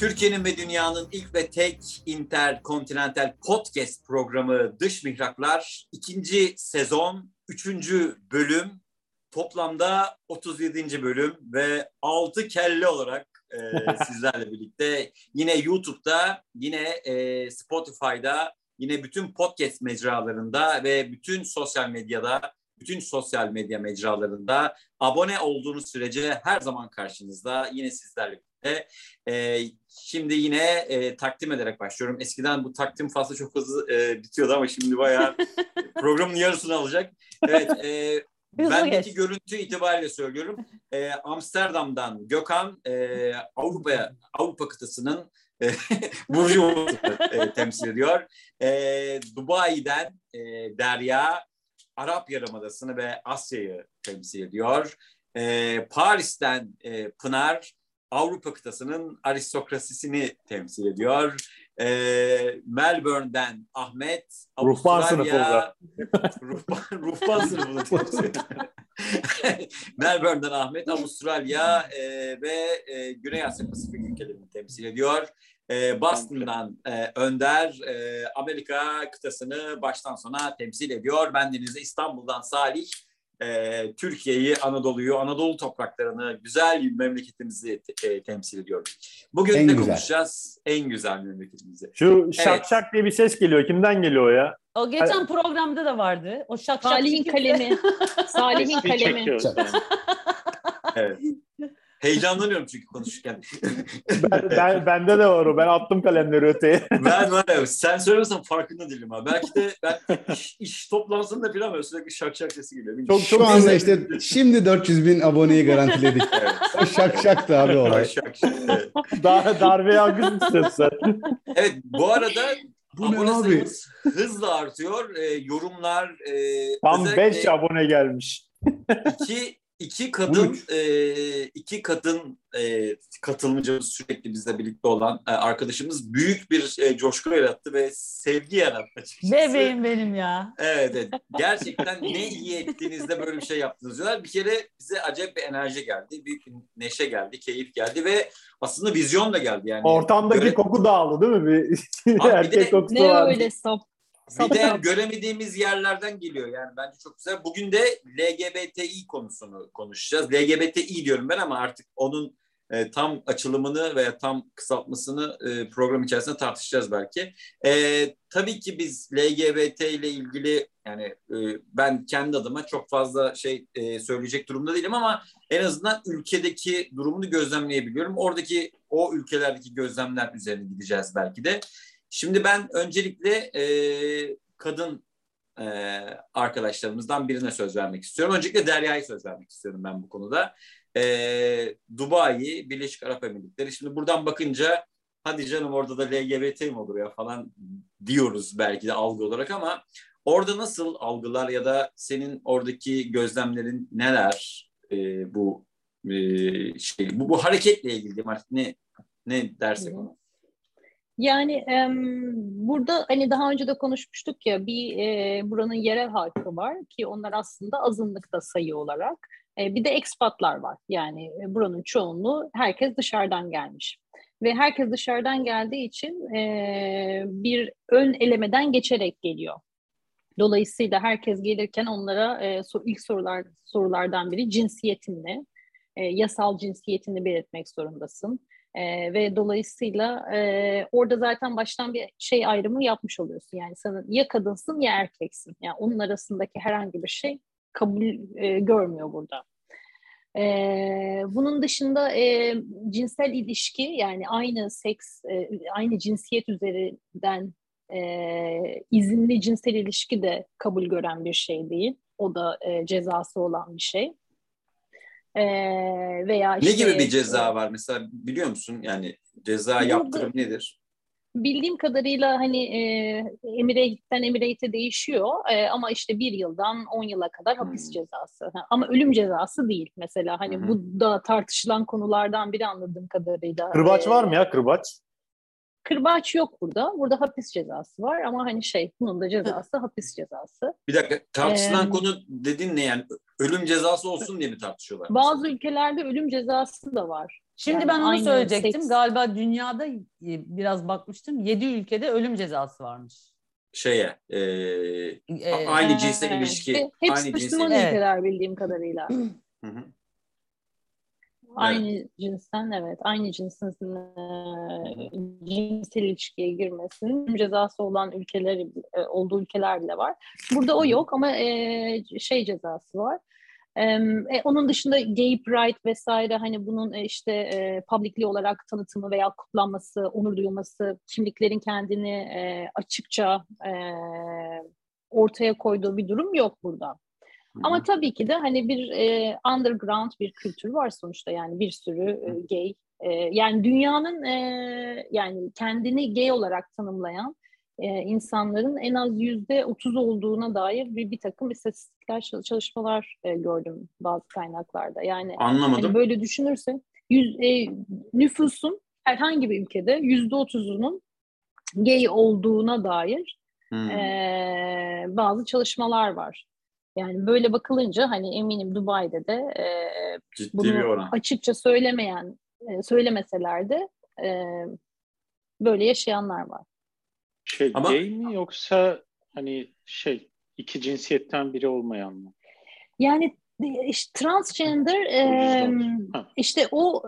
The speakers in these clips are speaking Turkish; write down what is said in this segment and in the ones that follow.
Türkiye'nin ve dünyanın ilk ve tek interkontinental podcast programı Dış Mihraklar 2. sezon 3. bölüm, toplamda 37. bölüm ve 6 kelle olarak sizlerle birlikte yine YouTube'da, yine Spotify'da, yine bütün podcast mecralarında ve bütün sosyal medya mecralarında abone olduğunuz sürece her zaman karşınızda, yine sizlerle birlikte. Şimdi yine takdim ederek başlıyorum. Eskiden bu takdim faslı çok hızlı bitiyordu ama şimdi bayağı programın yarısını alacak. Evet, bendeki görüntü itibariyle söylüyorum. Amsterdam'dan Gökhan, Avrupa kıtasının Burjuva'sını temsil ediyor. Dubai'den Derya, Arap Yarımadası'nı ve Asya'yı temsil ediyor. Paris'ten Pınar, Avrupa kıtasının aristokrasisini temsil ediyor. Melbourne'den Ahmet, Ruhban sınıfında. Ruhban sınıfını temsil ediyor. Melbourne'den Ahmet, Avustralya ve Güney Asya Pasifik ülkelerini temsil ediyor. Boston'dan Önder, Amerika kıtasını baştan sona temsil ediyor. Bendeniz de İstanbul'dan Salih, Türkiye'yi, Anadolu'yu, Anadolu topraklarını, güzel memleketimizi temsil ediyorum. Bugün ne konuşacağız? En güzel memleketimizi. Şu şak şak diye bir ses geliyor. Kimden geliyor o ya? O geçen programda da vardı. O şak şak. Salih'in kalemi. Salih'in kalemi. Evet. Heyecanlanıyorum çünkü konuşurken. Bende de var o. Ben attım kalemleri öteye. Ben var ya, sen söylemesen farkında değilim ha. Belki de ben iş toplantısında falan böyle sürekli şak şak sesi geliyor. Şu anda işte şimdi 400.000 aboneyi garantiledik. Evet. O şak şaktı abi olay. Şak şak. Evet. Darbe yangın istiyorsun sen. Evet, bu arada abone sayımız hızla artıyor. Yorumlar tam 5 abone gelmiş. İki kadın katılımcımız, sürekli bizle birlikte olan arkadaşımız büyük bir coşku yarattı ve sevgi yarattı açıkçası. Bebeğim benim ya. Evet. Gerçekten ne iyi ettiğinizde böyle bir şey yaptınız diyorlar. Bir kere bize acayip bir enerji geldi. Büyük bir neşe geldi, keyif geldi ve aslında vizyon da geldi. Yani ortamdaki koku dağıldı değil mi? Erkek kokusu ne vardı. öyle sap. Bir de göremediğimiz yerlerden geliyor yani, bence çok güzel. Bugün de LGBTİ konusunu konuşacağız. LGBTİ diyorum ben ama artık onun tam açılımını veya tam kısaltmasını program içerisinde tartışacağız belki. Tabii ki biz LGBT ile ilgili yani ben kendi adıma çok fazla şey söyleyecek durumda değilim ama en azından ülkedeki durumunu gözlemleyebiliyorum. O ülkelerdeki gözlemler üzerine gideceğiz belki de. Şimdi ben öncelikle kadın arkadaşlarımızdan birine söz vermek istiyorum. Öncelikle Derya'ya söz vermek istiyorum ben bu konuda. Dubai, Birleşik Arap Emirlikleri. Şimdi buradan bakınca hadi canım orada da LGBT mi olur ya falan diyoruz belki de algı olarak ama orada nasıl algılar ya da senin oradaki gözlemlerin neler bu bu hareketle ilgili artık ne dersek ona? Yani burada hani daha önce de konuşmuştuk ya buranın yerel halkı var ki onlar aslında azınlıkta sayı olarak. Bir de ekspatlar var. Yani buranın çoğunluğu herkes dışarıdan gelmiş. Ve herkes dışarıdan geldiği için bir ön elemeden geçerek geliyor. Dolayısıyla herkes gelirken onlara ilk sorulardan biri cinsiyetin ne? Yasal cinsiyetini belirtmek zorundasın. Ve dolayısıyla orada zaten baştan bir şey ayrımı yapmış oluyorsun. Yani sen ya kadınsın ya erkeksin. Yani onun arasındaki herhangi bir şey kabul görmüyor burada. Bunun dışında cinsel ilişki yani aynı seks, aynı cinsiyet üzerinden izinli cinsel ilişki de kabul gören bir şey değil. O da cezası olan bir şey. Veya ne gibi bir ceza var mesela, biliyor musun? Yani ceza yaptırım nedir? Bildiğim kadarıyla hani Emirate'den Emirate'e değişiyor ama işte 1 yıldan 10 yıla kadar hapis cezası. Ama ölüm cezası değil mesela. Hani bu da tartışılan konulardan biri anladığım kadarıyla. Kırbaç var mı ya, kırbaç? Kırbaç yok burada. Burada hapis cezası var ama hani bunun da cezası hapis cezası. Bir dakika, tartışılan konu dedin ne yani? Ölüm cezası olsun diye mi tartışıyorlar? Bazı ülkelerde ölüm cezası da var. Şimdi Yani ben onu aynı söyleyecektim. seks. Galiba dünyada biraz bakmıştım. 7 ülkede ölüm cezası varmış. Şeye aynı cinsel ilişki, Hepsi aynı cinsel Müslüman ilişki. ülkeler bildiğim kadarıyla. Hı hı. Aynı cinsten, evet, aynı cinsin cinsel ilişkiye girmesinin cezası olan ülkeler olduğu ülkeler bile var. Burada o yok ama şey cezası var. Onun dışında gay pride vesaire, hani bunun publicly olarak tanıtımı veya kutlanması, onur duyulması, kimliklerin kendini açıkça ortaya koyduğu bir durum yok burada. Ama tabii ki de hani bir underground bir kültür var sonuçta, yani bir sürü gay, yani dünyanın yani kendini gay olarak tanımlayan insanların en az %30 olduğuna dair bir takım istatistikler, çalışmalar gördüm bazı kaynaklarda. Yani Anlamadım. hani böyle düşünürse nüfusun herhangi bir ülkede %30'unun gay olduğuna dair bazı çalışmalar var. Yani böyle bakılınca hani eminim Dubai'de de Ciddi bunu bir oran. açıkça söylemeseler de böyle yaşayanlar var. Ama Gay mi yoksa hani iki cinsiyetten biri olmayan mı? Yani işte transgender işte o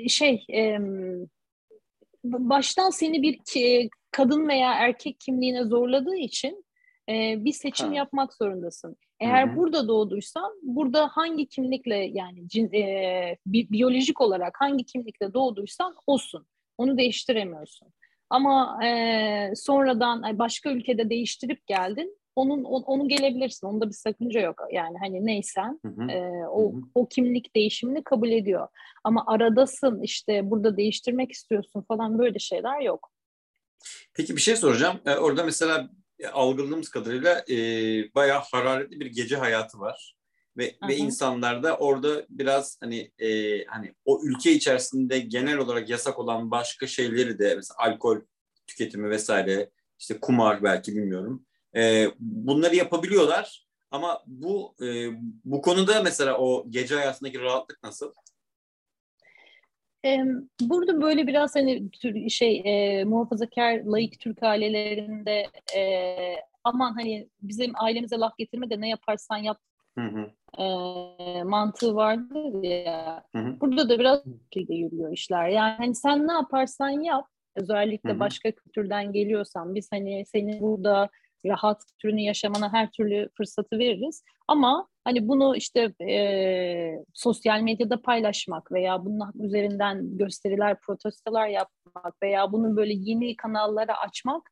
baştan seni bir kadın veya erkek kimliğine zorladığı için bir seçim yapmak zorundasın. Eğer burada doğduysan, burada hangi kimlikle, yani biyolojik olarak hangi kimlikle doğduysan olsun. Onu değiştiremiyorsun. Ama sonradan başka ülkede değiştirip geldin, onu gelebilirsin. Onda bir sakınca yok. Yani hani neysen o kimlik değişimini kabul ediyor. Ama aradasın, işte burada değiştirmek istiyorsun falan, böyle şeyler yok. Peki bir şey soracağım. Orada mesela algıladığımız kadarıyla bayağı hararetli bir gece hayatı var. Ve insanlar da orada biraz hani o ülke içerisinde genel olarak yasak olan başka şeyleri de, mesela alkol tüketimi vesaire, işte kumar belki, bilmiyorum. Bunları yapabiliyorlar. Ama bu konuda mesela o gece hayatındaki rahatlık nasıl? Burada böyle biraz hani muhafazakar laik Türk ailelerinde aman hani bizim ailemize laf getirme de ne yaparsan yap mantığı vardır ya. Burada da biraz şekilde yürüyor işler. Yani hani sen ne yaparsan yap, özellikle başka kültürden geliyorsan, biz hani senin burada rahat kültürünü yaşamana her türlü fırsatı veririz. Ama hani bunu işte sosyal medyada paylaşmak veya bunun üzerinden gösteriler, protestolar yapmak veya bunu böyle yeni kanallara açmak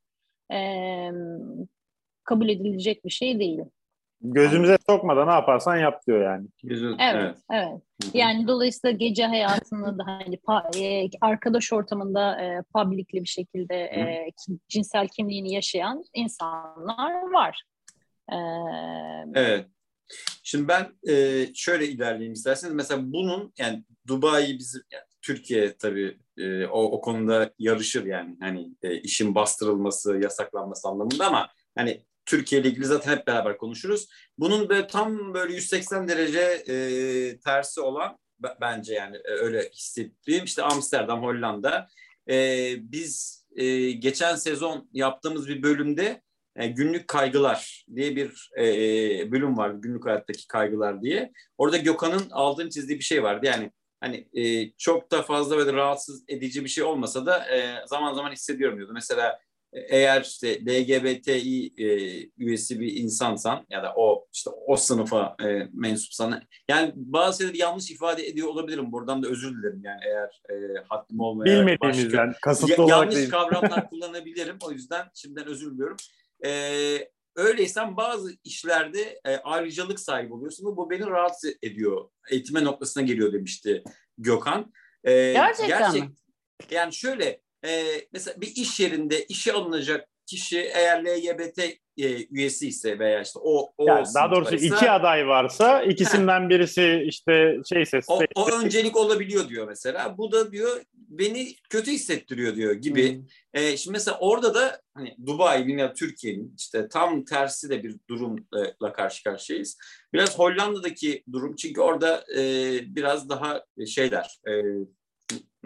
kabul edilecek bir şey değil. Gözümüze sokma da ne yaparsan yap diyor yani. Evet. Yani dolayısıyla gece hayatını da hani arkadaş ortamında publicly bir şekilde cinsel kimliğini yaşayan insanlar var. Evet. Şimdi ben şöyle ilerleyeyim isterseniz. Mesela bunun, yani Dubai bizim, yani Türkiye tabii o konuda yarışır yani, hani işin bastırılması, yasaklanması anlamında, ama hani Türkiye ile ilgili zaten hep beraber konuşuruz. Bunun böyle tam böyle 180 derece tersi olan, bence yani öyle hissettiğim, işte Amsterdam, Hollanda. Biz geçen sezon yaptığımız bir bölümde günlük kaygılar diye bir bölüm var. Günlük hayattaki kaygılar diye. Orada Gökhan'ın altını çizdiği bir şey vardı. Yani hani çok da fazla böyle rahatsız edici bir şey olmasa da zaman zaman hissediyorum diyordu. Mesela eğer işte LGBTİ üyesi bir insansan ya da o sınıfa mensupsan, yani bazı şeyleri yanlış ifade ediyor olabilirim. Buradan da özür dilerim yani, eğer haddim olmayarak Bilmediğimizden, kasıtlı olarak yanlış değil. kavramlar kullanabilirim. O yüzden şimdiden özür diliyorum. Öyleysen bazı işlerde ayrıcalık sahibi oluyorsun ve bu beni rahatsız ediyor. Eğitime noktasına geliyor demişti Gökhan. Gerçekten mi? Yani şöyle, mesela bir iş yerinde işe alınacak kişi eğer LGBT üyesi ise veya işte Yani daha doğrusu iki aday varsa ikisinden birisi işte o öncelik olabiliyor diyor mesela. Bu da diyor beni kötü hissettiriyor diyor gibi. Şimdi mesela orada da hani Dubai'nin ya Türkiye'nin işte tam tersi de bir durumla karşı karşıyayız. Biraz Hollanda'daki durum, çünkü orada biraz daha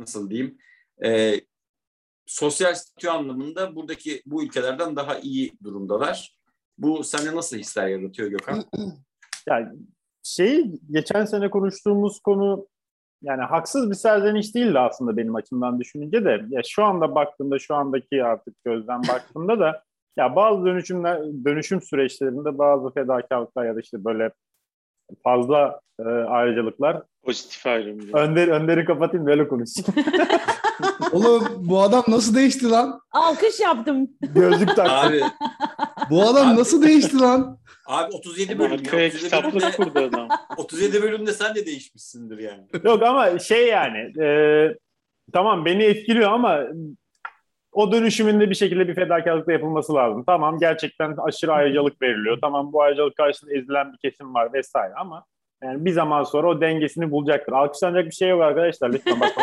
nasıl diyeyim, sosyal statü anlamında bu ülkelerden daha iyi durumdalar. Bu sende nasıl hisler yaratıyor Gökhan? Yani geçen sene konuştuğumuz konu yani haksız bir serzeniş değildi aslında benim açımdan düşününce de. Ya şu anda baktığımda, şu andaki artık gözden baktığımda da ya bazı dönüşüm süreçlerinde bazı fedakarlıklar ya da işte böyle fazla ayrıcalıklar. Pozitif ayrım. Önder'i kapatayım böyle konuşayım. Oğlum bu adam nasıl değişti lan? Alkış yaptım. Gözlük taktım. Abi, Bu adam nasıl değişti lan? abi 37 bölüm. Arkaya kitaplık kurdu adam. 37 bölümde sen de değişmişsindir yani. Yok ama yani tamam beni etkiliyor ama o dönüşümünde bir şekilde bir fedakarlık da yapılması lazım. Tamam gerçekten aşırı ayrıcalık veriliyor. Tamam bu ayrıcalık karşısında ezilen bir kesim var vesaire ama yani bir zaman sonra o dengesini bulacaktır. Alkışlanacak bir şey yok arkadaşlar. Lütfen bak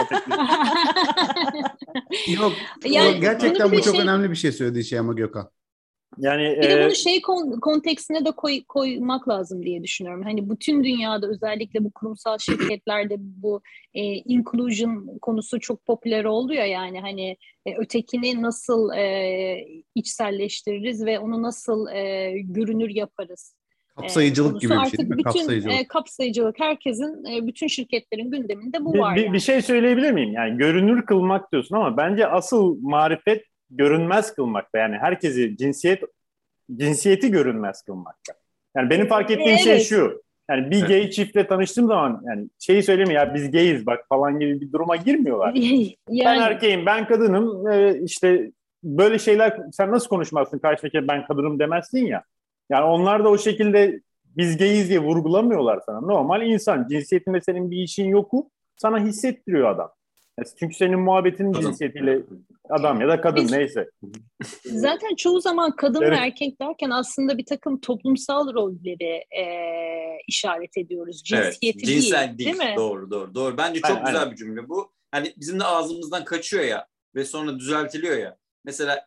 Yok. Yani Gerçekten bunu bu çok önemli bir şey söylediği şey ama Gökhan. Yani Bir de bunu kontekstine de koymak lazım diye düşünüyorum. Hani bütün dünyada özellikle bu kurumsal şirketlerde bu inclusion konusu çok popüler oldu ya, yani hani ötekini nasıl içselleştiririz ve onu nasıl görünür yaparız. Kapsayıcılık gibi bir şey değil mi? Bütün Kapsayıcılık. kapsayıcılık herkesin, bütün şirketlerin gündeminde bu var yani. bir şey söyleyebilir miyim? Yani görünür kılmak diyorsun ama bence asıl marifet görünmez kılmakta. Yani herkesi cinsiyeti görünmez kılmakta. Yani benim fark ettiğim şey şu. Yani bir gay çiftle tanıştığım zaman yani şeyi söyleyeyim ya biz gayiz bak falan gibi bir duruma girmiyorlar. Yani. Ben erkeğim, ben kadınım. İşte böyle şeyler sen nasıl konuşmazsın karşıdaki ben kadınım demezsin ya. Yani onlar da o şekilde biz gayiz diye vurgulamıyorlar sana. Normal insan. Cinsiyetinde senin bir işin yoku. Sana hissettiriyor adam. Çünkü senin muhabbetinin Kadın. cinsiyetiyle adam ya da kadın neyse. Zaten çoğu zaman kadın Evet. ve erkek derken aslında bir takım toplumsal rolleri işaret ediyoruz. Cinsiyeti Evet, cinsel değil mi? Doğru. Bence çok Aynen, güzel aynen. bir cümle bu. Hani bizim de ağzımızdan kaçıyor ya ve sonra düzeltiliyor ya. Mesela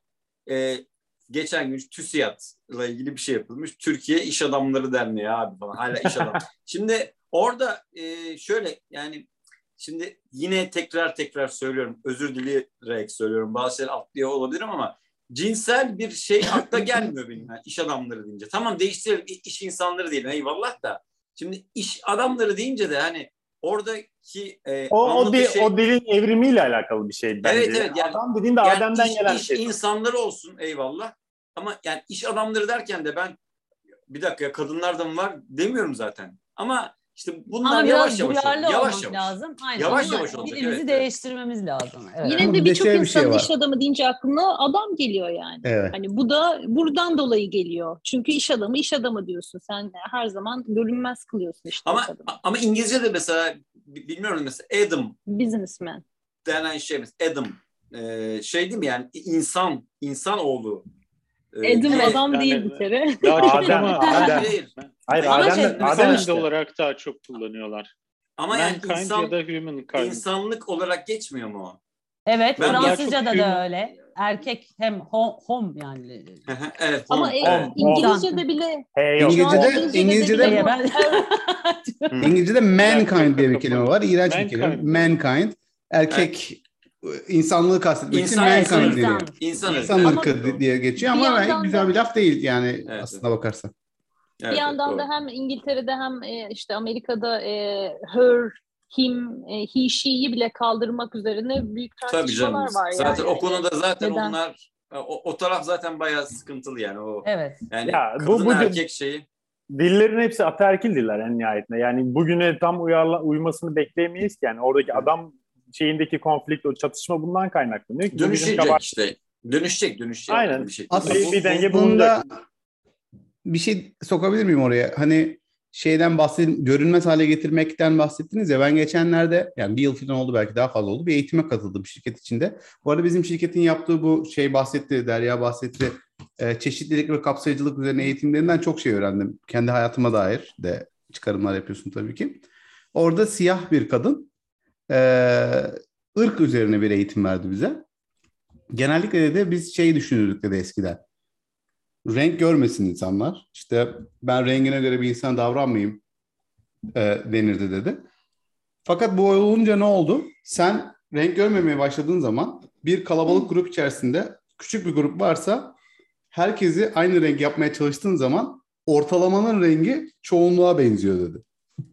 geçen gün TÜSİAD'la ilgili bir şey yapılmış. Türkiye İş Adamları Derneği abi falan. Hala iş adam. Şimdi orada şöyle yani şimdi yine tekrar söylüyorum. Özür dileyerek söylüyorum. Bazı şeyler atlıyor olabilirim ama cinsel bir şey akla gelmiyor benim. Yani iş adamları deyince. Tamam değiştirelim. İş insanları diyelim. Eyvallah da. Şimdi iş adamları deyince de hani oradaki O şey... dilin evrimiyle alakalı bir şey bence. Evet. Yani, adam dediğinde yani Adem'den gelen iş bir şey. insanları olsun eyvallah. Ama yani iş adamları derken de ben bir dakika kadınlar da mı var demiyorum zaten. Ama işte bunlar Ama yavaş biraz yavaş duyarlı olacak. olmak lazım. Aynen. Yavaş Ama yavaş olacak, dilimizi evet. değiştirmemiz lazım. Evet. Yine Ama de bir de birçok şöyle bir şey insanın var. iş adamı deyince aklına adam geliyor yani. Evet. Hani bu da buradan dolayı geliyor. Çünkü iş adamı diyorsun. Sen her zaman görünmez kılıyorsun işte iş adamı. Ama İngilizce'de mesela bilmiyorum mesela Adam Businessman. denen şey mesela Adam şey değil mi yani insan oğlu. Adam diye- adam yani- değil bir kere. Daha çok Adem, ama Adem. Hayır. Hayır Ama Adem işte. olarak daha çok kullanıyorlar. Ama yani Mankind ya da humankind. insanlık olarak geçmiyor mu o? Evet, Ben daha Fransızca'da çok da human- öyle. Erkek hem home yani. Evet. Ama evet. İngilizce'de bile Hey yok. şu an İngilizce'de Ege, bile bu- İngilizce'de mankind diye bir kelime var. İğrenç bir Mankind. kelime. Mankind. Erkek insanlığı kastetmek için İnsan mankind ırkı. deniyor. İnsan İnsan ırkı. ırkı diye geçiyor Bir ama yandan güzel da- bir laf değil yani Evet, aslına bakarsan. Evet, Bir yandan doğru. da hem İngiltere'de hem işte Amerika'da her, him, he, she'yi bile kaldırmak üzerine büyük Tabii tartışmalar canım. var Zaten yani. o konuda zaten Neden? onlar o taraf zaten bayağı sıkıntılı yani o. Evet. Yani Ya, kadın bu erkek şeyi. Dillerin hepsi ataerkil diller en nihayetinde. Yani bugüne tam uymasını bekleyemeyiz ki. Yani oradaki adam şeyindeki konflikt, o çatışma bundan kaynaklanıyor ki. bu bizim Dönüşecek işte. Dönüşecek Aynen. bir şekilde. Aslında bir denge bulunacak. bir şey sokabilir miyim oraya? Hani şeyden görünmez hale getirmekten bahsettiniz ya. Ben geçenlerde yani bir yıl falan oldu belki daha fazla oldu. Bir eğitime katıldım şirket içinde. Bu arada bizim şirketin yaptığı bu bahsetti, Derya bahsetti. Çeşitlilik ve kapsayıcılık üzerine eğitimlerinden çok şey öğrendim. Kendi hayatıma dair de çıkarımlar yapıyorsun tabii ki. Orada siyah bir kadın ırk üzerine bir eğitim verdi bize. Genellikle de biz düşünürdük de eskiden. Renk görmesin insanlar. İşte ben rengine göre bir insan davranmayayım denirdi dedi. Fakat bu olunca ne oldu? Sen renk görmemeye başladığın zaman bir kalabalık grup içerisinde küçük bir grup varsa herkesi aynı renk yapmaya çalıştığın zaman ortalamanın rengi çoğunluğa benziyor dedi.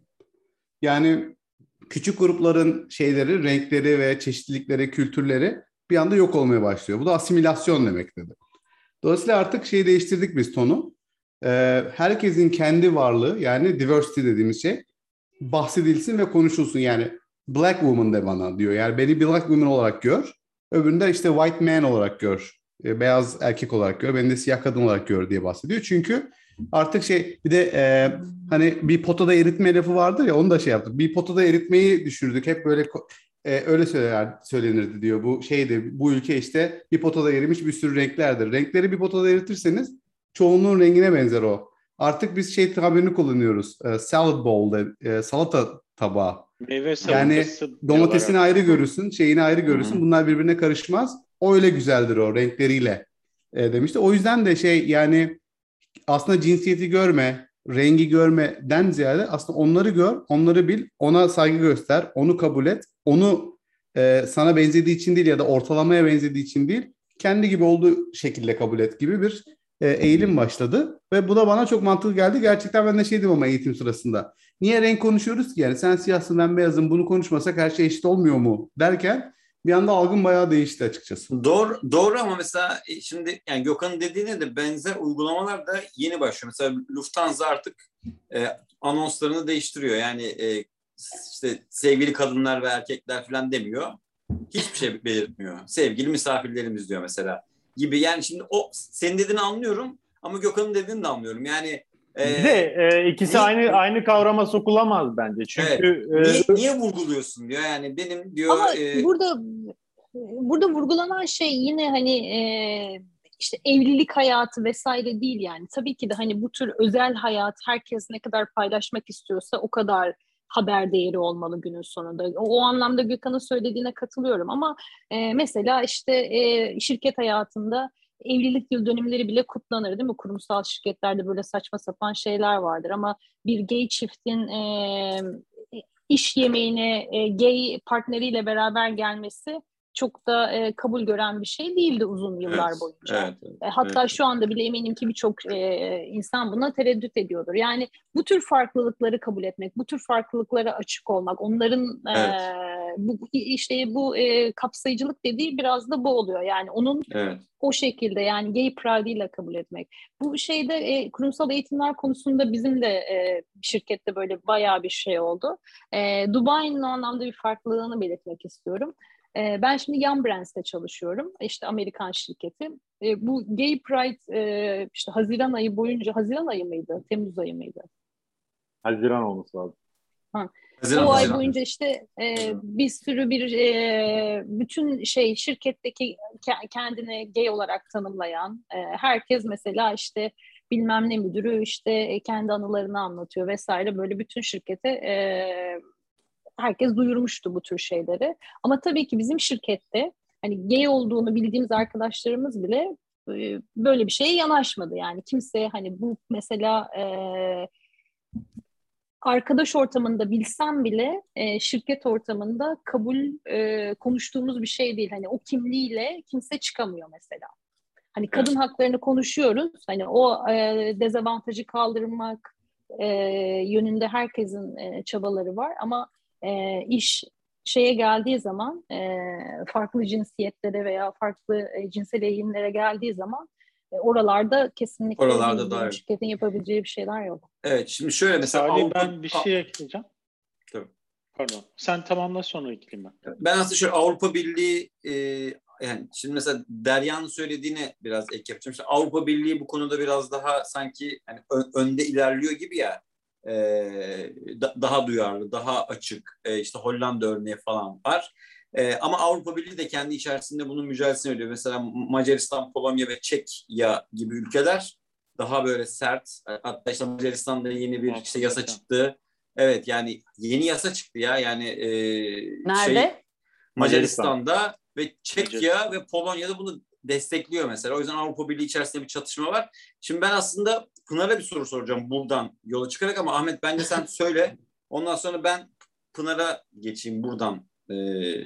Yani küçük grupların şeyleri, renkleri ve çeşitlilikleri, kültürleri bir anda yok olmaya başlıyor. Bu da asimilasyon demek dedi. Dolayısıyla artık şeyi değiştirdik biz tonu. Herkesin kendi varlığı, yani diversity dediğimiz şey bahsedilsin ve konuşulsun. Yani black woman de bana diyor. Yani beni black woman olarak gör. Öbüründe işte white man olarak gör. Beyaz erkek olarak gör. Beni de siyah kadın olarak gör diye bahsediyor. Çünkü artık şey, bir de hani bir potada eritme lafı vardır ya, onu da şey yaptık. Bir potada eritmeyi düşünürdük. Hep böyle öyle söylenirdi diyor. Bu şeydi, bu ülke işte bir potada erimiş bir sürü renklerdir. Renkleri bir potada eritirseniz çoğunluğun rengine benzer o. Artık biz şey tabirini kullanıyoruz. Salad bowl, salata tabağı. Meyve Yani salatası domatesini diyorlar ayrı artık. görürsün, şeyini ayrı görürsün. Hı hı. Bunlar birbirine karışmaz. O öyle güzeldir o renkleriyle demişti. O yüzden de şey, yani aslında cinsiyeti görme, rengi görmeden ziyade aslında onları gör, onları bil, ona saygı göster, onu kabul et. Onu sana benzediği için değil ya da ortalamaya benzediği için değil, kendi gibi olduğu şekilde kabul et gibi bir eğilim başladı. Ve bu da bana çok mantıklı geldi. Gerçekten ben de şey dedim ama eğitim sırasında. Niye renk konuşuyoruz ki yani? Sen siyahsın, ben beyazım, bunu konuşmasak her şey eşit olmuyor mu derken bir anda algım bayağı değişti açıkçası. Doğru ama mesela şimdi yani Gökhan'ın dediğine de benzer uygulamalar da yeni başlıyor. Mesela Lufthansa artık anonslarını değiştiriyor. Yani işte sevgili kadınlar ve erkekler falan demiyor. Hiçbir şey belirtmiyor. Sevgili misafirlerimiz diyor mesela gibi. Yani şimdi o senin dediğini anlıyorum ama Gökhan'ın dediğini de anlıyorum. Yani Bir de ikisi aynı kavrama sokulamaz bence. Çünkü evet, niye vurguluyorsun diyor. Yani benim diyor Ama burada vurgulanan şey yine hani işte evlilik hayatı vesaire değil yani. Tabii ki de hani bu tür özel hayat herkes ne kadar paylaşmak istiyorsa o kadar haber değeri olmalı günün sonunda. O anlamda Gökhan'ın söylediğine katılıyorum ama mesela işte şirket hayatında evlilik yıl dönümleri bile kutlanır değil mi? Kurumsal şirketlerde böyle saçma sapan şeyler vardır ama bir gay çiftin iş yemeğine gay partneriyle beraber gelmesi çok da kabul gören bir şey değildi uzun yıllar boyunca. Evet, Hatta şu anda bile eminim ki birçok insan buna tereddüt ediyordur. Yani bu tür farklılıkları kabul etmek, bu tür farklılıklara açık olmak, onların bu kapsayıcılık dediği biraz da bu oluyor. Yani onun o şekilde yani gay pride'ıyla kabul etmek. Bu şeyde kurumsal eğitimler konusunda bizim de şirkette böyle bayağı bir şey oldu. Dubai'nin o anlamda bir farklılığını belirtmek istiyorum. Ben şimdi Yum Brands'te çalışıyorum. İşte Amerikan şirketi. Bu Gay Pride işte Haziran ayı boyunca, Haziran ayı mıydı? Temmuz ayı mıydı? Haziran olması lazım. O ay boyunca işte bir sürü bütün şirketteki kendini gay olarak tanımlayan herkes mesela işte bilmem ne müdürü işte kendi anılarını anlatıyor vesaire böyle bütün şirkete herkes duyurmuştu bu tür şeyleri. Ama tabii ki bizim şirkette hani gay olduğunu bildiğimiz arkadaşlarımız bile böyle bir şeye yanaşmadı. Yani kimse hani bu mesela arkadaş ortamında bilsem bile şirket ortamında kabul konuştuğumuz bir şey değil. Hani o kimliğiyle kimse çıkamıyor mesela. Hani kadın haklarını konuşuyoruz. Hani o dezavantajı kaldırmak yönünde herkesin çabaları var ama iş şeye geldiği zaman farklı cinsiyetlere veya farklı cinsel eğilimlere geldiği zaman oralarda kesinlikle bir şirketin yapabileceği bir şeyler yok. Evet, şimdi şöyle mesela Salih, ben bir şey ekleyeceğim. Tabii. Pardon. Sen tamamla, sonra ekleyeyim ben. Ben aslında şöyle Avrupa Birliği yani şimdi mesela Derya'nın söylediğine biraz ek yapacağım. İşte Avrupa Birliği bu konuda biraz daha sanki hani önde ilerliyor gibi ya. Daha duyarlı, daha açık. İşte Hollanda örneği falan var. Ama Avrupa Birliği de kendi içerisinde bunun mücadelesini veriyor. Mesela Macaristan, Polonya ve Çekya gibi ülkeler daha böyle sert. Hatta işte Macaristan'da yeni bir işte yasa çıktı. Evet, yani yeni yasa çıktı ya. Yani nerede? Macaristan'da ve Çekya ve Polonya'da bunu destekliyor mesela. O yüzden Avrupa Birliği içerisinde bir çatışma var. Şimdi ben aslında Pınar'a bir soru soracağım buradan yola çıkarak ama Ahmet bence sen söyle. Ondan sonra ben Pınar'a geçeyim buradan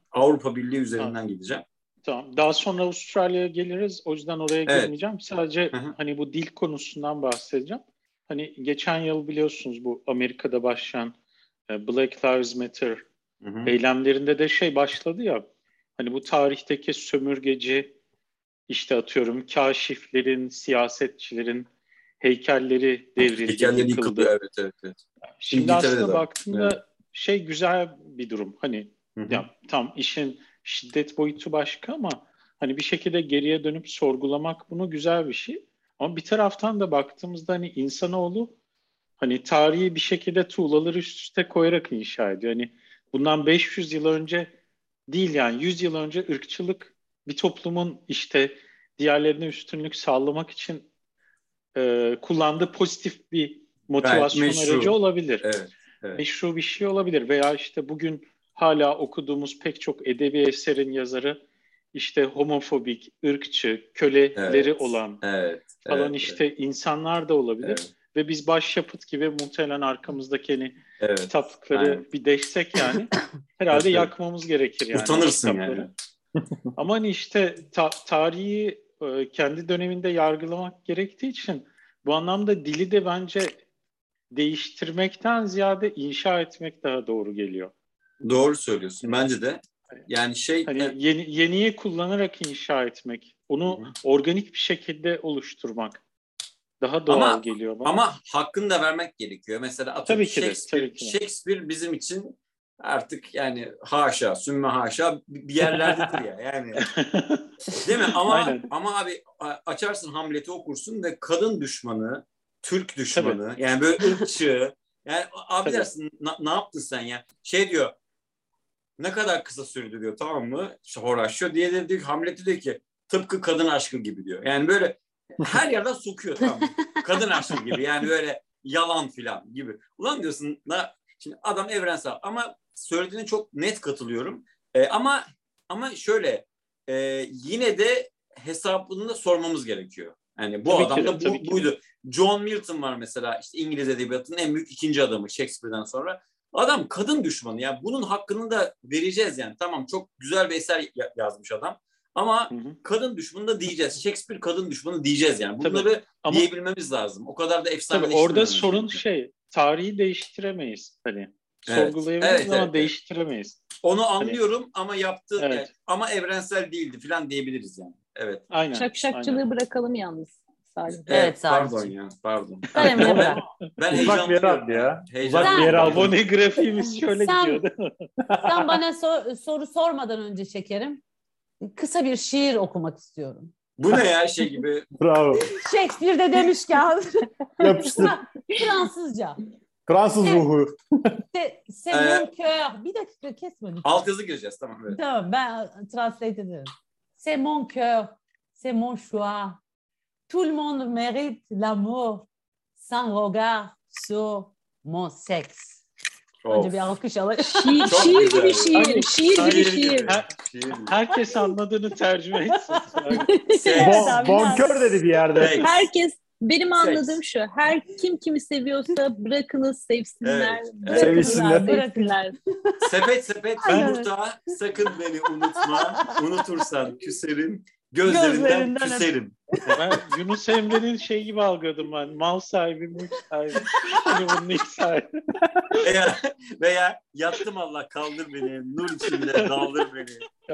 Avrupa Birliği üzerinden gideceğim. Tamam. Daha sonra Avustralya'ya geliriz. O yüzden oraya girmeyeceğim. Sadece hani bu dil konusundan bahsedeceğim. Hani geçen yıl biliyorsunuz bu Amerika'da başlayan Black Lives Matter eylemlerinde de başladı ya. Hani bu tarihteki sömürgeci, işte atıyorum kaşiflerin, siyasetçilerin heykelleri devrildi, Heykelleri yıkıldı. Evet. Şimdi İngiltere'de aslında de. baktığımda güzel bir durum. Hani ya, tam işin şiddet boyutu başka ama hani bir şekilde geriye dönüp sorgulamak bunu güzel bir şey. Ama bir taraftan da baktığımızda hani insanoğlu hani tarihi bir şekilde tuğlaları üst üste koyarak inşa ediyor. Hani bundan 500 yıl önce değil, yani 100 yıl önce ırkçılık bir toplumun işte diğerlerine üstünlük sağlamak için kullandığı pozitif bir motivasyon aracı olabilir. Evet. Meşru bir şey olabilir veya işte bugün hala okuduğumuz pek çok edebi eserin yazarı işte homofobik, ırkçı, köleleri olan falan insanlar da olabilir. Evet. Ve biz başyapıt gibi muhtemelen arkamızdaki hani kitaplıkları bir deşsek yani herhalde yakmamız gerekir yani. Utanırsın yani. Ama hani işte tarihi kendi döneminde yargılamak gerektiği için bu anlamda dili de bence değiştirmekten ziyade inşa etmek daha doğru geliyor. Doğru söylüyorsun. Bence de. Yani hani yeniyi kullanarak inşa etmek, onu organik bir şekilde oluşturmak daha doğal geliyor bana. Ama hakkını da vermek gerekiyor. Mesela atıyorum tabii ki de. Shakespeare bizim için artık yani haşa, sümme haşa bir yerlerdedir ya. Yani değil mi? Ama abi açarsın Hamlet'i okursun ve kadın düşmanı, Türk düşmanı, yani böyle ırkçı. Yani abi dersin ne yaptın sen ya? Diyor, ne kadar kısa sürdü diyor, tamam mı? Horatio diye diyor, Hamlet'e diyor ki tıpkı kadın aşkı gibi diyor. Yani böyle her yerden sokuyor, tamam mı? Kadın aşkı gibi, yani böyle yalan filan gibi. Ulan diyorsun, şimdi adam evrensel ama söylediğine çok net katılıyorum. Ama şöyle yine de hesabını da sormamız gerekiyor. Yani bu adam da buydu. John Milton var mesela, işte İngiliz edebiyatının en büyük ikinci adamı Shakespeare'den sonra. Adam kadın düşmanı ya. Bunun hakkını da vereceğiz yani. Tamam, çok güzel bir eser yazmış adam. Ama kadın düşmanı da diyeceğiz. Shakespeare kadın düşmanı diyeceğiz yani. Bunları diyebilmemiz lazım. O kadar da efsaneleştirmemiz. Orada sorun tarihi değiştiremeyiz. Hani sorgulayabiliriz ama değiştiremeyiz. Onu anlıyorum ama yaptığı yani, ama evrensel değildi falan diyebiliriz yani. Evet. Aynen. Şakşakçılığı bırakalım yalnız. Evet, pardon. Kalemine bırak. Ben uzak bir yere ya. Uzak bir yere aldım. Abone grafiğimiz şöyle gidiyor değil mi? Sen bana soru sormadan önce şekerim, kısa bir şiir okumak istiyorum. Bu ne ya, gibi. Bravo. Shakespeare de demiş ki yapıştır. Fransızca. Fransız ruhu. C'est mon cœur. Bir dakika kesme. Alt yazı gireceğiz, tamam. Evet. Tamam, ben translate ederim. C'est mon cœur, c'est mon choix. Tout le monde mérite l'amour sans regard sur mon sexe. Önce bir alkış alalım. Şiir gibi şiir. Şiir gibi şiir. Herkes anladığını tercüme etsin. Bonkör dedi bir yerde. Herkes, benim anladığım şu. Kim kimi seviyorsa bırakınız sevsinler. Bırakınlar. Sepet yumurta, sakın beni unutma. Unutursan küserim. Gözlerinden küserim. Ben Yunus Emre'nin gibi algıladım ben. Mal sahibi, mülk sahibi. Hani bunun ilk sahibi. Veya yattım Allah kaldır beni. Nur içinde daldır beni.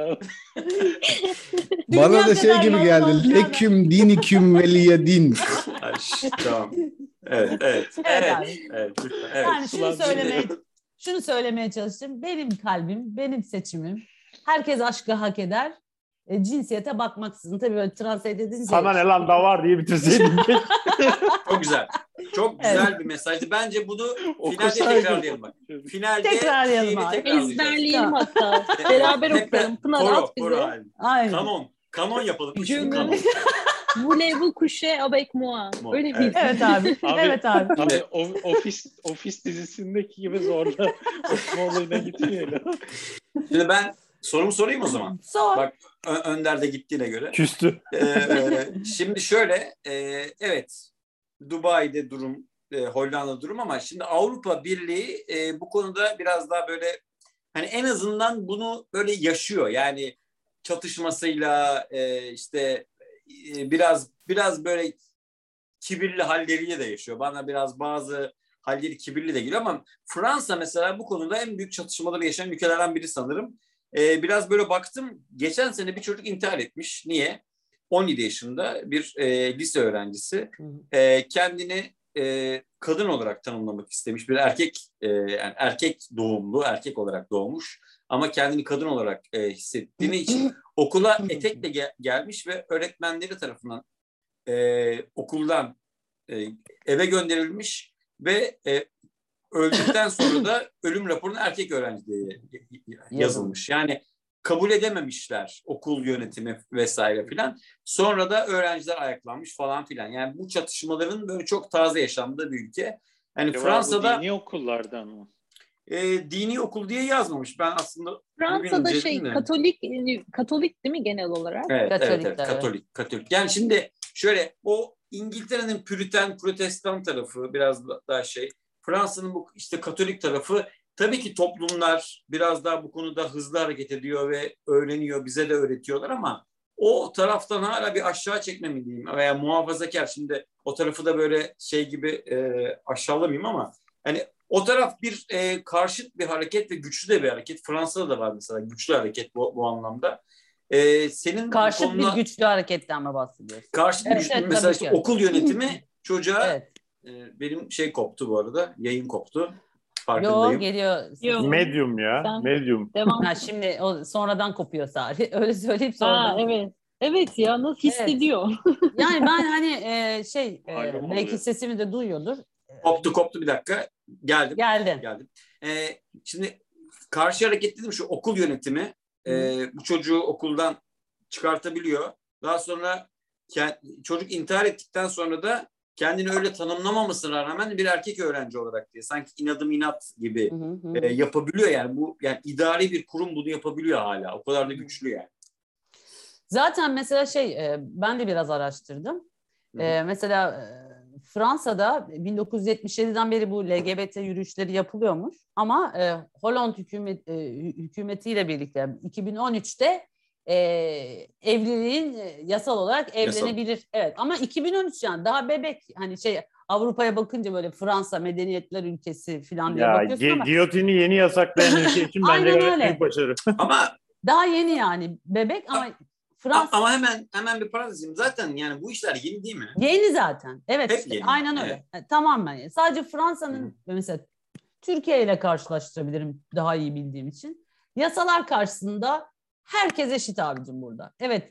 Bana da gibi geldi. Leküm diniküm veliyedin. Tamam. Evet. Yani şunu söylemeye çalıştım. Benim kalbim, benim seçimim. Herkes aşkı hak eder. Cinsiyete bakmaksızın. Tabii böyle translate edince. Sana ne lan da var diye bitirseydin. Çok güzel. Çok güzel bir mesajdı. Bence bunu finalde tekrarlayalım bak. Finalde tekrarlayalım. Ezberleyelim hatta. Beraber okuyalım. Pınar at bize. Aynen. Kanon yapalım. Üçlü kanon. Voulez-vous coucher avec moi? Öyle mi? Evet abi. Evet abi. Ofis dizisindeki gibi zorla okuma olayına gitmeyelim. Şimdi ben sorumu sorayım o zaman. Sor. Bak Önder de gittiğine göre. Küstü. Şimdi şöyle, evet, Dubai'de durum, Hollanda'da durum ama şimdi Avrupa Birliği bu konuda biraz daha böyle hani en azından bunu böyle yaşıyor. Yani çatışmasıyla işte biraz böyle kibirli halleriyle de yaşıyor. Bana biraz bazı halleri kibirli de geliyor ama Fransa mesela bu konuda en büyük çatışmaları yaşayan ülkelerden biri sanırım. Biraz böyle baktım. Geçen sene bir çocuk intihar etmiş. Niye? 17 yaşında bir lise öğrencisi. Kendini kadın olarak tanımlamak istemiş. Bir erkek, yani erkek doğumlu, erkek olarak doğmuş. Ama kendini kadın olarak hissettiğini için okula etekle gelmiş ve öğretmenleri tarafından okuldan eve gönderilmiş ve öldükten sonra da ölüm raporuna erkek öğrenci diye yazılmış. Yani kabul edememişler okul yönetimi vesaire filan. Sonra da öğrenciler ayaklanmış falan filan. Yani bu çatışmaların böyle çok taze yaşandığı bir ülke. Yani Fransa'da dini okullardan mı? Dini okul diye yazmamış. Ben aslında Fransa'da Katolik değil mi genel olarak? Evet, Katolik. Yani şimdi şöyle, o İngiltere'nin Püriten, Protestan tarafı biraz daha Fransa'nın bu işte Katolik tarafı, tabii ki toplumlar biraz daha bu konuda hızlı hareket ediyor ve öğreniyor, bize de öğretiyorlar ama o taraftan hala bir aşağı çekme mi diyeyim veya muhafazakar, şimdi o tarafı da böyle gibi aşağılamayayım ama hani o taraf bir karşıt bir hareket ve güçlü de bir hareket. Fransa'da da var mesela güçlü hareket bu anlamda. Senin Karşıt konuda, bir güçlü hareketten mi bahsediyorsun? karşıt bir güçlü mesela işte okul yönetimi çocuğa evet. Benim koptu bu arada. Yayın koptu. Farkındayım. Yo, geliyor. Medium ya. Medium. Devam. Ha, şimdi o sonradan kopuyor Sari. Öyle söyleyip sonradan. Evet. Evet ya, nasıl hissediyor? Yani ben hani belki oluyor. sesimi de duyuyordur. Koptu bir dakika. Geldim. Şimdi karşı hareket dedim, şu okul yönetimi bu çocuğu okuldan çıkartabiliyor. Daha sonra çocuk intihar ettikten sonra da kendini öyle tanımlamamasına rağmen bir erkek öğrenci olarak diye sanki inadım inat gibi yapabiliyor yani. Bu yani idari bir kurum bunu yapabiliyor hala. O kadar da güçlü yani. Zaten mesela ben de biraz araştırdım. Mesela Fransa'da 1977'den beri bu LGBT yürüyüşleri yapılıyormuş. Ama Hollande hükümetiyle birlikte 2013'te evliliğin yasal olarak evlenebilir. Evet, ama 2013 yani daha bebek, hani Avrupa'ya bakınca böyle Fransa medeniyetler ülkesi falan diye bakıyorsun ama. Giyotini yeni yasaklayan ülke için bence gayet büyük başarı. Ama daha yeni yani bebek ama Fransa. Ama hemen bir parantezim. Zaten yani bu işler yeni değil mi? Yeni zaten. Evet. Hep yeni. Aynen öyle. Tamamen yeni. Sadece Fransa'nın mesela Türkiye ile karşılaştırabilirim daha iyi bildiğim için. Yasalar karşısında herkes eşit abicim burada. Evet.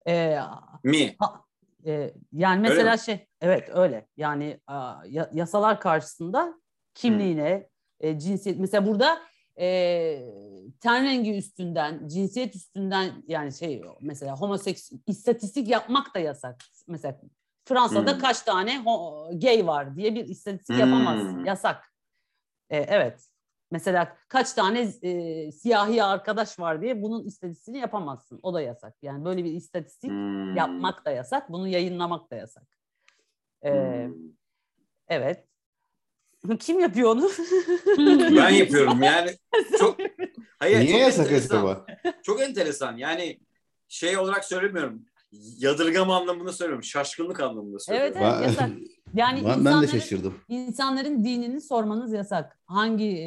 Yani mesela evet öyle. Yani yasalar karşısında kimliğine, cinsiyet, mesela burada ten rengi üstünden, cinsiyet üstünden, yani mesela istatistik yapmak da yasak. Mesela Fransa'da kaç tane gay var diye bir istatistik yapamazsın. Yasak. Evet. Mesela kaç tane siyahi arkadaş var diye bunun istatistiğini yapamazsın. O da yasak. Yani böyle bir istatistik yapmak da yasak. Bunu yayınlamak da yasak. Evet. Kim yapıyor onu? Ben yapıyorum yani. Niye çok yasak enteresan. acaba? Çok enteresan. Yani olarak söylemiyorum. Yadırgama anlamında söylüyorum. Şaşkınlık anlamında söylüyorum. Evet, yasak. Yani ben de şaşırdım. İnsanların dinini sormanız yasak. Hangi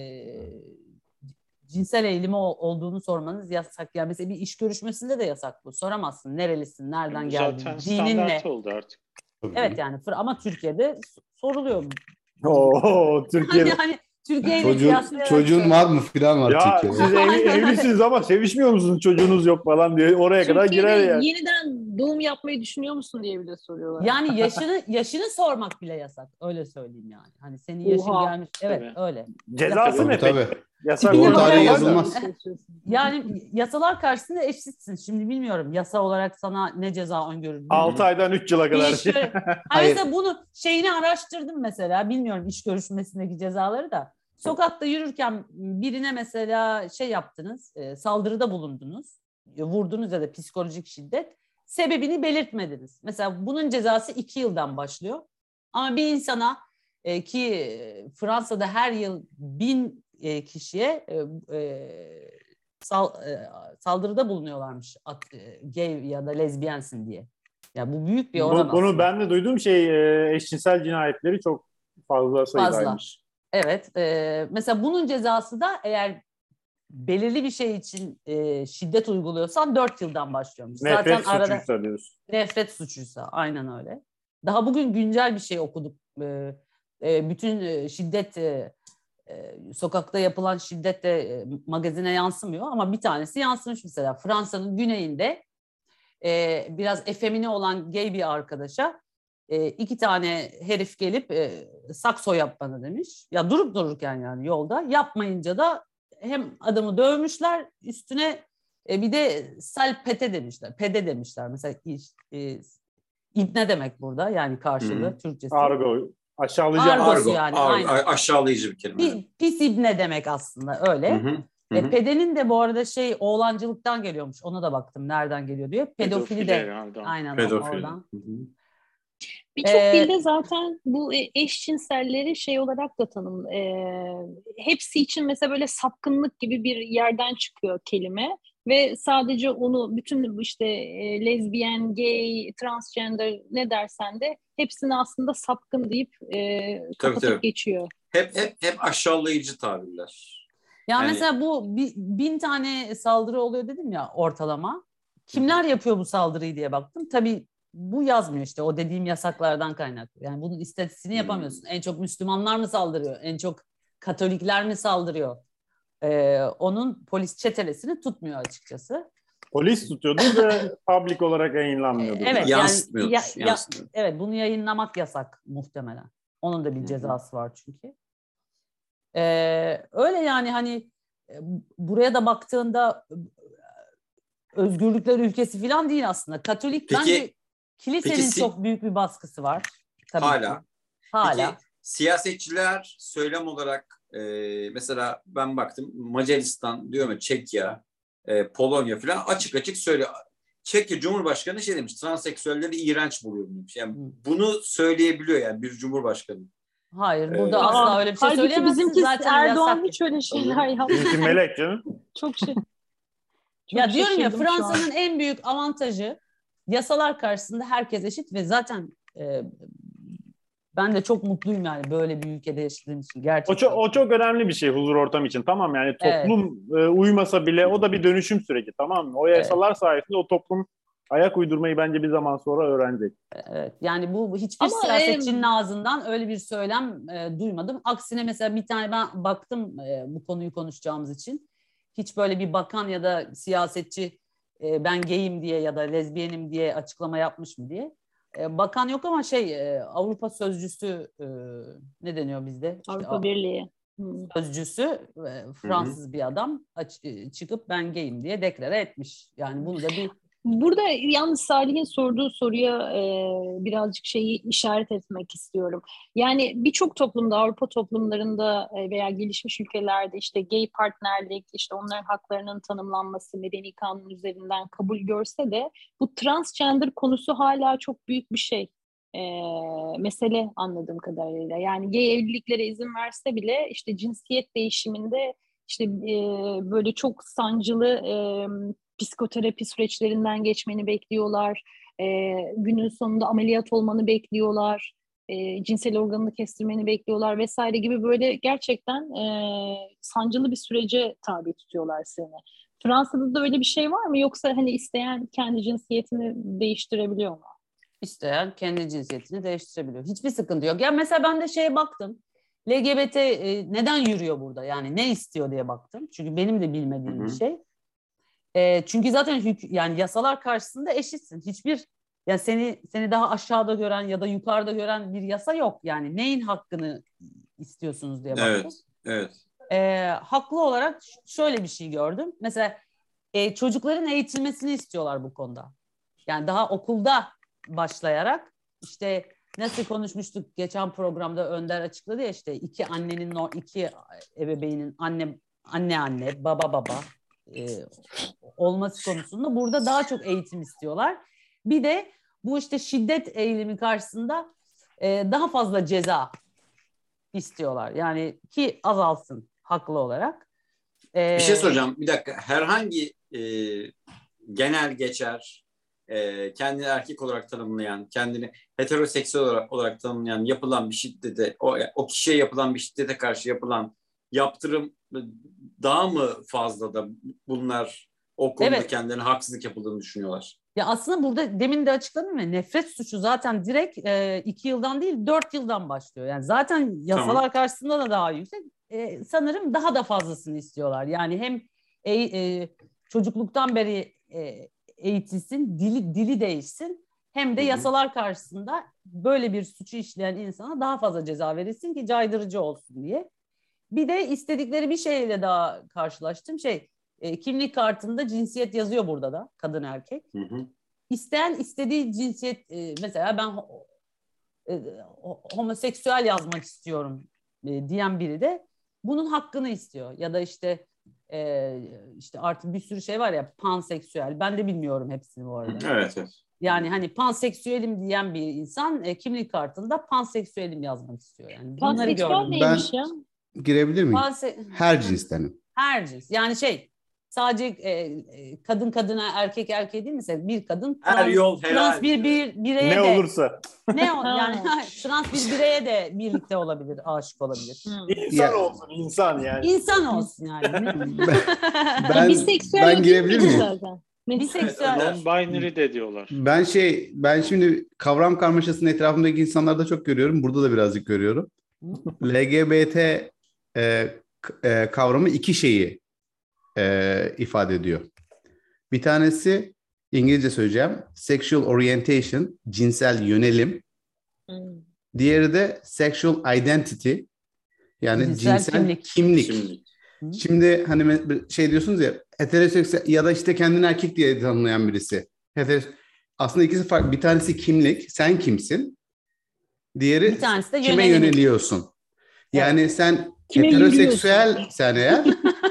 cinsel eğilimi olduğunu sormanız yasak. Yani mesela bir iş görüşmesinde de yasak bu. Soramazsın. Nerelisin? Nereden geldin? Zaten Dinin standart ne? oldu artık. Evet yani ama Türkiye'de soruluyor. Türkiye'de. Yani Türkiye'yle çocuğun var mı filan var ya Türkiye'de. Siz evlisiniz ama sevişmiyor musunuz, çocuğunuz yok falan diye oraya kadar girer yani. Yeniden doğum yapmayı düşünüyor musun diye bile soruyorlar. Yani yaşını sormak bile yasak. Öyle söyleyeyim yani. Hani senin yaşın gelmiş. Evet, öyle. Cezası ne Tabii. peki? Yasak Doğum olan tarihi var yazılmaz. Yani yasalar karşısında eşitsin. Şimdi bilmiyorum yasa olarak sana ne ceza öngörür. 6 aydan 3 yıla kadar. Mesela bunu araştırdım mesela. Bilmiyorum iş görüşmesindeki cezaları da. Sokakta yürürken birine mesela yaptınız, saldırıda bulundunuz, vurdunuz ya da psikolojik şiddet. Sebebini belirtmediniz. Mesela bunun cezası 2 yıldan başlıyor. Ama bir insana ki Fransa'da her yıl 1000 kişiye saldırıda bulunuyorlarmış gay ya da lezbiyensin diye. Ya bu büyük bir oran Bunu aslında. ben de duyduğum eşcinsel cinayetleri çok fazla sayıdaymış. Evet. Mesela bunun cezası da eğer belirli bir şey için şiddet uyguluyorsan 4 yıldan başlıyormuş. Nefret Zaten suçuysa diyorsun. Nefret suçuysa aynen öyle. Daha bugün güncel bir şey okuduk. Bütün şiddet sokakta yapılan şiddet de magazine yansımıyor ama bir tanesi yansımış mesela. Fransa'nın güneyinde biraz efemine olan gay bir arkadaşa 2 tane herif gelip sakso yap bana demiş. Ya durup dururken yani yolda. Yapmayınca da hem adamı dövmüşler üstüne bir de sal pete demişler. Pede demişler. Mesela ibne demek burada yani karşılığı Türkçesi. Argo. Aşağılayıcı. Argosu yani. Aynen. Aşağılayıcı bir kelime. Pis ibne demek aslında öyle. Pedenin de bu arada oğlancılıktan geliyormuş. Ona da baktım nereden geliyor diye. Pedofili de herhalde. aynen Pedofili. oradan. Birçok dilde zaten bu eşcinselleri olarak da hepsi için mesela böyle sapkınlık gibi bir yerden çıkıyor kelime ve sadece onu bütün lezbiyen, gay, transgender ne dersen de hepsini aslında sapkın deyip kapatıp geçiyor. Hep aşağılayıcı tabirler. Yani mesela bu 1000 tane saldırı oluyor dedim ya ortalama. Kimler yapıyor bu saldırıyı diye baktım. Tabii bu yazmıyor o dediğim yasaklardan kaynaklı. Yani bunun istatistiğini yapamıyorsun. En çok Müslümanlar mı saldırıyor? En çok Katolikler mi saldırıyor? Onun polis çetelesini tutmuyor açıkçası. Polis tutuyordu ve public olarak yayınlanmıyordu. Evet, yansıtmıyordur. Evet, bunu yayınlamak yasak muhtemelen. Onun da bir cezası var çünkü. Öyle yani hani buraya da baktığında özgürlükler ülkesi falan değil aslında. Katolik bence kilisenin çok büyük bir baskısı var. Tabii hala. Ki. Hala. Peki siyasetçiler söylem olarak mesela ben baktım Macaristan diyor mu Çekya, Polonya falan açık açık söylüyor. Çekya Cumhurbaşkanı demiş transseksüelleri iğrenç buluyorum demiş. Yani bunu söyleyebiliyor yani bir cumhurbaşkanı. Hayır burada asla öyle bir şey söyleyemezsin. Bizimki zaten Erdoğan yasak. hiç öyle şeyler yapmıyor. Bizimki melek canım. Çok ya diyorum ya Fransa'nın en büyük avantajı yasalar karşısında herkes eşit ve zaten ben de çok mutluyum yani böyle bir ülkede yaşadığım için gerçekten. O çok önemli bir şey huzur ortamı için tamam yani toplum uymasa bile o da bir dönüşüm süreci tamam mı? O yasalar sayesinde o toplum ayak uydurmayı bence bir zaman sonra öğrenecek. Evet yani bu hiçbir siyasetçinin ağzından öyle bir söylem duymadım. Aksine mesela bir tane ben baktım bu konuyu konuşacağımız için. Hiç böyle bir bakan ya da siyasetçi ben gayim diye ya da lezbiyenim diye açıklama yapmış mı diye. Bakan yok ama Avrupa Sözcüsü ne deniyor bizde? Avrupa Birliği. Sözcüsü Fransız bir adam çıkıp ben gayim diye deklare etmiş. Yani bunu da bir... Burada yalnız Salih'in sorduğu soruya birazcık işaret etmek istiyorum. Yani birçok toplumda, Avrupa toplumlarında veya gelişmiş ülkelerde gay partnerlik, onların haklarının tanımlanması medeni kanun üzerinden kabul görse de bu transgender konusu hala çok büyük bir mesele anladığım kadarıyla. Yani gay evliliklere izin verse bile cinsiyet değişiminde böyle çok sancılı psikoterapi süreçlerinden geçmeni bekliyorlar. Günün sonunda ameliyat olmanı bekliyorlar. Cinsel organını kestirmeni bekliyorlar vesaire gibi böyle gerçekten sancılı bir sürece tabi tutuyorlar seni. Fransa'da da öyle bir şey var mı? Yoksa isteyen kendi cinsiyetini değiştirebiliyor mu? İsteyen kendi cinsiyetini değiştirebiliyor. Hiçbir sıkıntı yok. Ya mesela ben de baktım. LGBT neden yürüyor burada? Yani ne istiyor diye baktım. Çünkü benim de bilmediğim bir şey. Çünkü zaten yani yasalar karşısında eşitsin. Hiçbir seni daha aşağıda gören ya da yukarıda gören bir yasa yok. Yani neyin hakkını istiyorsunuz diye baktım. Evet. Haklı olarak şöyle bir şey gördüm. Mesela çocukların eğitilmesini istiyorlar bu konuda. Yani daha okulda başlayarak nasıl konuşmuştuk geçen programda Önder açıkladı ya iki ebeveynin anne baba olması konusunda burada daha çok eğitim istiyorlar. Bir de bu şiddet eğilimi karşısında daha fazla ceza istiyorlar. Yani ki azalsın haklı olarak. Bir şey soracağım. Bir dakika. Herhangi genel geçer, kendini erkek olarak tanımlayan, kendini heteroseksüel olarak tanımlayan, yapılan bir şiddete, o kişiye yapılan bir şiddete karşı yapılan yaptırım daha mı fazla da bunlar o konuda Evet. kendilerine haksızlık yapıldığını düşünüyorlar? Ya aslında burada demin de açıkladım ya, nefret suçu zaten direkt 2 yıldan değil 4 yıldan başlıyor. Yani zaten yasalar Tamam. karşısında da daha yüksek. Sanırım daha da fazlasını istiyorlar. Yani hem çocukluktan beri eğitilsin, dili değişsin, hem de yasalar karşısında böyle bir suçu işleyen insana daha fazla ceza verilsin ki caydırıcı olsun diye. Bir de istedikleri bir şeyle daha karşılaştım. Kimlik kartında cinsiyet yazıyor burada da, kadın erkek. Hı hı. İsteyen istediği cinsiyet, mesela ben homoseksüel yazmak istiyorum diyen biri de bunun hakkını istiyor. Ya da işte artık bir sürü şey var ya, panseksüel. Ben de bilmiyorum hepsini bu arada. Evet, evet. Yani hani panseksüelim diyen bir insan kimlik kartında panseksüelim yazmak istiyor. Yani bunları Panseksüel gördüm. neymiş ya? Girebilir miyim? Her cinstenim. Her cins. Yani sadece kadın kadına, erkek erkeğe değil mi? Bir kadın Her yol helal. trans bir bireye Ne de olursa. yani trans bir bireye de birlikte olabilir, aşık olabilir. İnsan Ya- olsun, insan yani. İnsan olsun yani. Biseksüel ben o değil girebilir miydi miyim? zaten? Biseksüel. Non-binary de diyorlar. Ben şimdi kavram karmaşasının etrafındaki insanlarda çok görüyorum. Burada da birazcık görüyorum. LGBT kavramı iki şeyi ifade ediyor. Bir tanesi İngilizce söyleyeceğim. Sexual orientation, cinsel yönelim. Diğeri de sexual identity, yani cinsel kimlik. Şimdi hani şey diyorsunuz ya, heteroseksüel ya da işte kendini erkek diye tanımlayan birisi. Aslında ikisi farklı. Bir tanesi kimlik, sen kimsin? Diğeri Bir tanesi de kime yönelim. yöneliyorsun? Yani sen Kime heteroseksüelsen eğer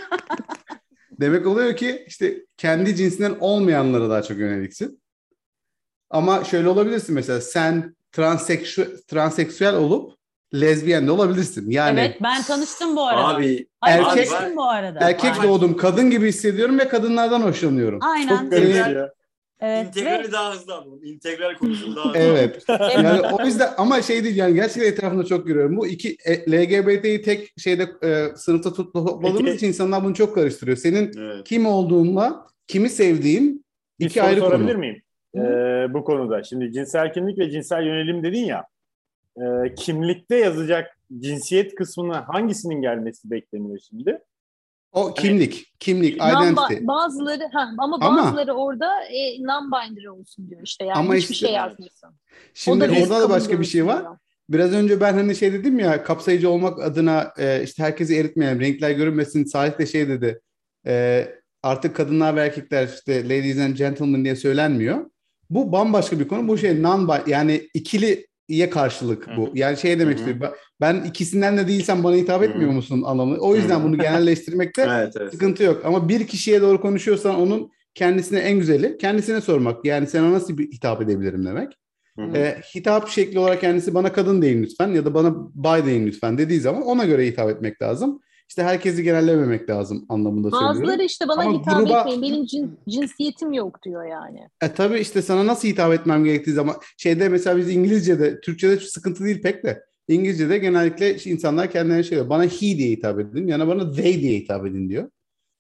demek oluyor ki işte kendi cinsinden olmayanlara daha çok yöneliksin. Ama şöyle olabilirsin, mesela sen transseksüel olup lezbiyen de olabilirsin. Yani Evet, ben tanıştım bu arada. Abi, Tanıştım bu arada. erkek Aynen. doğdum, kadın gibi hissediyorum ve kadınlardan hoşlanıyorum. Aynen. Çok garip ya. Evet, İntegrali daha hızlı anladım. İntegral konusunu daha hızlı Evet. anladım. Yani o yüzden, ama şey değil yani, gerçekten etrafında çok görüyorum. Bu iki LGBT'yi tek şeyde sınıfta topladığımız için insanlar bunu çok karıştırıyor. Senin Evet. kim olduğunla kimi sevdiğin Bir iki soru ayrı sorabilir konu. miyim? Bu konuda. Şimdi cinsel kimlik ve cinsel yönelim dedin ya. Kimlikte yazacak cinsiyet kısmına hangisinin gelmesi bekleniyor şimdi? O kimlik, identity. Bazıları ama bazıları orada non-binary olsun diyor işte, yani Ama hiçbir işte- şey yazmıyorsun. Şimdi bir orada da kabul başka bir şey var. görürsün. Biraz önce ben hani şey dedim ya, kapsayıcı olmak adına işte herkesi eritmeyelim, renkler görünmesin. Salih de şey dedi, artık kadınlar ve erkekler işte ladies and gentlemen diye söylenmiyor. Bu bambaşka bir konu. Bu şey yani ikiliye karşılık bu. Yani şey demek istiyorum. Ben ikisinden de değilsem bana hitap etmiyor musun anlamı. O yüzden bunu genelleştirmekte Evet, evet. sıkıntı yok. Ama bir kişiye doğru konuşuyorsan onun kendisine en güzeli kendisine sormak. Yani sana nasıl bir hitap edebilirim demek. Hitap şekli olarak kendisi bana kadın deyin lütfen ya da bana bay deyin lütfen dediği zaman ona göre hitap etmek lazım. İşte herkesi genellememek lazım anlamında söylüyorum. Bazıları işte bana Ama hitap gruba- etmeyin, benim cinsiyetim yok diyor yani. Tabii işte sana nasıl hitap etmem gerektiği zaman şeyde, mesela biz İngilizce'de, Türkçe'de sıkıntı değil pek de, İngilizce'de genellikle insanlar kendilerine şey diyor. Bana he diye hitap edin ya da bana they diye hitap edin diyor.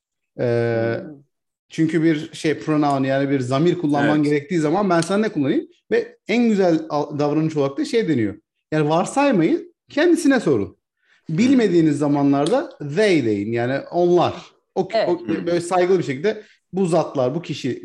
Çünkü bir pronoun, yani bir zamir kullanman gerektiği zaman ben sana ne kullanayım? Ve en güzel davranış olarak da şey deniyor. Yani varsaymayın, kendisine sorun. Bilmediğiniz zamanlarda they deyin, yani onlar. Böyle saygılı bir şekilde bu zatlar, bu kişi.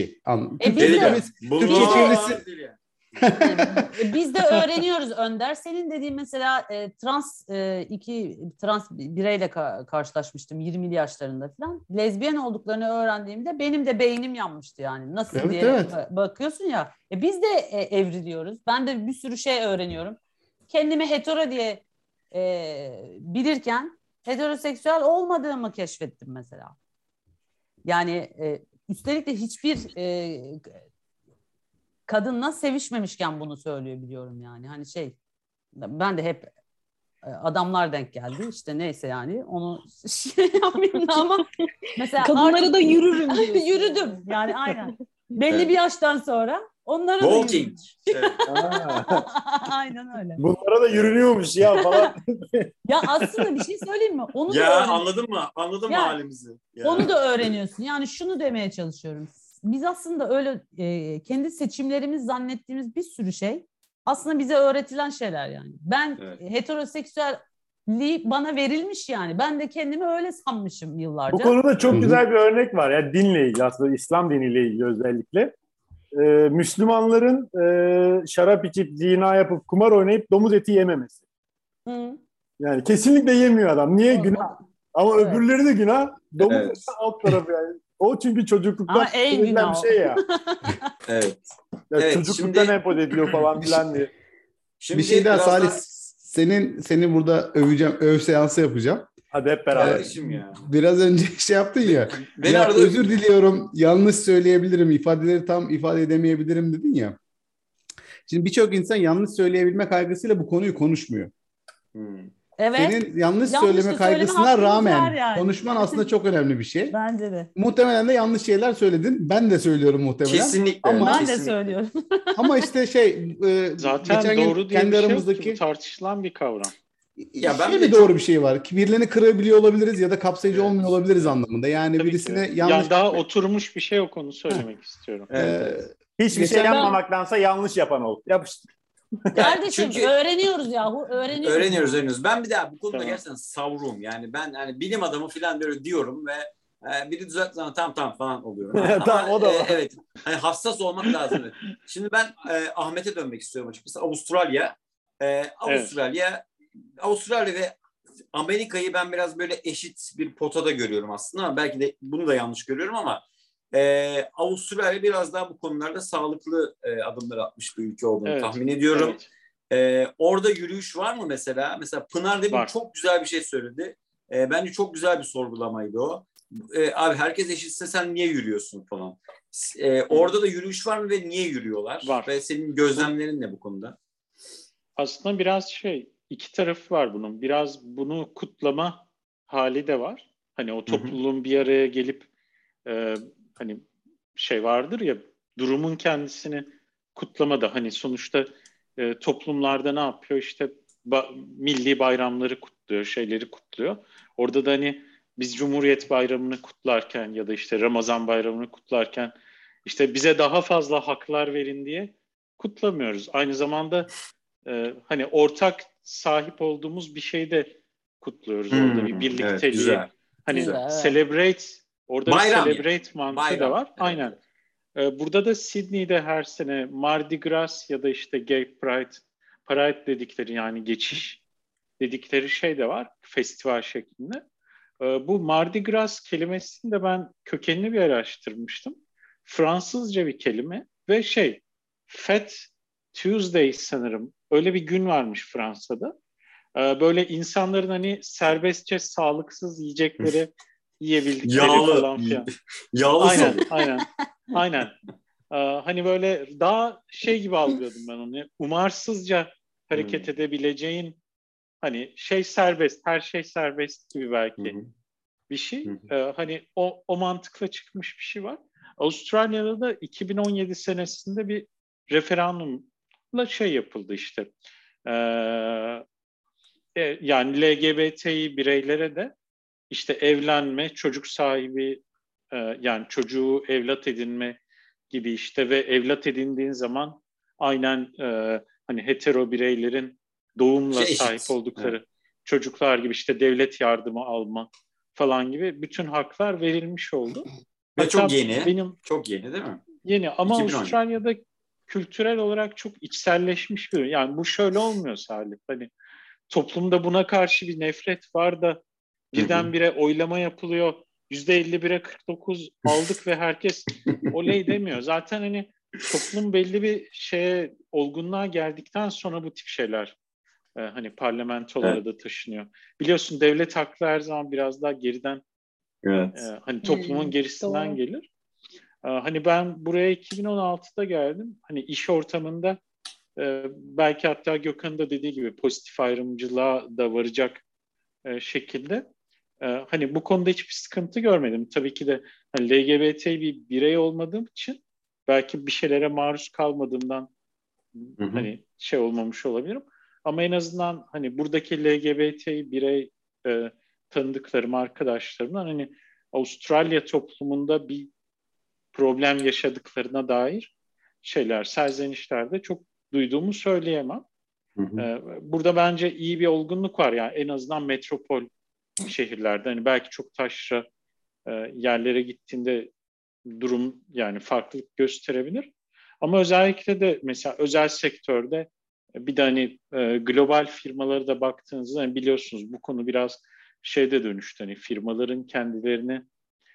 Türkçe çevirisi. Biz de öğreniyoruz Önder. Senin dediğin mesela trans bireyle karşılaşmıştım 20'li yaşlarında falan. Lezbiyen olduklarını öğrendiğimde benim de beynim yanmıştı yani. Nasıl diye bakıyorsun ya. Biz de evriliyoruz. Ben de bir sürü şey öğreniyorum. Kendimi hetero diye bilirken heteroseksüel olmadığımı keşfettim mesela. Yani üstelik de hiçbir kadınla sevişmemişken bunu söylüyor biliyorum yani. Hani ben de hep adamlar denk geldi. İşte neyse yani onu şey yapmayayım da ama mesela Kadınlara da yürürüm diyorsun. yürüdüm yani aynen. Belli bir yaştan sonra onlara da Walking. yürüdüm. Evet. Aynen öyle. Bunlara da yürünüyormuş ya falan. Ya aslında bir şey söyleyeyim mi? Onu da Ya öğren- anladın mı? Anladın mı Ya, halimizi? Ya. Onu da öğreniyorsun. Yani şunu demeye çalışıyorum. Biz aslında öyle kendi seçimlerimiz zannettiğimiz bir sürü şey aslında bize öğretilen şeyler yani. Ben heteroseksüelliği bana verilmiş yani. Ben de kendimi öyle sanmışım Bu yıllarca. konuda çok güzel bir örnek var. Yani dinle ilgili aslında İslam diniyle ilgili özellikle. Müslümanların şarap içip, zina yapıp, kumar oynayıp domuz eti yememesi. Hı. Yani kesinlikle yemiyor adam. Niye? Günah. Ama Evet. öbürleri de günah. Domuz Evet. eti alt tarafı yani. O çünkü çocukluktan Ama en öğretilen günah bir o. şey ya. Evet. Ya Evet, çocukluktan şimdi- empoze ediliyor falan filan diye. Şimdi Bir şey daha biraz Salih, seni burada öveceğim, öv seansı yapacağım. Hadi hep beraber. Kardeşim ya. Biraz önce şey yaptın ya. Beni Ya arada- özür diliyorum, yanlış söyleyebilirim, ifadeleri tam ifade edemeyebilirim dedin ya. Şimdi birçok insan yanlış söyleyebilme kaygısıyla bu konuyu konuşmuyor. Hmm. Evet. Senin yanlış Yanlış da söyleme söyleme kaygısına hakkımız rağmen var yani. konuşman aslında çok önemli bir şey. Bence de. Muhtemelen de yanlış şeyler söyledin. Ben de söylüyorum muhtemelen. Kesinlikle. Ama- Ben de kesinlikle. söylüyorum. Ama işte Zaten geçen gün doğru diye kendi bir şey yok aramızdaki ki. Bu tartışılan bir kavram. Ya ben şöyle de doğru çok- bir şey var ki birilerini kırabiliyor olabiliriz ya da kapsayıcı Evet, olmuyor olabiliriz evet. anlamında. Yani Tabii birisine ki. yanlış Yani daha oturmuş bir şey yok, onu söylemek istiyorum. Evet, Ee, evet. Hiçbir şey Geçen- yapmamaktansa yanlış yapan ol. Yapıştır. Kardeşim çünkü- öğreniyoruz yahu. Öğreniyoruz. Ben bir daha bu konuda Tamam. gerçekten savruğum. Yani ben hani bilim adamı falan böyle diyorum ve biri düzelttiği zaman tamam falan oluyorum. Tamam, o da var. Evet. Hani hassas olmak lazım. Evet. Şimdi ben Ahmet'e dönmek istiyorum açıkçası. Avustralya ve Amerika'yı ben biraz böyle eşit bir potada görüyorum aslında, ama belki de bunu da yanlış görüyorum, ama Avustralya biraz daha bu konularda sağlıklı adımlar atmış bir ülke olduğunu Evet, tahmin ediyorum. evet. Orada yürüyüş var mı mesela? Mesela Pınar demin Var. çok güzel bir şey söyledi. Bence çok güzel bir sorgulamaydı o. Abi herkes eşitse sen niye yürüyorsun falan. Orada da yürüyüş var mı ve niye yürüyorlar? Var. Ve senin gözlemlerin ne bu konuda? Aslında biraz iki tarafı var bunun. Biraz bunu kutlama hali de var. Hani o topluluğun bir araya gelip hani vardır ya, durumun kendisini kutlama da, hani sonuçta toplumlarda ne yapıyor? İşte milli bayramları kutluyor, şeyleri kutluyor. Orada da hani biz Cumhuriyet Bayramı'nı kutlarken ya da işte Ramazan Bayramı'nı kutlarken işte bize daha fazla haklar verin diye kutlamıyoruz. Aynı zamanda hani ortak sahip olduğumuz bir şey de kutluyoruz orada, bir birlikteliği. Evet, güzel. Hani Güzel, evet. Celebrate, orada Bayram bir celebrate mantığı Bayram. da var. Evet. Aynen. Burada da Sydney'de her sene Mardi Gras ya da işte Gay Pride dedikleri, yani geçiş dedikleri şey de var, festival şeklinde. Bu Mardi Gras kelimesini de ben kökenini bir araştırmıştım. Fransızca bir kelime ve Fat Tuesday sanırım. Öyle bir gün varmış Fransa'da. Böyle insanların hani serbestçe sağlıksız yiyecekleri yiyebildikleri Yağlı. falan filan. Yağlı Aynen, salı. aynen. Hani böyle daha gibi algılıyordum ben onu. Umarsızca hareket edebileceğin, hani serbest, her şey serbest gibi belki bir şey. Hani o mantıkla çıkmış bir şey var. Avustralya'da da 2017 senesinde bir referandumla yapıldı işte. Yani LGBTİ bireylere de işte evlenme, çocuk sahibi, yani çocuğu evlat edinme gibi işte, ve evlat edindiğin zaman aynen hani hetero bireylerin doğumla Eşit. sahip oldukları çocuklar gibi işte devlet yardımı alma falan gibi bütün haklar verilmiş oldu. Ve Hatta çok yeni. Çok yeni değil mi? Yeni ama 2010. Avustralya'da kültürel olarak çok içselleşmiş bir. Yani bu şöyle olmuyor Salih. Hani toplumda buna karşı bir nefret var da birdenbire oylama yapılıyor. %51'e 49 aldık ve herkes oley demiyor. Zaten hani toplum belli bir olgunluğa geldikten sonra bu tip şeyler hani parlamentolara da taşınıyor. Biliyorsun devlet hakları her zaman biraz daha geriden, hani toplumun gerisinden doğru. gelir. Hani ben buraya 2016'da geldim. Hani iş ortamında belki hatta Gökhan'ın da dediği gibi pozitif ayrımcılığa da varacak şekilde. Hani bu konuda hiçbir sıkıntı görmedim. Tabii ki de hani LGBT bir birey olmadığım için belki bir şeylere maruz kalmadığımdan hani şey olmamış olabilirim. Ama en azından hani buradaki LGBT birey tanıdıklarım, arkadaşlarımdan hani Avustralya toplumunda bir problem yaşadıklarına dair şeyler, serzenişler de çok duyduğumu söyleyemem. Burada bence iyi bir olgunluk var yani en azından metropol şehirlerde. Hani belki çok taşra yerlere gittiğinde durum yani farklılık gösterebilir. Ama özellikle de mesela özel sektörde bir de hani global firmaları da baktığınızda hani biliyorsunuz bu konu biraz şeyde dönüştü. Hani firmaların kendilerini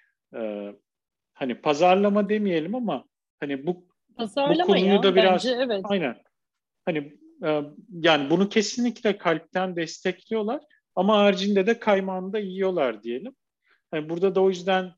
hani pazarlama demeyelim ama hani bu konuyu ya da biraz bence evet. aynen hani yani bunu kesinlikle kalpten destekliyorlar ama haricinde de kaymağını da yiyorlar diyelim. Yani burada da o yüzden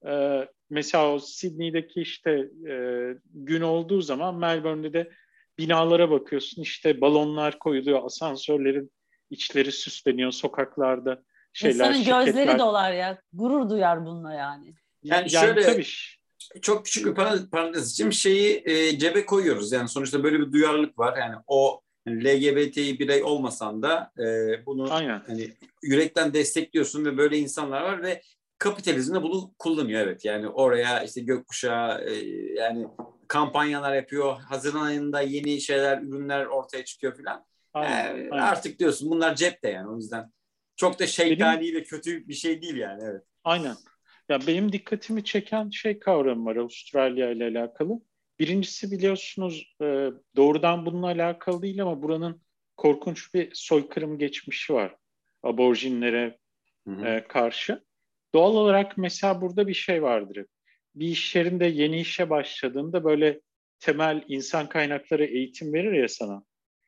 mesela o Sydney'deki işte gün olduğu zaman Melbourne'de de binalara bakıyorsun işte balonlar koyuluyor, asansörlerin içleri süsleniyor, sokaklarda şeyler, İnsanın gözleri şirketler. dolar ya. Gurur duyar bununla yani. Yani Yani şöyle tabii. çok küçük bir parantez için şeyi cebe koyuyoruz. Yani sonuçta böyle bir duyarlılık var. Yani o yani LGBT'yi birey olmasan da bunu Aynen. hani yürekten destekliyorsun ve böyle insanlar var ve kapitalizm de bunu kullanıyor, evet. Yani oraya işte gökkuşağı yani kampanyalar yapıyor. Haziran ayında yeni şeyler, ürünler ortaya çıkıyor filan. Aynen. Artık diyorsun bunlar cepte yani, o yüzden çok da şeytani ve kötü bir şey değil yani, evet. Aynen. Ya benim dikkatimi çeken şey kavramı var Avustralya ile alakalı. Birincisi biliyorsunuz doğrudan bununla alakalı değil ama buranın korkunç bir soykırım geçmişi var aborjinlere karşı. Doğal olarak mesela burada bir şey vardır. Bir iş yerinde yeni işe başladığında böyle temel insan kaynakları eğitim verir ya sana.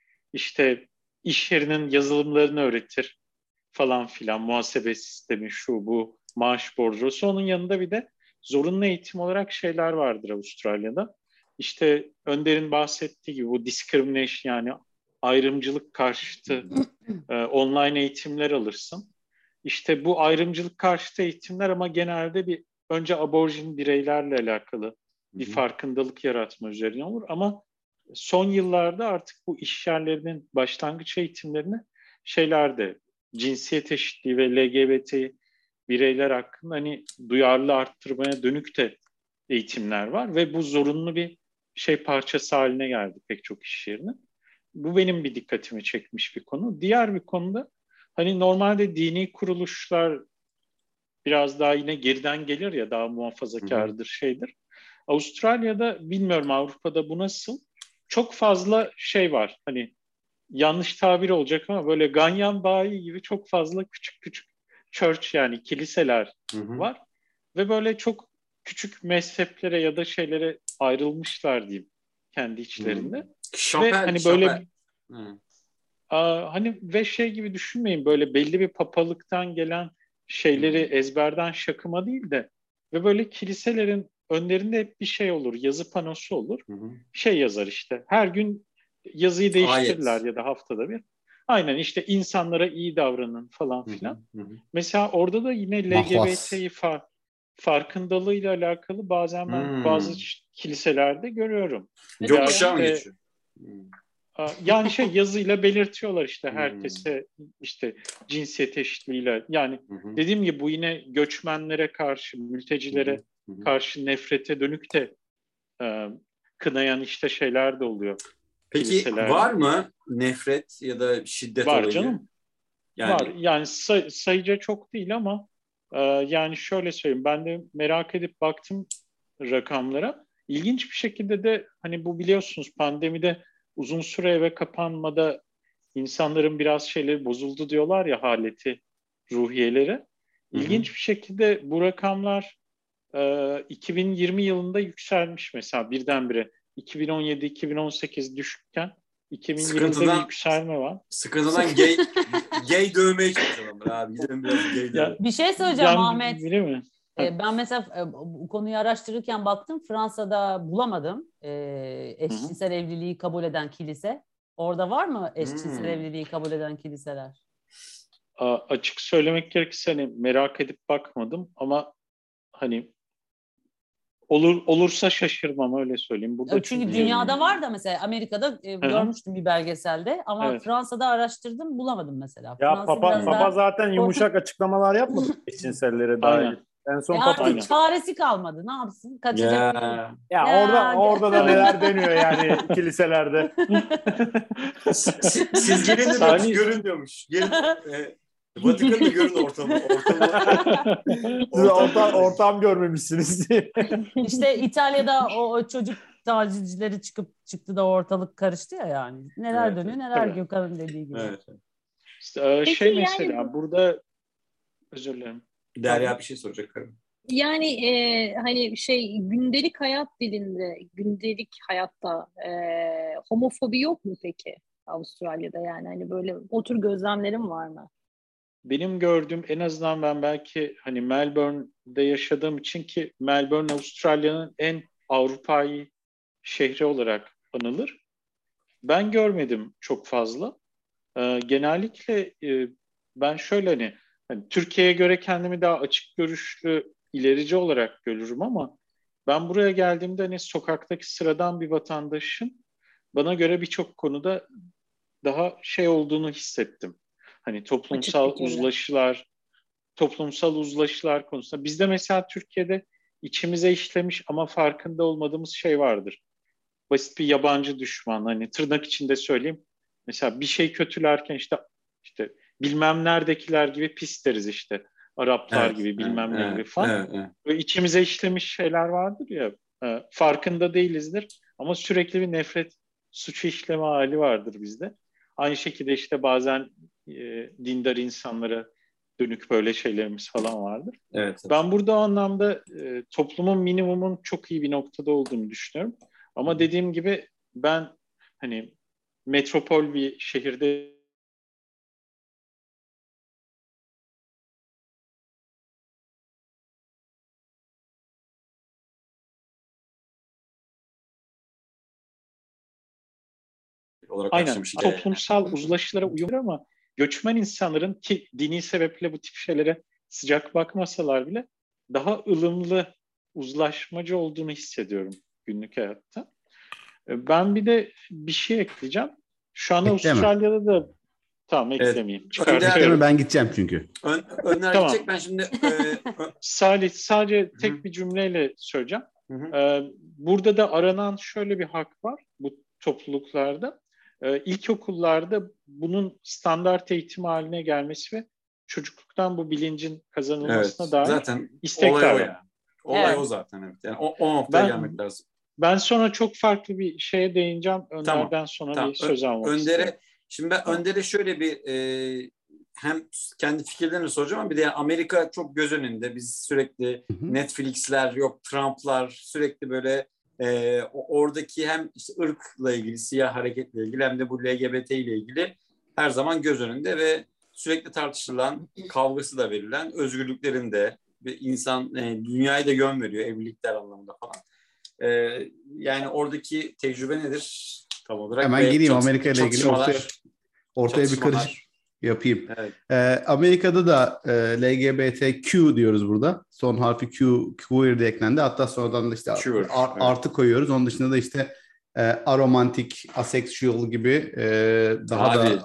İşte iş yerinin yazılımlarını öğretir falan filan, muhasebe sistemi, şu bu, maaş bordrosu. Onun yanında bir de zorunlu eğitim olarak şeyler vardır Avustralya'da. İşte Önder'in bahsettiği gibi bu discrimination yani ayrımcılık karşıtı online eğitimler alırsın. İşte bu ayrımcılık karşıtı eğitimler ama genelde bir önce aborjin bireylerle alakalı bir farkındalık yaratma üzerine olur. Ama son yıllarda artık bu iş yerlerinin başlangıç eğitimlerini şeylerde cinsiyet eşitliği ve LGBT bireyler hakkında hani duyarlı arttırmaya dönük de eğitimler var ve bu zorunlu bir şey parçası haline geldi pek çok iş yerine. Bu benim bir dikkatimi çekmiş bir konu. Diğer bir konuda hani normalde dini kuruluşlar biraz daha yine geriden gelir ya, daha muhafazakardır, şeydir. Avustralya'da bilmiyorum, Avrupa'da bu nasıl? Çok fazla şey var. Hani yanlış tabir olacak ama böyle ganyan bayi gibi çok fazla küçük küçük church yani kiliseler var. Ve böyle çok küçük mezheplere ya da şeylere ayrılmışlar diyeyim kendi içlerinde. Ve hani böyle hani ve şey gibi düşünmeyin, böyle belli bir papalıktan gelen şeyleri ezberden şakıma değil de ve böyle kiliselerin önlerinde hep bir şey olur, yazı panosu olur. Şey yazar işte, her gün yazıyı değiştirirler Ayet. ya da haftada bir. Aynen işte insanlara iyi davranın falan filan. Mesela orada da yine LGBT'yi farkındalığıyla alakalı bazen ben bazı kiliselerde görüyorum. Gökkuşağı mı işte, geçiyor? yani şey yazıyla belirtiyorlar işte herkese işte cinsiyet eşitliğiyle. Yani dediğim gibi bu yine göçmenlere karşı, mültecilere karşı nefrete dönük de kınayan işte şeyler de oluyor. Peki var mı nefret ya da şiddet var olayı? Canım. Yani... Var. Yani sayıca çok değil ama yani şöyle söyleyeyim. Ben de merak edip baktım rakamlara. İlginç bir şekilde de hani bu biliyorsunuz pandemide uzun süre eve kapanmada insanların biraz şeyleri bozuldu diyorlar ya, haleti, ruhiyeleri. İlginç bir şekilde bu rakamlar 2020 yılında yükselmiş mesela birdenbire. 2017-2018 düşükken 2020'de bir yükselme var. Sıkıntıdan gay dövmeye çalışıyorlar abi. Gidelim biraz gay dövmeye. Bir şey söyleyeceğim Ahmet. Değil mi? Ben mesela bu konuyu araştırırken baktım. Fransa'da bulamadım eşcinsel evliliği kabul eden kilise. Orada var mı eşcinsel evliliği kabul eden kiliseler? Açık söylemek gerekirse hani merak edip bakmadım ama hani olursa şaşırmam, öyle söyleyeyim. Burada Çünkü dünyada var da mesela Amerika'da görmüştüm bir belgeselde ama Evet. Fransa'da araştırdım bulamadım mesela. Ya Fransa Papa biraz daha zaten yumuşak açıklamalar yapmadı eşcinsellere dair. Aynen. En son artık Papa çaresi kalmadı. Ne yapsın? Kaçacak bir Ya. ya orada da neler deniyor yani kiliselerde. Siz gelin de Salih- görün diyormuş. Gelin, Vatikan'da görün ortamı. Siz ortam görmemişsiniz diye. İşte İtalya'da o çocuk tacizcileri çıktı da ortalık karıştı ya yani. Neler Evet, dönüyor neler tabii. Gökhan'ın dediği gibi. Evet. İşte, Peki şey yani mesela burada özür dilerim. Derya bir şey soracak karım. Yani hani gündelik hayat dilinde, gündelik hayatta homofobi yok mu peki Avustralya'da, yani hani böyle o tür gözlemlerin var mı? Benim gördüğüm, en azından ben belki hani Melbourne'de yaşadığım için, ki Melbourne Avustralya'nın en Avrupa'yı şehri olarak anılır. Ben görmedim çok fazla. Genellikle ben şöyle hani Türkiye'ye göre kendimi daha açık görüşlü, ilerici olarak görürüm ama ben buraya geldiğimde hani sokaktaki sıradan bir vatandaşın bana göre birçok konuda daha olduğunu hissettim. Hani toplumsal uzlaşılar konusunda. Bizde mesela Türkiye'de içimize işlemiş ama farkında olmadığımız şey vardır. Basit bir yabancı düşman, hani tırnak içinde söyleyeyim. Mesela bir şey kötülerken işte bilmem neredekiler gibi pis deriz işte. Araplar gibi, bilmem ne gibi falan. Evet. Böyle içimize işlemiş şeyler vardır ya. Farkında değilizdir ama sürekli bir nefret suçu işleme hali vardır bizde. Aynı şekilde işte bazen dindar insanlara dönük böyle şeylerimiz falan vardır. Evet. Ben burada o anlamda toplumun minimumun çok iyi bir noktada olduğunu düşünüyorum. Ama dediğim gibi ben hani metropol bir şehirde olarak aynen başlamış. toplumsal uzlaşılara uyuyor ama göçmen insanların, ki dini sebeple bu tip şeylere sıcak bakmasalar bile, daha ılımlı, uzlaşmacı olduğunu hissediyorum günlük hayatta. Ben bir de bir şey ekleyeceğim. Şu an Ekleme. Avustralya'da da eklemeyeyim. Önder- Çıkartıyorum. Ekleme, ben gideceğim çünkü. Önder Tamam. gidecek. Ben şimdi Salih, sadece tek bir cümleyle söyleyeceğim. Burada da aranan şöyle bir hak var bu topluluklarda. İlkokullarda bunun standart eğitim haline gelmesi ve çocukluktan bu bilincin kazanılmasına dair zaten istekler olay o var. ya. Olay Evet. o zaten. Evet. Yani o noktaya Ben- gelmek lazım. Ben sonra çok farklı bir şeye değineceğim. Önder'den sonra Tamam. bir söz almak istiyorum. Şimdi ben Tamam. Önder'e şöyle bir hem kendi fikirlerini soracağım ama bir de yani Amerika çok göz önünde. Biz sürekli Netflix'ler, yok Trump'lar, sürekli böyle oradaki hem işte ırkla ilgili, siyah hareketle ilgili hem de bu LGBT ile ilgili her zaman göz önünde ve sürekli tartışılan, kavgası da verilen, özgürlüklerin de ve insan dünyaya da yön veriyor evlilikler anlamında falan. Yani oradaki tecrübe nedir tam olarak? Hemen gireyim Amerika ile ilgili ortaya bir karışık yapayım. Evet. Amerika'da da LGBTQ diyoruz burada. Son harfi queer de eklendi. Hatta sonradan da işte artı koyuyoruz. Onun dışında da işte aromantik, asexual gibi daha da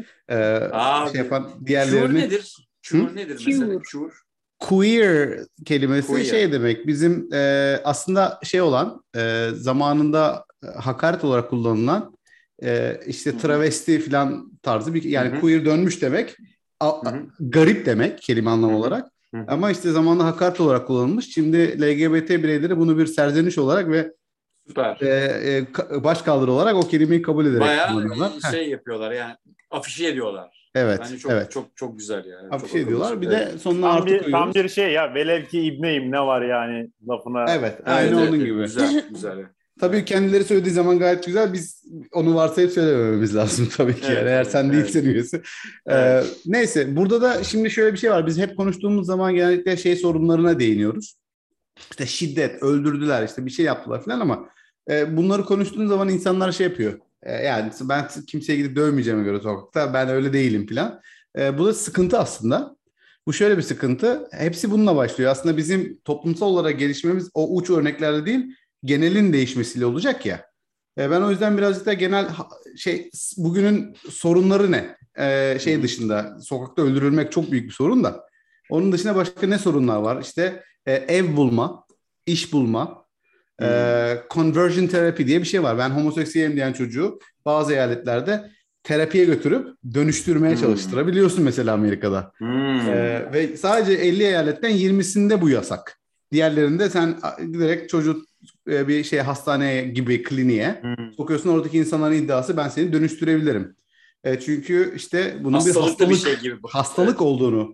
şey yapan diğerlerini. Queer nedir? Queer nedir mesela? Queer kelimesi şey demek, bizim aslında şey olan zamanında hakaret olarak kullanılan işte travesti falan tarzı bir, yani queer dönmüş demek, garip demek kelime anlamı olarak. Ama işte zamanında hakaret olarak kullanılmış. Şimdi LGBT bireyleri bunu bir serzeniş olarak ve başkaldırı olarak o kelimeyi kabul ederek kullanıyorlar. Bayağı şey yapıyorlar yani, afişe ediyorlar. Evet. Bence çok güzel yani. Afişe ediyorlar. Bir de sonuna artı koyuyoruz. Tam bir şey ya. Velev ki ibneyim, ne var yani lafına. Evet. Aynı onun gibi. Güzel. Tabii kendileri söylediği zaman gayet güzel. Biz onu varsayıp söylemememiz lazım tabii ki. Evet, Yani eğer sen değilsen üyesi. Evet. Neyse burada da şimdi şöyle bir şey var. Biz hep konuştuğumuz zaman genellikle sorunlarına değiniyoruz. İşte şiddet, öldürdüler, işte bir şey yaptılar falan ama bunları konuştuğun zaman insanlar yapıyor. Yani ben kimseye gidip dövmeyeceğime göre sokakta ben öyle değilim falan. Bu da sıkıntı aslında. Bu şöyle bir sıkıntı. Hepsi bununla başlıyor. Aslında bizim toplumsal olarak gelişmemiz o uç örneklerle değil, genelin değişmesiyle olacak ya. Ben o yüzden birazcık da genel bugünün sorunları ne? Dışında sokakta öldürülmek çok büyük bir sorun da. Onun dışında başka ne sorunlar var? İşte ev bulma, iş bulma, conversion terapi diye bir şey var. Ben homoseksüelim diyen çocuğu bazı eyaletlerde terapiye götürüp dönüştürmeye çalıştırabiliyorsun mesela Amerika'da. Ve sadece 50 eyaletten 20'sinde bu yasak. Diğerlerinde sen direkt çocuk bir hastaneye gibi kliniğe sokuyorsun. Oradaki insanların iddiası ben seni dönüştürebilirim. Çünkü işte bunun bir hastalık gibi. Hastalık olduğunu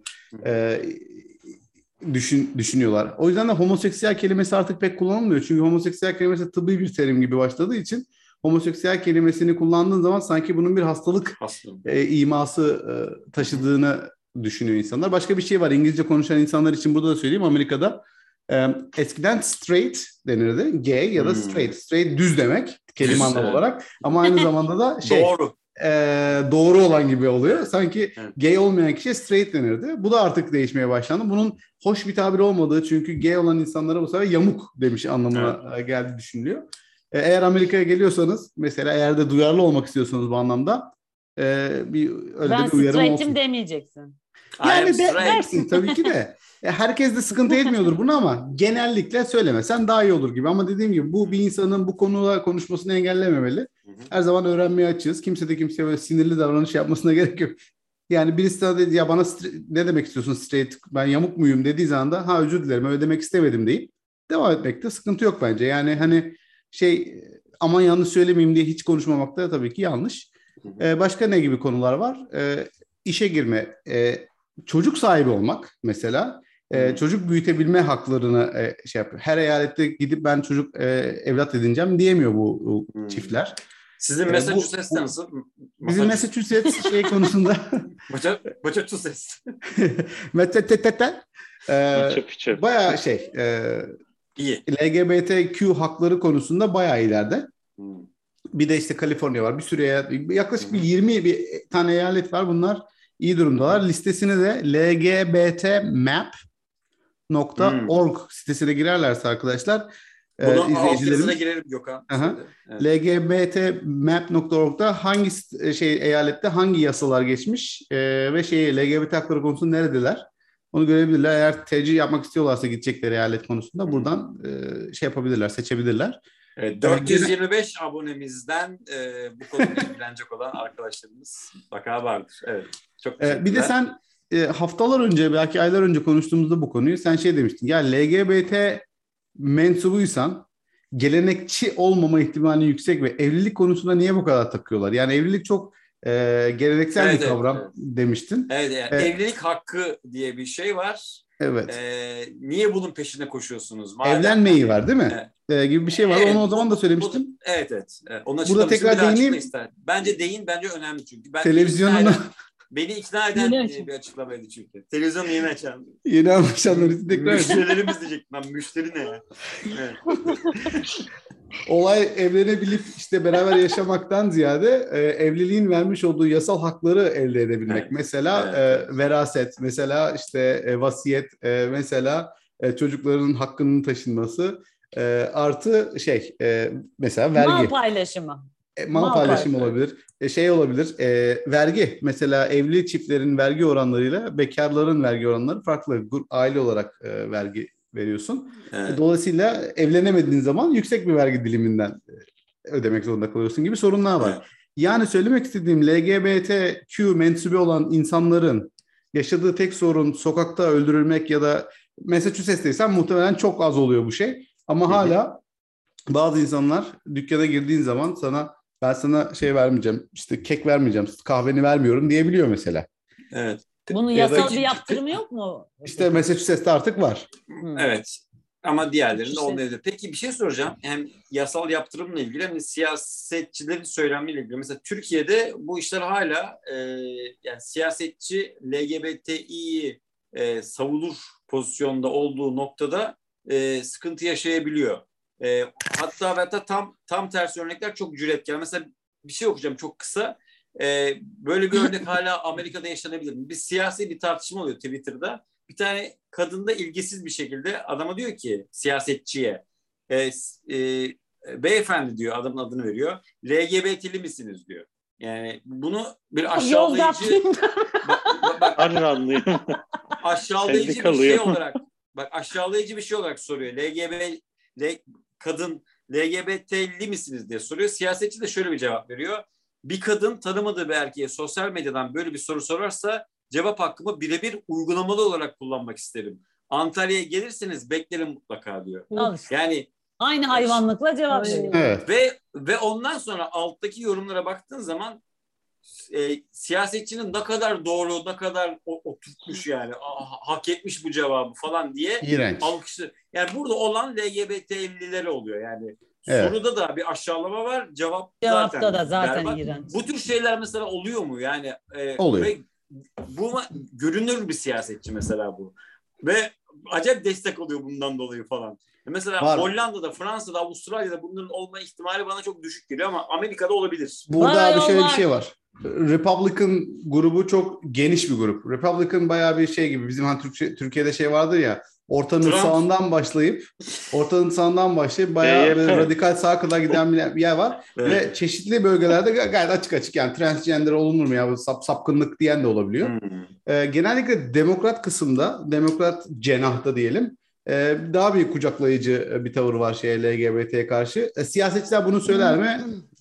düşünüyorlar. O yüzden de homoseksüel kelimesi artık pek kullanılmıyor. Çünkü homoseksüel kelimesi tıbbi bir terim gibi başladığı için homoseksüel kelimesini kullandığın zaman sanki bunun bir hastalık iması taşıdığını düşünüyor insanlar. Başka bir şey var. İngilizce konuşan insanlar için burada da söyleyeyim. Amerika'da eskiden straight denirdi. Gay ya da straight. Straight düz demek kelime anlamı olarak. Ama aynı zamanda da doğru. Doğru olan gibi oluyor. Sanki gay olmayan kişiye straight denirdi. Bu da artık değişmeye başlandı. Bunun hoş bir tabir olmadığı, çünkü gay olan insanlara bu sefer yamuk demiş anlamına geldiği düşünülüyor. Eğer Amerika'ya geliyorsanız mesela, eğer de duyarlı olmak istiyorsanız bu anlamda öyle bir uyarım olsun. Ben straight'im demeyeceksin. Yani dersin tabii ki de. Herkes de sıkıntı etmiyordur bunu ama genellikle söylemesen daha iyi olur gibi. Ama dediğim gibi bu bir insanın bu konuda konuşmasını engellememeli. Her zaman öğrenmeye açığız. Kimse de kimseye böyle sinirli davranış yapmasına gerek yok. Yani birisi de dedi ya bana ne demek istiyorsun straight, ben yamuk muyum dediği zaman da özür dilerim öyle demek istemedim deyip devam etmekte sıkıntı yok bence. Yani hani aman yanlış söylemeyeyim diye hiç konuşmamak da tabii ki yanlış. Başka ne gibi konular var? İşe girme, çocuk sahibi olmak mesela, çocuk büyütebilme haklarını yapıyor. Her eyalette gidip ben çocuk evlat edineceğim diyemiyor bu çiftler. Sizin Massachusetts'te nasıl? Bizim Massachusetts konusunda Massachusetts. Bayağı İyi. LGBTQ hakları konusunda bayağı ileride. Bir de işte Kaliforniya var. Bir sürü yaklaşık bir 20 bir tane eyalet var. Bunlar iyi durumdalar. Listesine de lgbtmap.org sitesine girerlerse arkadaşlar, bunu altyazısına girerim Gökhan. Evet. lgbtmap.org'da hangi eyalette hangi yasalar geçmiş ve LGBT hakları konusunda neredeler? Onu görebilirler. Eğer tercih yapmak istiyorlarsa gidecekleri eyalet konusunda buradan yapabilirler, seçebilirler. 425 abonemizden bu konuyla ilgilenecek olan arkadaşlarımız mutlaka vardır. Evet. Çok teşekkürler. Bir de sen haftalar önce, belki aylar önce konuştuğumuzda bu konuyu sen demiştin. Ya LGBT mensubuysan gelenekçi olmama ihtimali yüksek ve evlilik konusunda niye bu kadar takıyorlar? Yani evlilik çok geleneksel bir kavram demiştin. Evet, yani evlilik hakkı diye bir şey var. Evet. Niye bunun peşine koşuyorsunuz? Evlenmeyi var değil mi? Gibi bir şey var. Onu o zaman da söylemiştim. Evet. Burada tekrar değineyim. Bence önemli çünkü. Televizyonunu beni ikna eden bir açıklamaydı çünkü. Televizyonu yeni açan. Yeni açanlar için tekrar. Müşterilerimiz diyecek. Lan müşteri ne ya? Evet. Olay evlenebilip beraber yaşamaktan ziyade evliliğin vermiş olduğu yasal hakları elde edebilmek. Evet. Mesela veraset, mesela vasiyet, mesela çocukların hakkının taşınması, artı mesela vergi. Mal paylaşımı. Mal paylaşımı olabilir. Olabilir. Vergi. Mesela evli çiftlerin vergi oranlarıyla bekarların vergi oranları farklı. Aile olarak vergi veriyorsun. Evet. Dolayısıyla evlenemediğin zaman yüksek bir vergi diliminden ödemek zorunda kalıyorsun gibi sorunlar var. Evet. Yani söylemek istediğim, LGBTQ mensubu olan insanların yaşadığı tek sorun sokakta öldürülmek ya da Massachusetts'teysen muhtemelen çok az oluyor bu şey. Ama hala bazı insanlar dükkana girdiğin zaman ben sana vermeyeceğim, kek vermeyeceğim, kahveni vermiyorum diyebiliyor mesela. Evet. Bunun yasal bir yaptırımı yok mu? Massachusetts'te artık var. Evet. Ama diğerlerinde olmayabilir. Peki bir şey soracağım. Hem yasal yaptırımla ilgili hem de siyasetçilerin söylemiyle ilgili. Mesela Türkiye'de bu işler hala yani siyasetçi LGBTİ'yi savunur pozisyonda olduğu noktada sıkıntı yaşayabiliyor. Hatta tam tersi örnekler çok cüretkar. Mesela bir şey okuyacağım çok kısa. Böyle bir örnek hala Amerika'da yaşanabilir mi? Bir siyasi bir tartışma oluyor Twitter'da. Bir tane kadın da ilgisiz bir şekilde adama diyor ki, siyasetçiye, beyefendi diyor, adamın adını veriyor. LGBT'li misiniz diyor. Yani bunu bir aşağılayıcı bak, aşağılayıcı bir şey olarak aşağılayıcı bir şey olarak soruyor. Kadın LGBT'li misiniz diye soruyor. Siyasetçi de şöyle bir cevap veriyor. Bir kadın tanımadığı bir erkeğe sosyal medyadan böyle bir soru sorarsa cevap hakkımı birebir uygulamalı olarak kullanmak isterim. Antalya'ya gelirseniz beklerim mutlaka diyor. Yani aynı hayvanlıkla cevap veriyor. Evet. Ve ondan sonra alttaki yorumlara baktığın zaman siyasetçinin ne kadar doğru, ne kadar oturtmuş yani, hak etmiş bu cevabı falan diye alkışı. Yani burada olan LGBT50'leri oluyor yani. Evet. Soruda da bir aşağılama var, cevapta da zaten iğrenç. Bu tür şeyler mesela oluyor mu? Yani oluyor. Ve bu görünür bir siyasetçi mesela bu. Ve acayip destek oluyor bundan dolayı falan. Mesela Hollanda'da, Fransa'da, Avustralya'da bunların olma ihtimali bana çok düşük geliyor ama Amerika'da olabilir. Burada şöyle bir şey var. Republican grubu çok geniş bir grup. Republican bayağı bir şey gibi. Bizim hani Türkiye'de şey vardır ya, ortanın sağından başlayıp bayağı radikal sağa kadar giden bir yer var. Evet. Ve çeşitli bölgelerde gayet açık yani transgender olunur mu ya, bu sapkınlık diyen de olabiliyor. Genellikle demokrat kısımda, demokrat cenahta diyelim, daha bir kucaklayıcı bir tavır var LGBT'ye karşı. Siyasetçiler bunu söyler mi?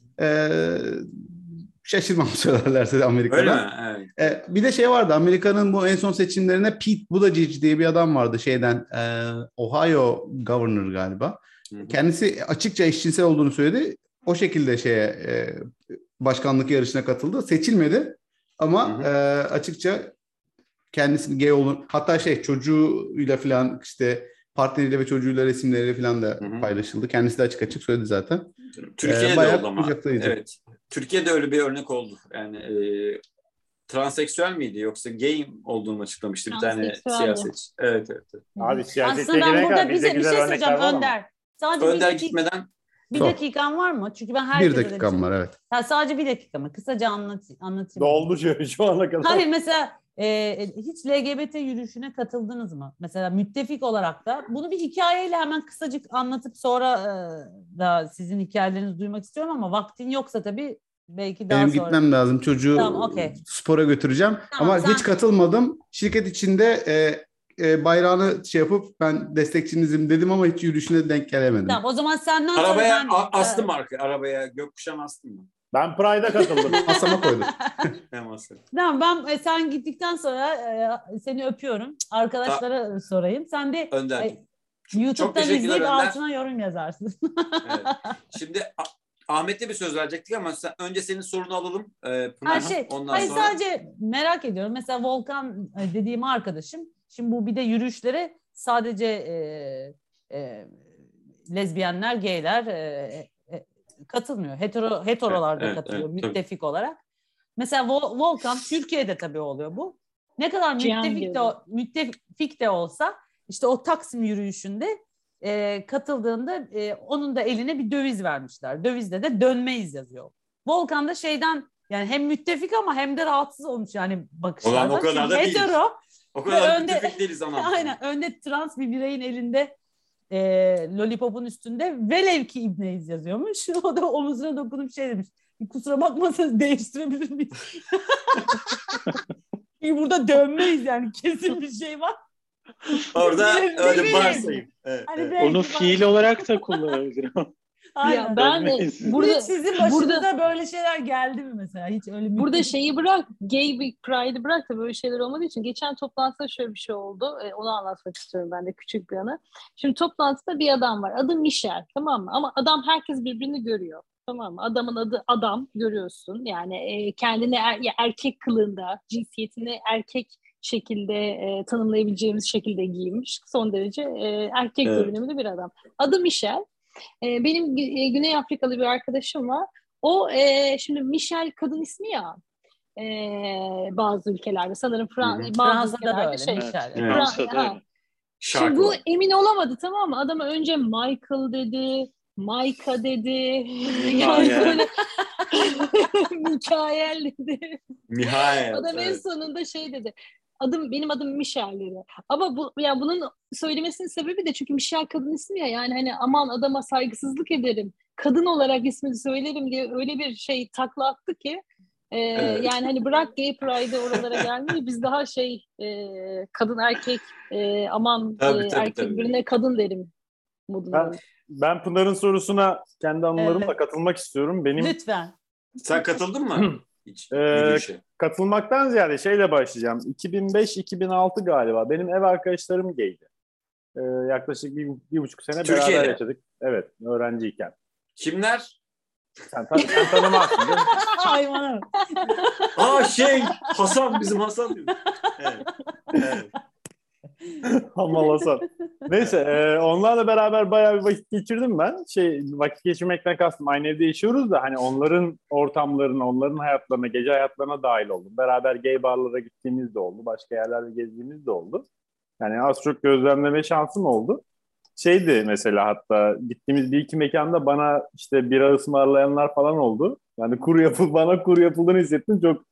Şaşırmam söylerlerse de Amerika'da. Öyle mi? Evet. Bir de şey vardı, Amerika'nın bu en son seçimlerine Pete Buttigieg diye bir adam vardı Ohio Governor galiba. Hı-hı. Kendisi açıkça eşcinsel olduğunu söyledi. O şekilde başkanlık yarışına katıldı. Seçilmedi ama açıkça kendisini gay olduğunu, hatta çocuğuyla falan partneriyle ve çocuğuyla resimleriyle falan da paylaşıldı. Kendisi de açık söyledi zaten. Türkiye'de oldu ama. Evet. Türkiye'de öyle bir örnek oldu. Yani transseksüel miydi yoksa gay olduğunu açıklamıştı bir tane siyasetçi. Evet. Abi aslında ben burada bir şey söyleyeceğim Önder. Sadece Önder gitmeden bir dakikan var mı? Çünkü ben herkese bir dakikam var, evet. Sadece bir dakika mı? Kısaca anlatayım. Doldu şu ana kadar. Hayır, mesela hiç LGBT yürüyüşüne katıldınız mı? Mesela müttefik olarak da bunu bir hikayeyle hemen kısacık anlatıp sonra da sizin hikayelerinizi duymak istiyorum ama vaktin yoksa tabii belki daha benim sonra. Gitmem lazım. Çocuğu spora götüreceğim. Tamam, ama hiç katılmadım. Şirket içinde bayrağını yapıp ben destekçinizim dedim ama hiç yürüyüşüne denk gelemedim. Tamam, o zaman senden arabaya sonra astım arabaya gökkuşağını astım mı? Ben Pride'a katıldım. Masama koydum. Tamam, ben sen gittikten sonra seni öpüyorum. Arkadaşlara sorayım. Sen de YouTube'dan izleyip altına yorum yazarsın. Evet. Şimdi Ahmet'e bir söz verecektik ama önce senin sorunu alalım. Ondan sonra... Sadece merak ediyorum. Mesela Volkan dediğim arkadaşım, şimdi bu bir de yürüyüşlere sadece lezbiyenler, gayler katılmıyor. Heterolar da katılıyor müttefik olarak. Mesela Volkan, Türkiye'de tabii oluyor bu. Ne kadar müttefik de olsa işte o Taksim yürüyüşünde katıldığında onun da eline bir döviz vermişler. Dövizde de dönmeyiz yazıyor. Volkan da yani hem müttefik ama hem de rahatsız olmuş yani bakışlardan. O kadar da hetero, değil. O kadar müttefik değiliz ama. Aynen, önde trans bir bireyin elinde lollipopun üstünde velev ki ibneyiz yazıyormuş. O da omuzuna dokunup demiş. Kusura bakmasanız değiştirebilir miyiz? Burada dönmeyiz yani, kesin bir şey var. Orada öyle varsayım. Evet. Onu fiil olarak da kullanabilirim. Aynen. Ben de burada sizin başınıza böyle şeyler geldi mi mesela? Hiç öyle burada şeyi bırak, gay bir pride'ı bırak da böyle şeyler olmadığı için geçen toplantıda şöyle bir şey oldu. Onu anlatmak istiyorum ben de, küçük bir anı. Şimdi toplantıda bir adam var. Adı Michel, tamam mı? Ama herkes birbirini görüyor. Tamam mı? Adamın adı adam, görüyorsun. Yani kendini erkek kılığında, cinsiyetini erkek şekilde tanımlayabileceğimiz şekilde giyinmiş. Son derece erkek görünümlü bir adam. Adı Michel. Benim Güney Afrikalı bir arkadaşım var. O şimdi Michel kadın ismi ya. Bazı ülkelerde sanırım bazı Fransa'da da ülkelerde öyle. Michel. Fransa'da öyle. Şimdi bu emin olamadı, tamam mı? Adama önce Michael dedi, Maika dedi. Yani böyle Mikael dedi. Mihail. Adam en sonunda şey dedi. Benim adım Michel dedi. Ama yani bunun söylemesinin sebebi de çünkü Michel kadın ismi ya, yani hani aman adama saygısızlık ederim, kadın olarak ismini söylerim diye öyle bir şey takla attı ki yani hani bırak Gay Pride'e oralara gelmeyi, biz daha kadın erkek aman erkek birine kadın derim modunda. Ben Pınar'ın sorusuna kendi anılarımla katılmak istiyorum. Lütfen. Sen katıldın mı? Hiç katılmaktan ziyade şeyle başlayacağım. 2005-2006 galiba. Benim ev arkadaşlarım gaydi. Yaklaşık bir buçuk sene Türkiye'de beraber yaşadık. Evet, öğrenciyken. Kimler? Sen tanımazsın değil mi? Hayvanım. Hasan, bizim Hasan diyor. Evet. Hamal Hasan. Neyse, onlarla beraber bayağı bir vakit geçirdim ben. Vakit geçirmekten kastım, aynı evde yaşıyoruz da hani onların ortamlarına, onların hayatlarına, gece hayatlarına dahil oldum. Beraber gay barlara gittiğimiz de oldu. Başka yerlerde gezdiğimiz de oldu. Yani az çok gözlemleme şansım oldu. Mesela hatta gittiğimiz bir iki mekanda bana işte bira ısmarlayanlar falan oldu. Yani bana kur yapıldığını hissettim. Çok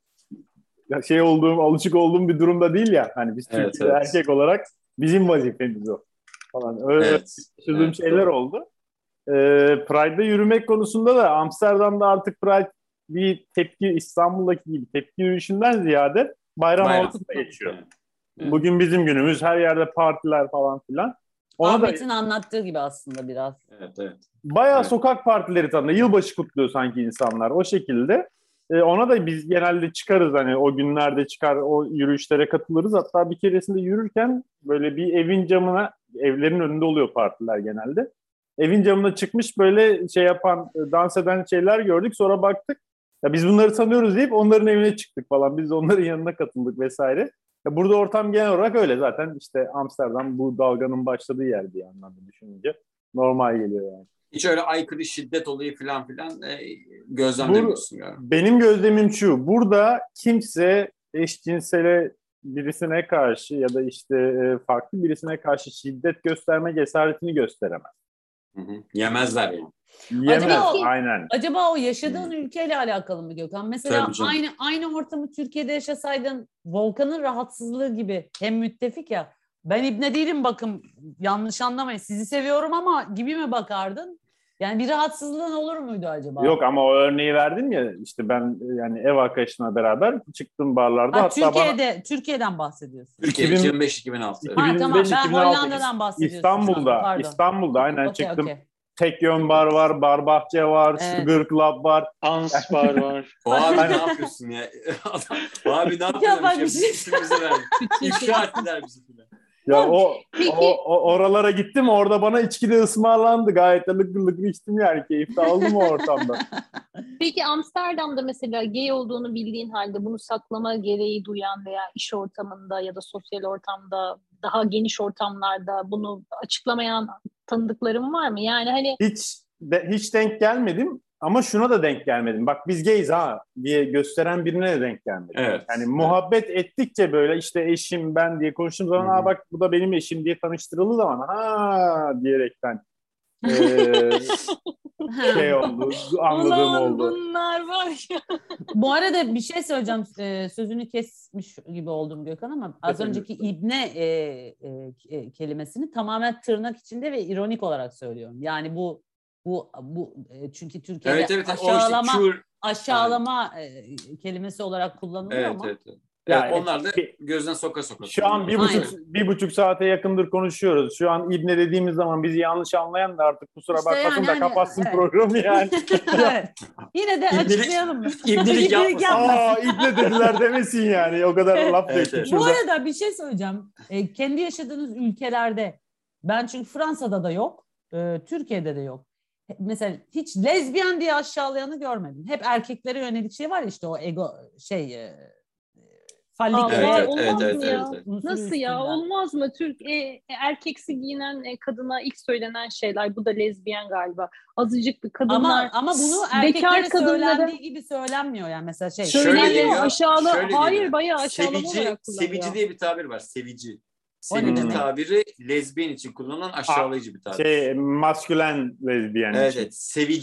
alışık olduğum bir durumda değil ya. Hani biz Türkiye'de erkek olarak bizim vazifemiz o falan. Öyle yaşadığım şeyler oldu. Pride'da yürümek konusunda da Amsterdam'da artık Pride bir tepki, İstanbul'daki gibi tepki yürüyüşünden ziyade bayram havasında geçiyor. Evet. Bugün bizim günümüz, her yerde partiler falan filan. Ahmet'in anlattığı gibi aslında biraz. Evet. Bayağı sokak partileri tadında. Yılbaşı kutluyor sanki insanlar o şekilde. Ona da biz genelde çıkarız, hani o günlerde çıkar, o yürüyüşlere katılırız. Hatta bir keresinde yürürken böyle bir evin camına, evlerin önünde oluyor partiler genelde. Evin camına çıkmış böyle dans eden şeyler gördük. Sonra baktık. Ya biz bunları tanıyoruz deyip onların evine çıktık falan. Biz de onların yanına katıldık vesaire. Ya burada ortam genel olarak öyle. Zaten işte Amsterdam bu dalganın başladığı yer diye anlamda düşününce normal geliyor yani. Hiç öyle aykırı şiddet olayı falan gözlemlemiyorsun galiba. Benim gözlemim şu. Burada kimse eşcinsele birisine karşı ya da işte farklı birisine karşı şiddet gösterme cesaretini gösteremez. Yemezler yani. Aynen. Acaba o yaşadığın ülkeyle alakalı mı Gökhan? Mesela aynı ortamı Türkiye'de yaşasaydın, Volkan'ın rahatsızlığı gibi, hem müttefik ya, ben ibne değilim bakın yanlış anlamayın, sizi seviyorum ama gibi mi bakardın? Yani bir rahatsızlığın olur muydu acaba? Yok ama o örneği verdin ya, işte ben yani ev arkadaşımla beraber çıktım barlarda. Türkiye'den bahsediyorsun. Türkiye 2005-2006. Tamam, ben Hollanda'dan bahsediyorsun. İstanbul'da aynen çıktım. Tek yön bar var, bar bahçe var, Sugar Club var. Ans bar var. Abi ne yapıyorsun ya? Abi ne yapıyorsun? İsmimizi verdik. İfşa ettiler bizi. Ya oralara gittim, orada bana içki de ısmarlandı. Gayet de lıkır lıkır içtim yani, keyifli aldım o ortamda. Peki Amsterdam'da mesela gay olduğunu bildiğin halde bunu saklama gereği duyan veya iş ortamında ya da sosyal ortamda, daha geniş ortamlarda bunu açıklamayan tanıdıkların var mı? Yani hani hiç denk gelmedim ama şuna da denk gelmedim. Bak biz gays diye gösteren birine de denk gelmedim. Evet. Yani muhabbet ettikçe böyle işte eşim ben diye konuştuğum zaman bak bu da benim eşim diye tanıştırıldığı zaman diyerekten oldu, anladığım oldu. Bunlar var ya. Bu arada bir şey söyleyeceğim. Sözünü kesmiş gibi oldum Gökhan ama az önceki ibne kelimesini tamamen tırnak içinde ve ironik olarak söylüyorum. Yani bu çünkü Türkiye'de aşağılama kelimesi olarak kullanılıyor ama. Evet. Yani onlar da gözden soka. Şu an bir buçuk saate yakındır konuşuyoruz. Şu an ibne dediğimiz zaman bizi yanlış anlayan da artık kusura bakmasın da kapatsın programı yani. Evet. Yine de açıklayalım mı? İbnelik yapmasın. İbne dediler demesin yani. O kadar laf döktüm şurada. Bu arada bir şey söyleyeceğim. Kendi yaşadığınız ülkelerde, ben çünkü Fransa'da da yok, Türkiye'de de yok. Mesela hiç lezbiyen diye aşağılayanı görmedim. Hep erkeklere yönelik şey var işte, o ego Fallik Allah, Evet, olmaz evet, mı evet, ya? evet. unsuru Nasıl ya? üstünden. Olmaz mı? Erkeksi giyinen kadına ilk söylenen şeyler. Bu da lezbiyen galiba. Azıcık bir kadınlar Ama bunu bekar erkeklere kadınlara söylendiği gibi söylenmiyor yani mesela şey. Şöyle söyleniyor, deniyor, şöyle hayır deniyor. bayağı aşağılama olarak Sevici kullanıyor. diye bir tabir var. Sevici. O ne Sevici demek? tabiri lezbiyen için kullanılan aşağılayıcı bir tabir. Maskülen lezbiyen Evet, için. evet.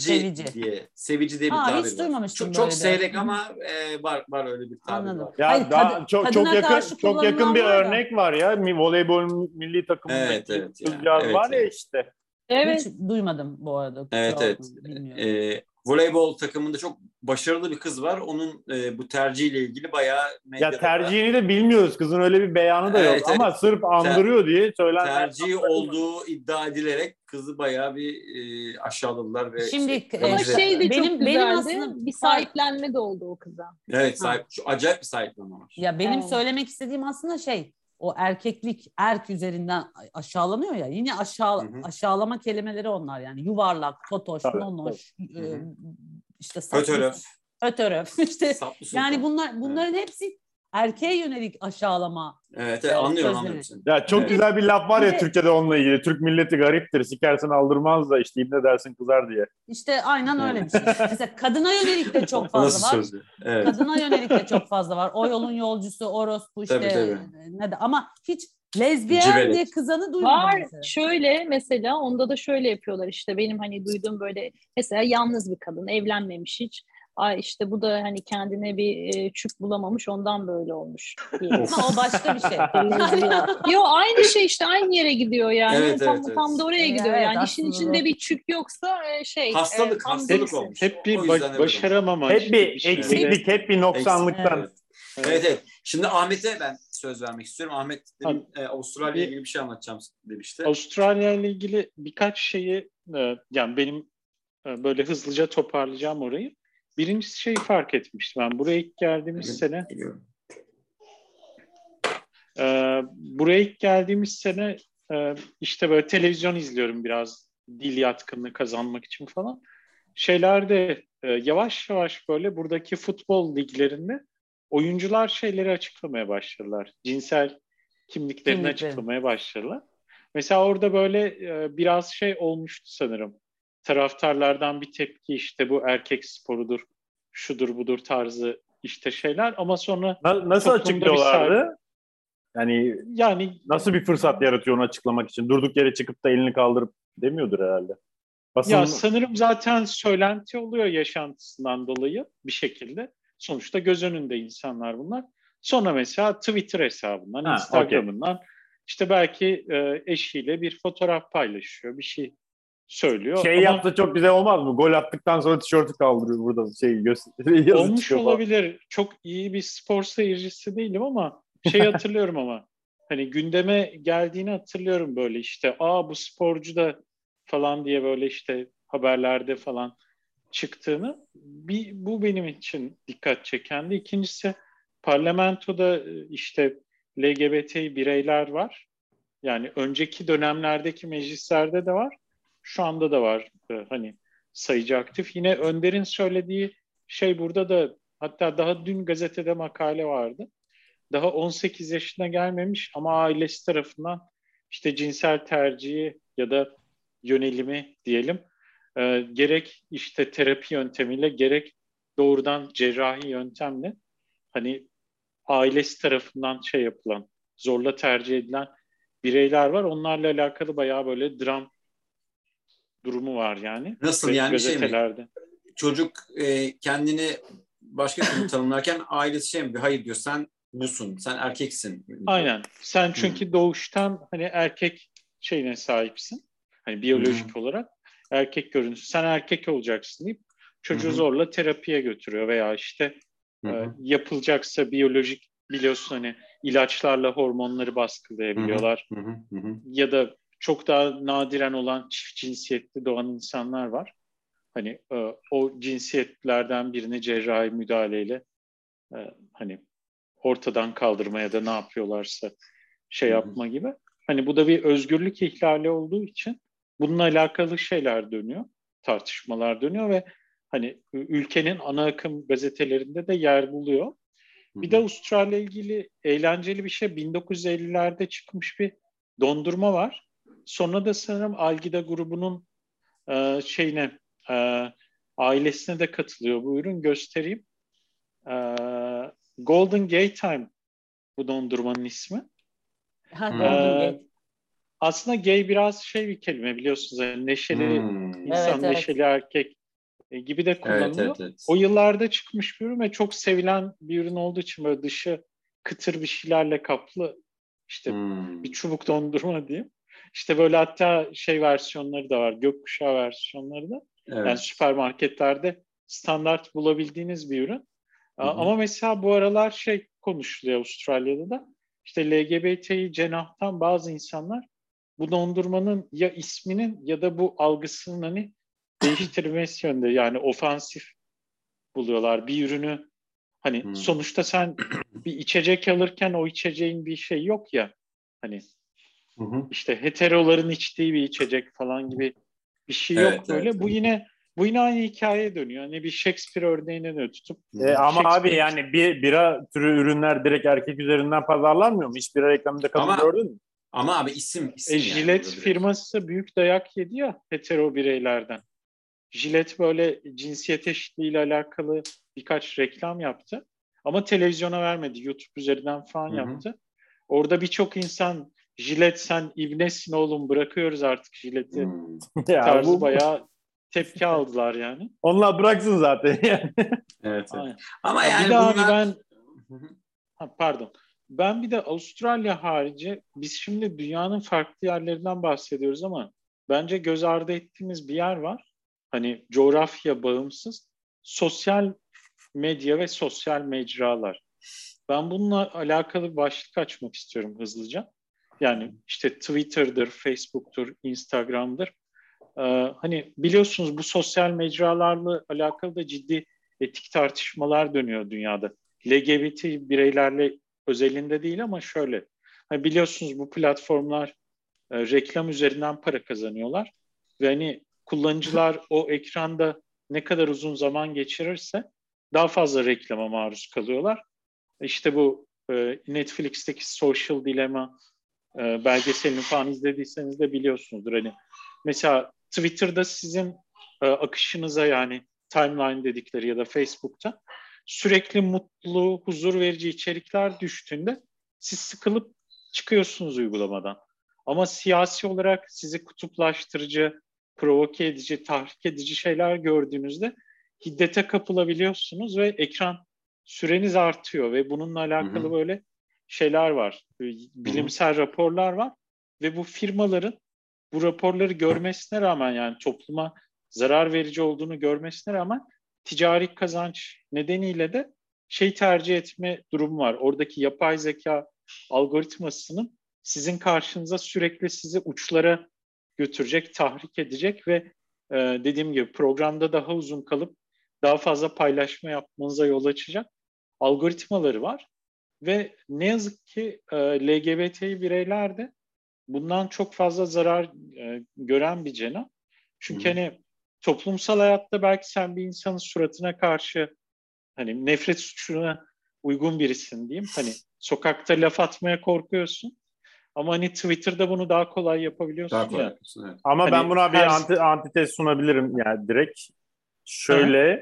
Sevici diye bir Ha, tabir hiç var. duymamıştım Çok böyle bir seyrek adı. ama var öyle bir tabir Anladım. var. Ya Hayır, daha çok kadına yakın karşı çok yakın kullanılan bir var da. örnek var ya. Voleybol milli takımındaki Evet ya. kızcağız Evet, var ya evet. işte. Evet. Hiç duymadım bu arada. Evet, Kusura evet. bakmayın, bilmiyorum. Voleybol takımında çok başarılı bir kız var. Onun bu tercihiyle ilgili bayağı medyada Ya tercihini de bilmiyoruz. Kızın öyle bir beyanı da yok. Evet, Ama evet. sırf andırıyor diye söylenenler. tercihi olduğu iddia edilerek kızı bayağı bir aşağıladılar ve Şimdi Ama rencide şey ettiler. de çok benim güzeldi. aslında Bir sahiplenme de oldu o kıza. Evet, Ha. acayip bir sahiplenme var. Ya benim Evet. söylemek istediğim aslında şey, o erk üzerinden aşağılanıyor ya, yine Hı hı. aşağılama kelimeleri onlar yani, yuvarlak, totoş, Tabii, nonoş, Hı hı. işte Hötöröf. ötöröf işte Saplı sultan. yani bunların hepsi erkeğe yönelik aşağılama Evet, anlıyorum sözleri. seni. Ya çok Evet. güzel bir laf var ya Bir de- Türkiye'de onunla ilgili. Türk milleti gariptir. Sikersin aldırmaz da işte ne dersin kızar diye. İşte aynen öyle bir şey. Mesela kadına yönelik de çok O fazla nasıl var. söz? Evet. Kadına yönelik de çok fazla var. O yolun yolcusu, orospu işte Tabii. ne de, ama hiç lezbiyen Civelek. diye kızanı duymadım Var mesela. şöyle mesela onda da şöyle yapıyorlar işte benim hani duyduğum böyle mesela yalnız bir kadın evlenmemiş hiç. Ay işte bu da hani kendine bir çük bulamamış ondan böyle olmuş diye. Ama o başka bir şey. Lezbiyen. Yo aynı şey işte aynı yere gidiyor yani. Evet, tam evet. tam da oraya gidiyor Evet, yani. İşin aslında içinde doğru. bir çük yoksa Hastalık tam hastalık değilsin. olmuş. Hep O bir yüzden evet başaramama Hep işte bir bir şeyleri. eksiklik, hep bir noksanlıktan. Eksik. Evet. Şimdi Ahmet'e ben söz vermek istiyorum. Ahmet demin Avustralya ile Bir- ilgili bir şey anlatacağım demişti. Avustralya ile ilgili birkaç şeyi yani benim böyle hızlıca toparlayacağım orayı. Birincisi şeyi fark etmiştim. Ben buraya ilk geldiğimiz sene işte böyle televizyon izliyorum biraz dil yatkınlığı kazanmak için falan. Şeylerde yavaş yavaş böyle buradaki futbol liglerinde oyuncular şeyleri açıklamaya başladılar. Cinsel kimliklerini açıklamaya başladılar. Mesela orada böyle biraz şey olmuştu sanırım. Taraftarlardan bir tepki işte bu erkek sporudur, şudur budur tarzı işte şeyler ama sonra Nasıl toplumda bir açıklıyorlardı? Yani yani nasıl bir fırsat yaratıyor onu açıklamak için? Durduk yere çıkıp da elini kaldırıp demiyordur herhalde. ya sanırım zaten söylenti oluyor yaşantısından dolayı bir şekilde. Sonuçta göz önünde insanlar bunlar. Sonra mesela Twitter hesabından, Instagram'ından işte belki eşiyle bir fotoğraf paylaşıyor, bir şey söylüyor. Ama yaptı çok güzel olmaz mı? Gol attıktan sonra tişörtü kaldırıyor burada yazı olmuş çıkıyor falan. olabilir. Çok iyi bir spor seyircisi değilim ama şey hatırlıyorum ama hani gündeme geldiğini hatırlıyorum böyle işte bu sporcu da falan diye böyle işte haberlerde falan çıktığını. Bu benim için dikkat çekendi. İkincisi parlamentoda işte LGBT bireyler var. Yani önceki dönemlerdeki meclislerde de var. Şu anda da var hani sayıcı aktif. Yine Önder'in söylediği şey burada da hatta daha dün gazetede makale vardı. Daha 18 yaşına gelmemiş ama ailesi tarafından işte cinsel tercihi ya da yönelimi diyelim gerek işte terapi yöntemiyle gerek doğrudan cerrahi yöntemle hani ailesi tarafından şey yapılan zorla tercih edilen bireyler var. Onlarla alakalı bayağı böyle dram durumu var yani. Nasıl Ve yani şey mi? gazetelerde. Çocuk kendini başka türlü tanımlarken ailesi şey mi? Hayır diyor, sen busun, sen erkeksin. Aynen. Sen çünkü doğuştan hani erkek şeyine sahipsin. Hani biyolojik olarak erkek görüntüsü. Sen erkek olacaksın deyip çocuğu zorla terapiye götürüyor veya işte yapılacaksa biyolojik biliyorsun hani ilaçlarla hormonları baskılayabiliyorlar. Ya da çok daha nadiren olan çift cinsiyetli doğan insanlar var. Hani o cinsiyetlerden birini cerrahi müdahaleyle hani ortadan kaldırma ya da ne yapıyorlarsa şey yapma gibi. Hani bu da bir özgürlük ihlali olduğu için bununla alakalı şeyler dönüyor, tartışmalar dönüyor ve hani ülkenin ana akım gazetelerinde de yer buluyor. Bir de Avustralya ilgili eğlenceli bir şey. 1950'lerde çıkmış bir dondurma var. Sonra da sanırım Algida grubunun şeyine ailesine de katılıyor bu ürün. Göstereyim. Golden Gay Time bu dondurmanın ismi. Ha, Golden Gate. Aslında gay biraz şey bir kelime biliyorsunuz. Yani neşeli insan, Evet, neşeli erkek gibi de kullanılıyor. Evet. O yıllarda çıkmış bir ürün ve çok sevilen bir ürün olduğu için böyle dışı kıtır bir şeylerle kaplı işte bir çubuk dondurma diyeyim. İşte böyle hatta şey versiyonları da var. Gökkuşağı versiyonları da. Evet. Yani süpermarketlerde standart bulabildiğiniz bir ürün. Ama mesela bu aralar şey konuşuluyor Avustralya'da da. İşte LGBTİ cenahtan bazı insanlar bu dondurmanın ya isminin ya da bu algısının hani değiştirilmesi yönde. Yani ofansif buluyorlar. Bir ürünü hani sonuçta sen bir içecek alırken o içeceğin bir şey yok ya. Hani işte heteroların içtiği bir içecek falan gibi bir şey yok böyle. Evet. Bu yine aynı hikayeye dönüyor. Hani bir Shakespeare örneğine de tutup Ama abi yani bira türü ürünler direkt erkek üzerinden pazarlanmıyor mu? Hiç bira reklamında kadın gördün mü? Ama abi isim yani. Gillette firması büyük dayak yedi ya hetero bireylerden. Gillette böyle cinsiyet eşitliğiyle alakalı birkaç reklam yaptı. Ama televizyona vermedi. YouTube üzerinden falan yaptı. Orada birçok insan Gillette sen ibnesin oğlum bırakıyoruz artık Gillette'i tarzı bayağı tepki aldılar yani. Onlar bıraksın zaten yani. Evet. Ama yani bir de bunlar... abi pardon. Ben bir de Avustralya harici biz şimdi dünyanın farklı yerlerinden bahsediyoruz ama bence göz ardı ettiğimiz bir yer var. Hani coğrafya bağımsız sosyal medya ve sosyal mecralar. Ben bununla alakalı bir başlık açmak istiyorum hızlıca. Yani işte Twitter'dır, Facebook'tur, Instagram'dır. Hani biliyorsunuz bu sosyal mecralarla alakalı da ciddi etik tartışmalar dönüyor dünyada. LGBT bireylerle özelinde değil ama şöyle. Hani biliyorsunuz bu platformlar reklam üzerinden para kazanıyorlar. Ve hani kullanıcılar o ekranda ne kadar uzun zaman geçirirse daha fazla reklama maruz kalıyorlar. İşte bu Netflix'teki Social Dilemma belgeselini falan izlediyseniz de biliyorsunuzdur. Hani mesela Twitter'da sizin akışınıza yani timeline dedikleri ya da Facebook'ta sürekli mutlu, huzur verici içerikler düştüğünde siz sıkılıp çıkıyorsunuz uygulamadan. Ama siyasi olarak sizi kutuplaştırıcı, provoke edici, tahrik edici şeyler gördüğünüzde hiddete kapılabiliyorsunuz ve ekran süreniz artıyor ve bununla alakalı böyle şeyler var. Bilimsel raporlar var ve bu firmaların bu raporları görmesine rağmen yani topluma zarar verici olduğunu görmesine rağmen ticari kazanç nedeniyle de şey tercih etme durumu var. Oradaki yapay zeka algoritmasının sizin karşınıza sürekli sizi uçlara götürecek, tahrik edecek ve dediğim gibi programda daha uzun kalıp daha fazla paylaşma yapmanıza yol açacak algoritmaları var. Ve ne yazık ki LGBTİ bireyler de bundan çok fazla zarar gören bir cenah. Çünkü hani toplumsal hayatta belki sen bir insanın suratına karşı hani nefret suçuna uygun birisin diyeyim. Hani sokakta laf atmaya korkuyorsun. Ama hani Twitter'da bunu daha kolay yapabiliyorsun daha kolay ya. yapıyorsun, evet. Ama hani ben buna bir antitez sunabilirim yani direkt. Şöyle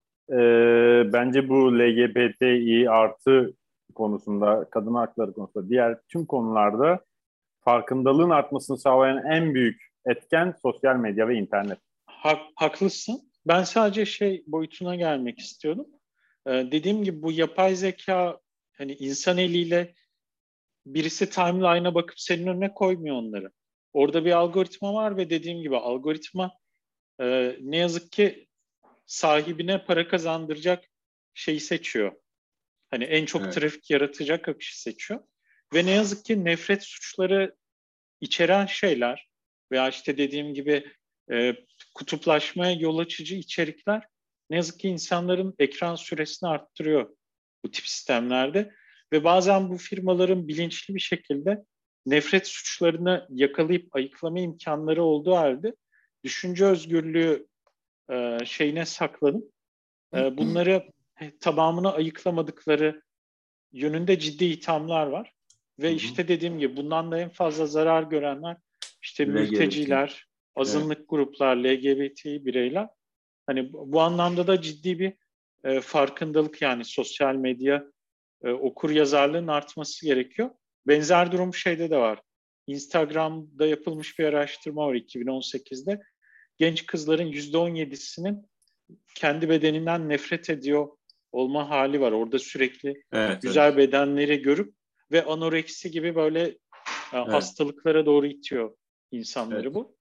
bence bu LGBTİ artı konusunda, kadın hakları konusunda, diğer tüm konularda farkındalığın artmasını sağlayan en büyük etken sosyal medya ve internet. Haklısın. Ben sadece şey boyutuna gelmek istiyordum. Dediğim gibi bu yapay zeka hani insan eliyle birisi timeline'a bakıp senin önüne koymuyor onları. Orada bir algoritma var ve dediğim gibi algoritma ne yazık ki sahibine para kazandıracak şeyi seçiyor. Hani en çok trafik yaratacak akışı seçiyor. Ve ne yazık ki nefret suçları içeren şeyler veya işte dediğim gibi kutuplaşmaya yol açıcı içerikler ne yazık ki insanların ekran süresini arttırıyor bu tip sistemlerde. Ve bazen bu firmaların bilinçli bir şekilde nefret suçlarını yakalayıp ayıklama imkanları olduğu halde düşünce özgürlüğü şeyine saklanıp bunları tamamını ayıklamadıkları yönünde ciddi ithamlar var. Ve işte dediğim gibi bundan da en fazla zarar görenler işte mülteciler, azınlık gruplar, LGBT bireyler. Hani bu anlamda da ciddi bir farkındalık, yani sosyal medya okur yazarlığın artması gerekiyor. Benzer durum şeyde de var. Instagram'da yapılmış bir araştırma var 2018'de. Genç kızların %17'sinin kendi bedeninden nefret ediyor olma hali var. Orada sürekli güzel bedenleri görüp ve anoreksi gibi böyle hastalıklara doğru itiyor insanları bu.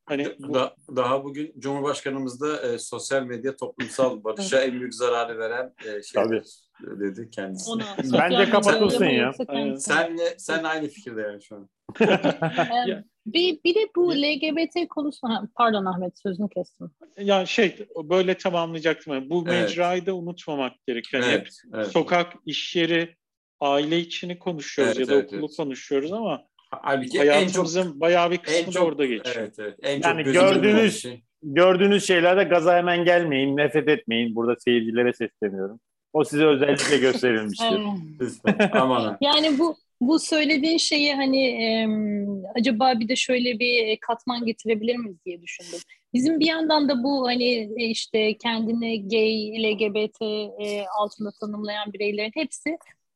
Daha bugün Cumhurbaşkanımız da sosyal medya toplumsal barışa en büyük zararı veren dedi kendisi. Bence kapatılsın ya. Sen aynı fikirde yani şu an. Bir de bu LGBT konusuna, pardon Ahmet sözünü kestim. Ya böyle tamamlayacaktım. Bu mecrayı da unutmamak gerekiyor. Yani hep sokak, iş yeri, aile içini konuşuyoruz ya da okulu konuşuyoruz ama halbuki hayatımızın bayağı bir kısmı da orada geçiyor. Yani gördüğünüz şeylerde gaza hemen gelmeyin, nefret etmeyin. Burada seyircilere sesleniyorum. O size özellikle gösterilmiştir. Aman. Yani bu söylediğin şeyi hani acaba bir de şöyle bir katman getirebilir miyiz diye düşündüm. Bizim bir yandan da bu hani işte kendini gay, LGBT altında tanımlayan bireylerin hepsi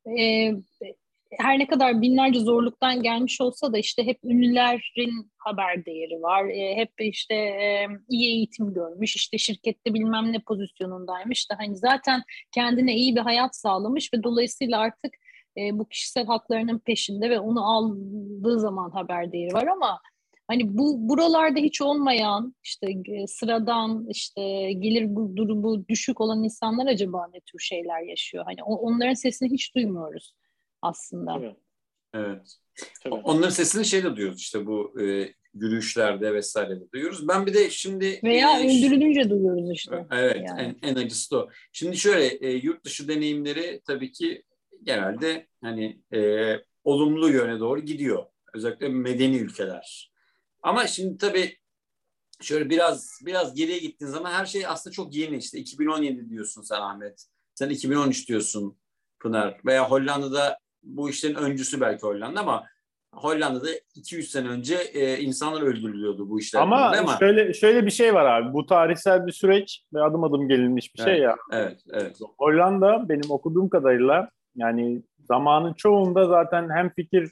her ne kadar binlerce zorluktan gelmiş olsa da işte hep ünlülerin haber değeri var. Hep işte iyi eğitim görmüş, işte şirkette bilmem ne pozisyonundaymış da hani zaten kendine iyi bir hayat sağlamış ve dolayısıyla artık bu kişisel haklarının peşinde ve onu aldığı zaman haber değeri var ama hani buralarda hiç olmayan işte sıradan işte gelir durumu düşük olan insanlar acaba ne tür şeyler yaşıyor? Hani onların sesini hiç duymuyoruz aslında. Evet. Onların sesini de duyuyoruz işte bu yürüyüşlerde vesairede duyuyoruz. Ben bir de şimdi veya öldürülünce duyuyoruz işte. Evet, yani. en acısı da o. Şimdi şöyle yurt dışı deneyimleri tabii ki genelde hani olumlu yöne doğru gidiyor. Özellikle medeni ülkeler. Ama şimdi tabii şöyle biraz geriye gittiğin zaman her şey aslında çok yeni. İşte 2017 diyorsun sen Ahmet. Sen 2013 diyorsun Pınar. Veya Hollanda'da bu işlerin öncüsü belki Hollanda ama Hollanda'da 200 sene önce insanlar öldürülüyordu bu işler. Ama şöyle bir şey var abi. Bu tarihsel bir süreç ve adım adım gelinmiş bir şey ya. Evet. Hollanda benim okuduğum kadarıyla yani zamanın çoğunda zaten hem fikir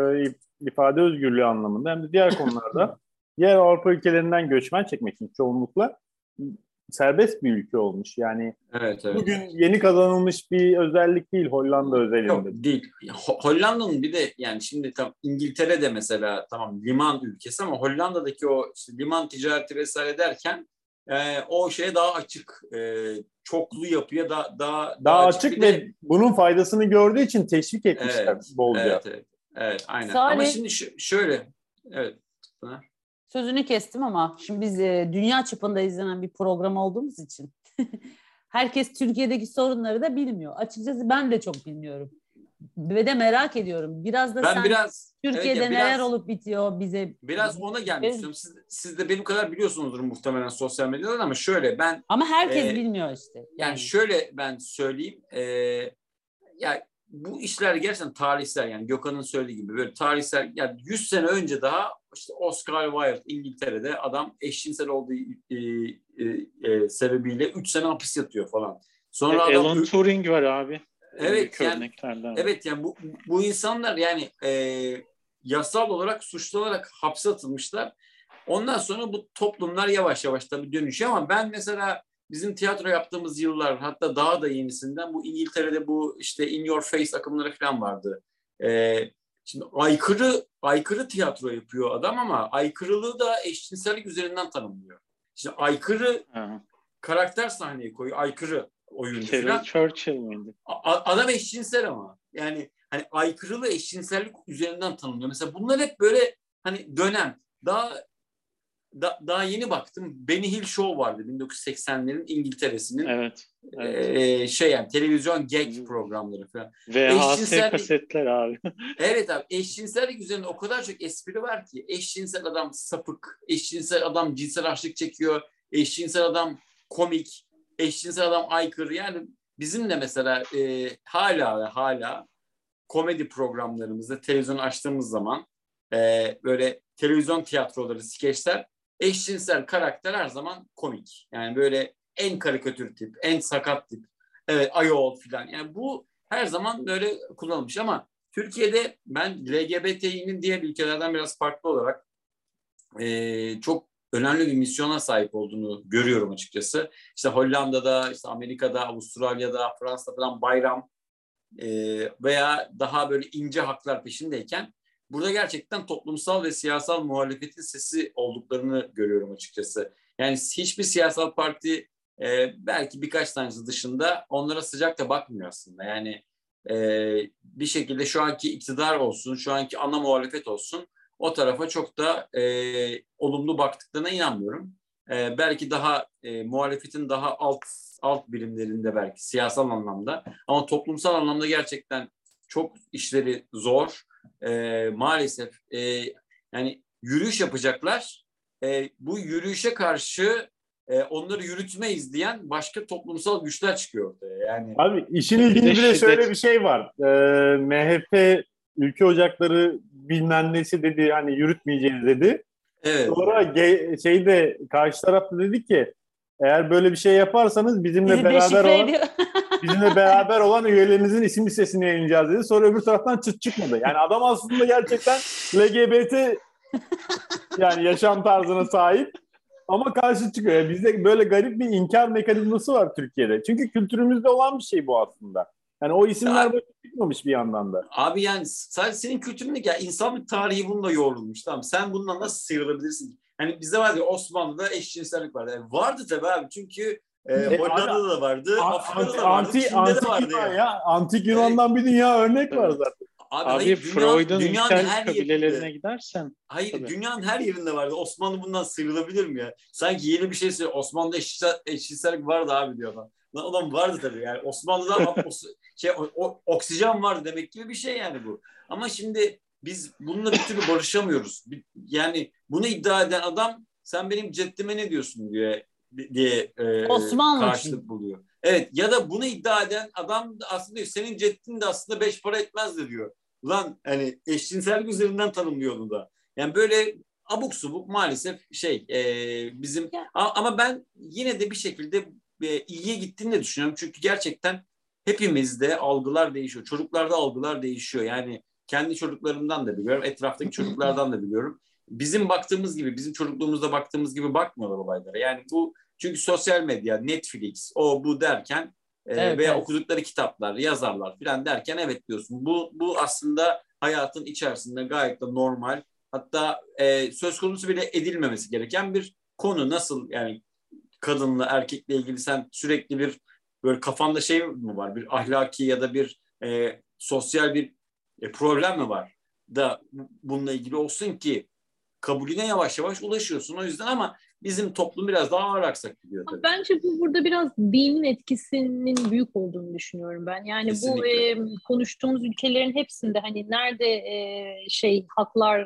ifade özgürlüğü anlamında hem de diğer konularda diğer Avrupa ülkelerinden göçmen çekmek için çoğunlukla serbest bir ülke olmuş. Yani bugün yeni kazanılmış bir özellik değil Hollanda özelinde. Yok değil. Hollanda'nın bir de yani şimdi tam İngiltere'de mesela tamam liman ülkesi ama Hollanda'daki o işte liman ticareti vesaire derken o şeye daha açık, çoklu yapıya daha açık ve bunun faydasını gördüğü için teşvik etmişler bolca. Evet, aynen. Salih, ama şimdi şöyle, evet. Sözünü kestim ama şimdi biz dünya çapında izlenen bir program olduğumuz için herkes Türkiye'deki sorunları da bilmiyor. Açıkçası ben de çok bilmiyorum. Ve de merak ediyorum. Biraz da Türkiye'de neler olup bitiyor bize. Biraz ona gelmek istiyorum. Siz de benim kadar biliyorsunuzdur muhtemelen sosyal medyadan ama şöyle ben... Ama herkes bilmiyor işte. Yani şöyle ben söyleyeyim. Yani bu işler gerçekten tarihsel yani Gökhan'ın söylediği gibi böyle tarihsel yani 100 sene önce daha işte Oscar Wilde İngiltere'de adam eşcinsel olduğu sebebiyle 3 sene hapis yatıyor falan. Sonra Alan Turing var abi. Evet yani bu insanlar yani yasal olarak suçlu olarak hapse atılmışlar. Ondan sonra bu toplumlar yavaş yavaş tabii dönüşüyor ama ben mesela bizim tiyatro yaptığımız yıllar hatta daha da yenisinden bu İngiltere'de bu işte In Your Face akımları falan vardı. Şimdi aykırı tiyatro yapıyor adam ama aykırılığı da eşcinsellik üzerinden tanımlıyor. Şimdi aykırı karakter sahneye koyuyor. Aykırı oyuncu falan. Churchill miydi? Adam eşcinsel ama. Yani hani aykırılığı eşcinsellik üzerinden tanımlıyor. Mesela bunlar hep böyle hani dönem. Daha yeni baktım. Benny Hill Show vardı 1980'lerin İngiltere'sinin. Evet. Yani televizyon gag programları falan. VHS kasetler abi. Evet abi. Eşcinsellik üzerine o kadar çok espri var ki. Eşcinsel adam sapık. Eşcinsel adam cinsel açlık çekiyor. Eşcinsel adam komik. Eşcinsel adam aykırı. Yani bizim de mesela hala komedi programlarımızda televizyon açtığımız zaman böyle televizyon tiyatroları, skeçler, eşcinsel karakter her zaman komik. Yani böyle en karikatür tip, en sakat tip, evet, ayol filan. Yani bu her zaman böyle kullanılmış ama Türkiye'de ben LGBTİ'nin diğer ülkelerden biraz farklı olarak çok önemli bir misyona sahip olduğunu görüyorum açıkçası. İşte Hollanda'da, işte Amerika'da, Avustralya'da, Fransa'da falan bayram veya daha böyle ince haklar peşindeyken burada gerçekten toplumsal ve siyasal muhalefetin sesi olduklarını görüyorum açıkçası. Yani hiçbir siyasal parti belki birkaç tanesi dışında onlara sıcak da bakmıyor aslında. Yani bir şekilde şu anki iktidar olsun, şu anki ana muhalefet olsun o tarafa çok da olumlu baktıklarına inanmıyorum. Belki daha muhalefetin daha alt birimlerinde belki siyasal anlamda ama toplumsal anlamda gerçekten çok işleri zor. Maalesef yani yürüyüş yapacaklar. Bu yürüyüşe karşı onları yürütmeyiz diyen başka toplumsal güçler çıkıyor ortaya. Yani Abi işin ilginci bir de şöyle bir şey var. MHP ülke ocakları bilmem nesi dedi, hani yürütmeyeceğiz dedi. evet. Sonra şeyde karşı tarafta dedi ki eğer böyle bir şey yaparsanız bizimle beraber olan üyelerimizin isim listesini yayınlayacağız dedi. Sonra öbür taraftan çıt çıkmadı. Yani adam aslında gerçekten LGBT yani yaşam tarzına sahip ama karşı çıkıyor. Yani bizde böyle garip bir inkar mekanizması var Türkiye'de. Çünkü kültürümüzde olan bir şey bu aslında. Yani o isimler böyle çıkmamış bir yandan da. Abi yani sadece senin kültürün değil ya, insanlık tarihi bununla yoğrulmuş. Tamam, sen bundan nasıl sıyrılabilirsin? Hani bizde vardı ya, Osmanlı'da eşcinsellik vardı. Yani vardı tabii abi, çünkü Hollanda'da da vardı, Afrika'da da vardı, Çin'de de vardı Yunan ya. Antik Yunan'dan bir dünya örnek var zaten. Abi hayır, Freud'un dünyanın ilkel her kabilelerine yerinde. gidersen. Hayır, tabii. dünyanın her yerinde vardı. Osmanlı bundan sıyrılabilir mi ya? Sanki yeni bir şey söylüyor. Osmanlı'da eşcinsellik vardı abi diyor adam. Lan adam vardı tabii yani. Osmanlı'da oksijen vardı demek gibi bir şey yani bu. Ama şimdi biz bununla bir türlü barışamıyoruz. Yani bunu iddia eden adam sen benim ceddime ne diyorsun diye karşılık buluyor. Evet, ya da bunu iddia eden adam aslında diyor, senin ceddin de aslında 5 para etmezdi diyor. Ulan hani eşcinsellik üzerinden tanımlıyor onu da. Yani böyle abuk subuk maalesef bizim ama ben yine de bir şekilde iyiye gittiğini de düşünüyorum. Çünkü gerçekten hepimizde algılar değişiyor. Çocuklarda algılar değişiyor. Yani kendi çocuklarımdan da biliyorum, etraftaki çocuklardan da biliyorum. Bizim baktığımız gibi, bizim çocukluğumuzda baktığımız gibi bakmıyorlar olaylara. Yani bu çünkü sosyal medya, Netflix, o bu derken veya okudukları kitaplar, yazarlar falan derken evet diyorsun. Bu aslında hayatın içerisinde gayet de normal, hatta söz konusu bile edilmemesi gereken bir konu. Nasıl yani kadınla erkekle ilgili sen sürekli bir böyle kafanda şey mi var? Bir ahlaki ya da bir sosyal bir problem mi var da bununla ilgili olsun ki kabulüne yavaş yavaş ulaşıyorsun. O yüzden ama bizim toplum biraz daha ağır aksak gidiyor tabii. Bence burada biraz dinin etkisinin büyük olduğunu düşünüyorum ben. Yani kesinlikle. Bu konuştuğumuz ülkelerin hepsinde hani nerede haklar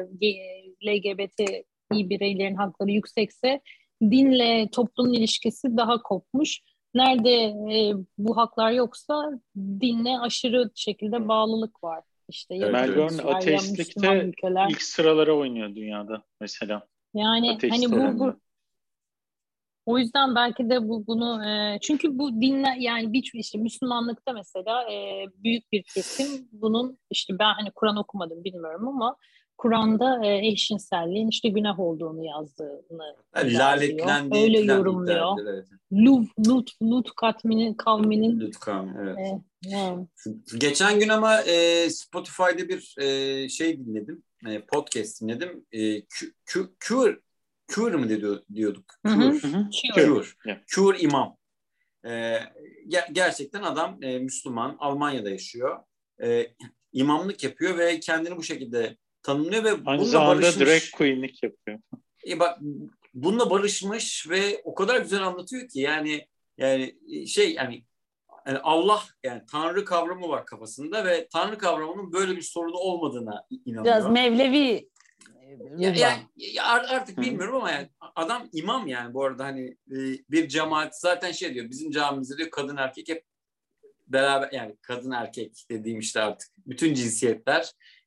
LGBTİ bireylerin hakları yüksekse dinle toplumun ilişkisi daha kopmuş. Nerede bu haklar yoksa dinle aşırı şekilde bağlılık var. İşte Evet, Melbourne ya ateistlikte ilk sıralara oynuyor dünyada mesela. Yani Ateist hani bu o yüzden belki de bunu çünkü bu dinler yani işte Müslümanlıkta mesela büyük bir kesim bunun işte ben hani Kur'an okumadım bilmiyorum ama Kur'an'da eşcinselliğin işte günah olduğunu yazdığını lanetlendi, öyle yorumluyor. Evet. Lut kavminin Lut kavmi, evet. Yani. Geçen gün ama Spotify'da bir şey dinledim. Podcast dinledim. Cure mı diyorduk? Cure imam. Gerçekten adam Müslüman, Almanya'da yaşıyor. İmamlık yapıyor ve kendini bu şekilde tanımlıyor ve aynı zamanda drag queen'lik yapıyor. Bak, bununla barışmış ve o kadar güzel anlatıyor ki yani Allah, yani Tanrı kavramı var kafasında ve Tanrı kavramının böyle bir sorunu olmadığına inanıyor. Biraz Mevlevi artık bilmiyorum ama yani adam imam yani bu arada hani bir cemaat zaten diyor, bizim camimizde diyor kadın erkek hep beraber, yani kadın erkek dediğim işte artık bütün cinsiyetler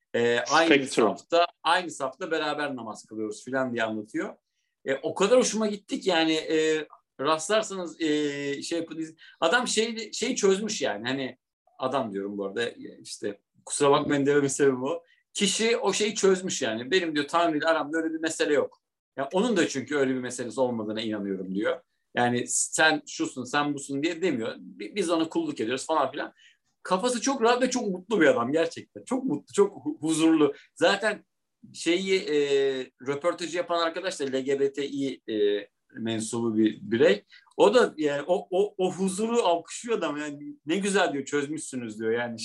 aynı safta beraber namaz kılıyoruz filan diye anlatıyor. O kadar hoşuma gittik yani, rastlarsanız adam şeyi çözmüş yani, hani adam diyorum bu arada, işte kusura bakmayın dememin sebebi o. Kişi o şeyi çözmüş yani. Benim diyor Tanrı ile aramda öyle bir mesele yok. Yani onun da çünkü öyle bir meselesi olmadığına inanıyorum diyor. Yani sen şusun, sen busun diye demiyor. Biz ona kulluk ediyoruz falan filan. Kafası çok rahat ve çok mutlu bir adam gerçekten. Çok mutlu, çok huzurlu. Zaten röportajı yapan arkadaş da LGBTİ mensubu bir birey. O da yani o huzuru alkışlıyor adam, yani ne güzel diyor, çözmüşsünüz diyor. Yani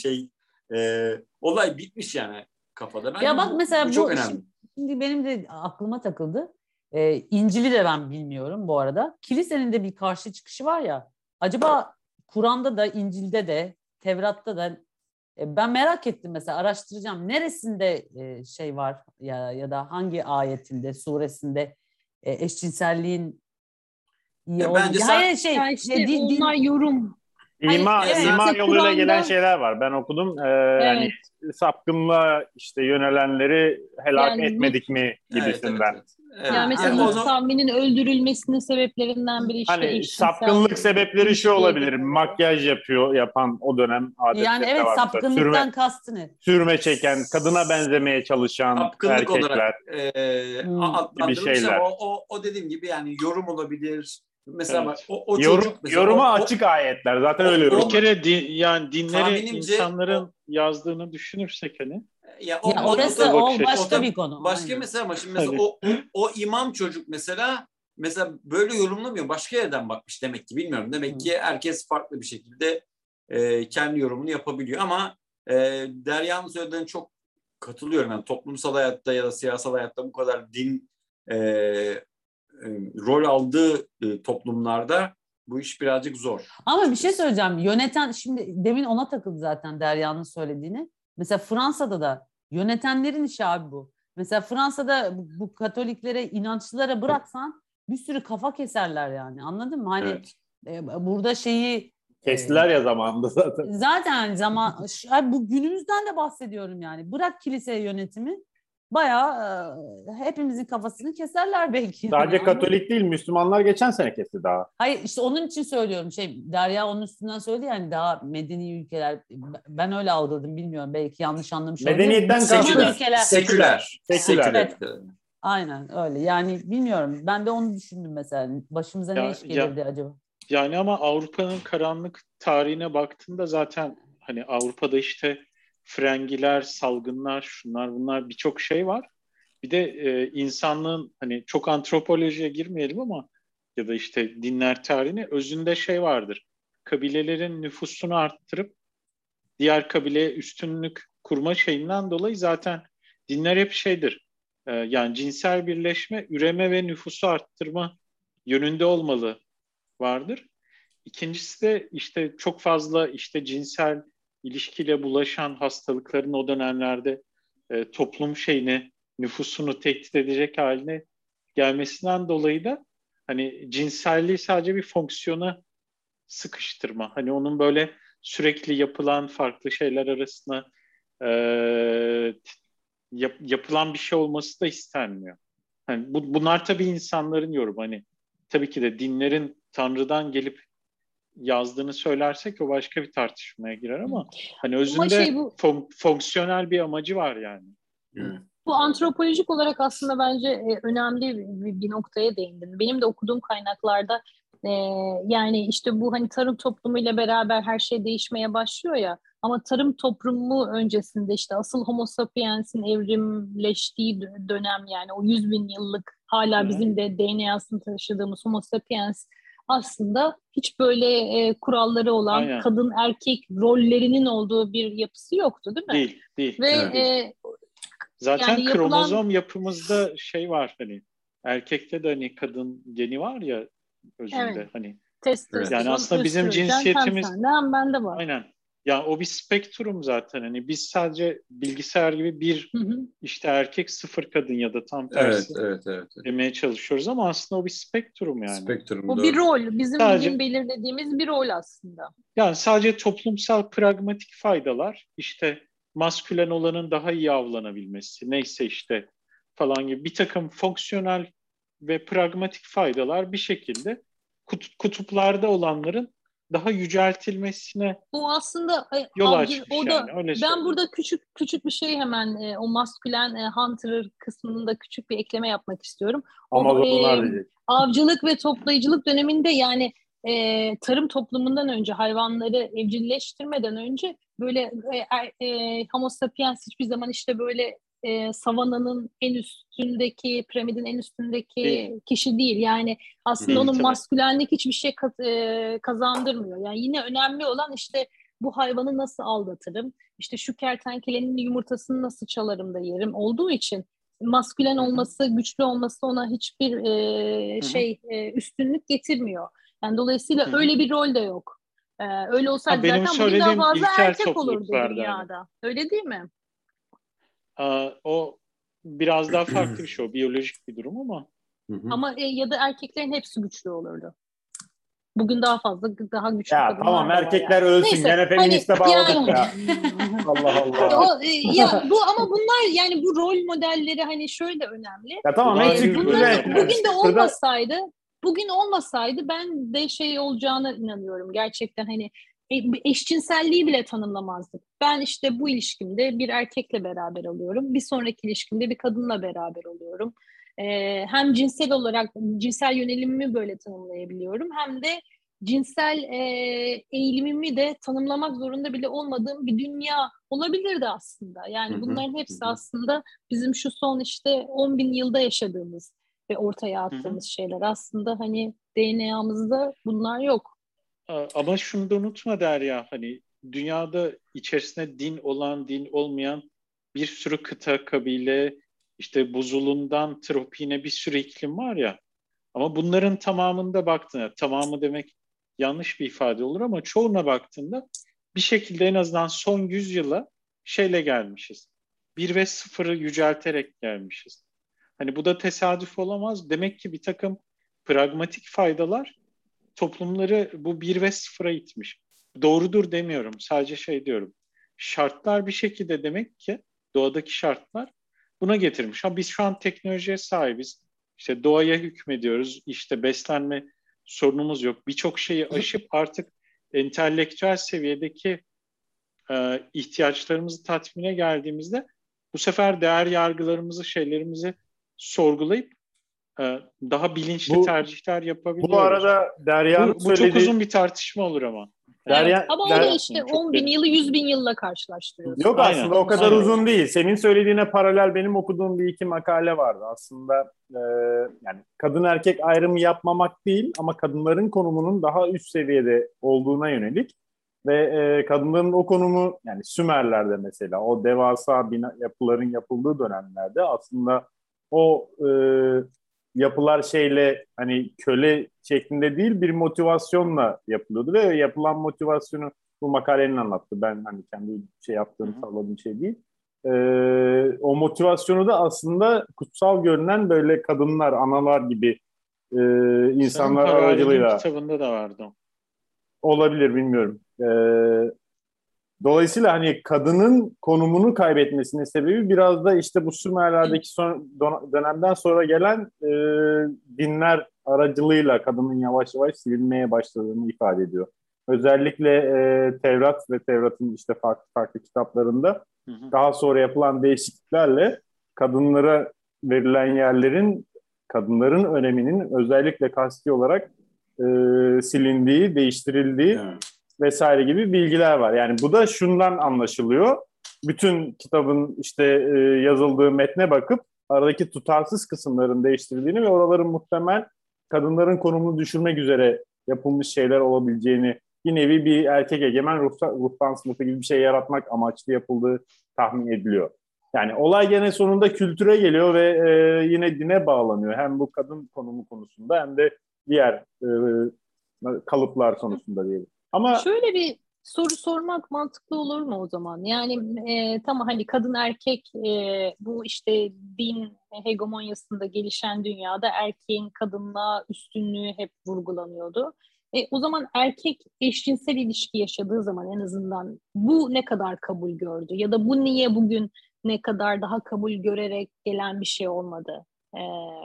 olay bitmiş yani kafada. Bence Ya bak mesela bu çok önemli. Şimdi benim de aklıma takıldı. İncil'i de ben bilmiyorum bu arada. Kilisenin de bir karşı çıkışı var ya. Acaba Kur'an'da da, İncil'de de, Tevrat'ta da ben merak ettim mesela, araştıracağım. Neresinde şey var ya da hangi ayetinde, suresinde eşcinselliğin iyi olduğu. Bence Hayır Ya işte onlar yorum. İma evet, yoluyla Kur'an'da- gelen şeyler var. Ben okudum. Yani Evet. sapkınlığa işte yönelenleri helak Yani etmedik mi gibisinden. Evet. Ya mesela Yani Nuh kavminin öldürülmesinin sebeplerinden biri işte Hani eşcinsel sapkınlık sebepleri şu ilişkiye olabilir. girmeleri. Makyaj yapan o dönem yani adetleri de evet, var. Mesela sapkınlıktan kastı ne? sürme çeken, kadına benzemeye çalışan Sapkınlık olarak erkekler gibi adlandırılmış ama şeyler. o dediğim gibi yani yorum olabilir. Mesela bak, Evet. o çocuk mesela Yoruma açık ayetler. Zaten öyle Bir yorum. kere yani dinleri tahminimce insanların yazdığını düşünürsek hani ya Ya o orası bakış o açısı. başka bir konu. başka Aynen. mesela, ama şimdi mesela Hani- o imam çocuk mesela böyle yorumlamıyor. Başka yerden bakmış demek ki, bilmiyorum. Demek ki herkes farklı bir şekilde kendi yorumunu yapabiliyor ama Derya'nın söylediğine çok katılıyorum. Yani toplumsal hayatta ya da siyasal hayatta bu kadar din rol aldığı toplumlarda bu iş birazcık zor. Ama bir şey söyleyeceğim. Yöneten, şimdi demin ona takıldı zaten Derya'nın söylediğini. Mesela Fransa'da da yönetenlerin işi abi bu. Mesela Fransa'da bu Katoliklere, inançlılara bıraksan bir sürü kafa keserler yani. Anladın mı? Hani Evet. burada Kestiler ya zamanında zaten. zaten bu günümüzden de bahsediyorum yani. Bırak kilise yönetimi, bayağı hepimizin kafasını keserler belki. Sadece Yani, anladın mı? Katolik değil, Müslümanlar geçen sene kesti daha. Hayır, işte onun için söylüyorum, Derya onun üstünden söyledi yani, daha medeni ülkeler, ben öyle algıladım, bilmiyorum, belki yanlış anlamış olabilirim. Medeniyetten Müslüman kastı ülkeler. Seküler. Evet. Aynen öyle yani, bilmiyorum, ben de onu düşündüm mesela, başımıza ne iş gelirdi acaba? Yani ama Avrupa'nın karanlık tarihine baktığında zaten hani Avrupa'da işte frengiler, salgınlar, şunlar bunlar birçok şey var. Bir de insanlığın hani çok antropolojiye girmeyelim ama ya da işte dinler tarihine özünde şey vardır. Kabilelerin nüfusunu arttırıp diğer kabileye üstünlük kurma şeyinden dolayı zaten dinler hep şeydir. Yani cinsel birleşme, üreme ve nüfusu arttırma yönünde olmalı vardır. İkincisi de işte çok fazla işte cinsel ilişkiyle bulaşan hastalıkların o dönemlerde toplum nüfusunu tehdit edecek haline gelmesinden dolayı da hani cinselliği sadece bir fonksiyona sıkıştırma. Hani onun böyle sürekli yapılan farklı şeyler arasında e, yapılan bir şey olması da istenmiyor. Hani bunlar tabii insanların yorumu. Hani tabii ki de dinlerin Tanrı'dan gelip yazdığını söylersek o başka bir tartışmaya girer ama hani özünde fonksiyonel bir amacı var yani. Bu antropolojik olarak aslında bence önemli bir noktaya değindin. Benim de okuduğum kaynaklarda yani işte bu hani tarım toplumuyla beraber her şey değişmeye başlıyor ya, ama tarım toplumu öncesinde işte asıl Homo sapiens'in evrimleştiği dönem, yani o 100 bin yıllık hala bizim de DNA'sını taşıdığımız Homo sapiens aslında hiç böyle kuralları olan, Aynen. kadın erkek rollerinin olduğu bir yapısı yoktu, değil mi? Değil. Ve evet. Zaten yani kromozom yapımızda şey var, hani erkekte de hani kadın geni var ya özünde, evet, hani testosteron, yani aslında bizim östrojen cinsiyetimiz hem sende hem bende var. aynen. Yani o bir spektrum zaten. Hani biz sadece bilgisayar gibi bir işte erkek sıfır kadın ya da tam tersi Evet. demeye çalışıyoruz ama aslında o bir spektrum yani. Spektrum, O doğru. bir rol. Bizim Sadece bugün belirlediğimiz bir rol aslında. yani sadece toplumsal pragmatik faydalar, işte maskülen olanın daha iyi avlanabilmesi, neyse işte falan gibi bir takım fonksiyonel ve pragmatik faydalar bir şekilde kutuplarda olanların daha yüceltilmesine Bu aslında yol açmış orada yani, öyle ben söyleyeyim. burada küçük bir şey hemen o maskülen hunter kısmında küçük bir ekleme yapmak istiyorum. O Amazonlar diyecek. avcılık ve toplayıcılık döneminde yani tarım toplumundan önce hayvanları evcilleştirmeden önce böyle Homo sapiens hiçbir zaman işte böyle savananın en üstündeki, piramidin en üstündeki Değil. kişi değil. Yani aslında Değil onun tabii. maskülenlik hiçbir şey kazandırmıyor. Yani yine önemli olan işte bu hayvanı nasıl aldatırım, işte şu kertenkelenin yumurtasını nasıl çalarım da yerim olduğu için maskülen olması, güçlü olması ona hiçbir üstünlük getirmiyor. Yani dolayısıyla öyle bir rol de yok. Öyle olsaydı Benim zaten bugün daha söylediğim fazla ilkel erkek olurdu topluluklarda hani. dünyada. Öyle değil mi? O biraz daha farklı bir şey, o biyolojik bir durum ama. Ama ya da erkeklerin hepsi güçlü olurdu. Bugün daha fazla, daha güçlü Ya kadınlar tamam, da var yani. erkekler ölsün, Neyse, gene hani feministe bağladık yani ya. Allah Allah. ama bunlar yani bu rol modelleri hani şöyle önemli. Ya tamam, Bu da ayrı hepsi bir kötü bölüm de ama Bugün de yani. olmasaydı ben de şey olacağına inanıyorum. Gerçekten hani eşcinselliği bile tanımlamazdık. Ben işte bu ilişkimde bir erkekle beraber oluyorum. Bir sonraki ilişkimde bir kadınla beraber oluyorum. Hem cinsel olarak cinsel yönelimimi böyle tanımlayabiliyorum. Hem de cinsel eğilimimi de tanımlamak zorunda bile olmadığım bir dünya olabilirdi aslında. Yani bunların hepsi aslında bizim şu son işte 10 bin yılda yaşadığımız ve ortaya attığımız şeyler. Aslında hani DNA'mızda bunlar yok. Ama şunu da unutma Derya, hani dünyada içerisinde din olan, din olmayan bir sürü kıta, kabile, işte buzulundan tropine bir sürü iklim var ya. Ama bunların tamamında baktığında, tamamı demek yanlış bir ifade olur ama çoğuna baktığında bir şekilde en azından son 100 yıla şeyle gelmişiz. 1 ve 0'ı yücelterek gelmişiz. Hani bu da tesadüf olamaz. Demek ki bir takım pragmatik faydalar toplumları bu 1 ve 0'a itmiş. Doğrudur demiyorum. Sadece şey diyorum. Şartlar bir şekilde demek ki doğadaki şartlar buna getirmiş. Biz şu an teknolojiye sahibiz. İşte doğaya hükmediyoruz. İşte beslenme sorunumuz yok. Birçok şeyi aşıp artık entelektüel seviyedeki ihtiyaçlarımızı tatmine geldiğimizde bu sefer değer yargılarımızı, şeylerimizi sorgulayıp daha bilinçli Bu tercihler bu yapabiliyoruz. arada Derya'nın Bu çok söylediği uzun bir tartışma olur ama. Evet. Derya, Ama o da Der, işte Çok 10 bin derin. yılı 100 bin yılla karşılaştırıyorsun. Yok, Aynen, aslında o kadar aynen. uzun değil. Senin söylediğine paralel benim okuduğum bir iki makale vardı. Aslında yani kadın erkek ayrımı yapmamak değil ama kadınların konumunun daha üst seviyede olduğuna yönelik ve kadınların o konumu, yani Sümerler'de mesela o devasa bina yapıların yapıldığı dönemlerde aslında o yapılar şeyle, hani köle şeklinde değil, bir motivasyonla yapılıyordu ve yapılan motivasyonu bu makalenin anlattı. Ben hani kendi şey yaptığım, salladığım şey değil. O motivasyonu da aslında kutsal görünen böyle kadınlar, analar gibi Sanırım insanlar Harari'nin aracılığıyla kitabında da vardı. olabilir, bilmiyorum. Dolayısıyla hani kadının konumunu kaybetmesinin sebebi biraz da işte bu Sümerlerdeki dönemden sonra gelen dinler aracılığıyla kadının yavaş yavaş silinmeye başladığını ifade ediyor. Özellikle Tevrat ve Tevrat'ın işte farklı farklı kitaplarında daha sonra yapılan değişikliklerle kadınlara verilen yerlerin, kadınların öneminin özellikle kasti olarak silindiği, değiştirildiği vesaire gibi bilgiler var. Yani bu da şundan anlaşılıyor. Bütün kitabın işte yazıldığı metne bakıp aradaki tutarsız kısımların değiştirildiğini ve oraların muhtemel kadınların konumunu düşürmek üzere yapılmış şeyler olabileceğini, bir nevi bir erkek egemen ruhban sınıfı gibi bir şey yaratmak amaçlı yapıldığı tahmin ediliyor. Yani olay gene sonunda kültüre geliyor ve yine dine bağlanıyor. Hem bu kadın konumu konusunda hem de diğer kalıplar konusunda diyelim. Ama Şöyle bir Soru sormak mantıklı olur mu o zaman? Yani tamam hani kadın erkek bu işte din hegemonyasında gelişen dünyada erkeğin kadınla üstünlüğü hep vurgulanıyordu. O zaman erkek eşcinsel ilişki yaşadığı zaman en azından bu ne kadar kabul gördü? Ya da bu niye bugün ne kadar daha kabul görerek gelen bir şey olmadı? E,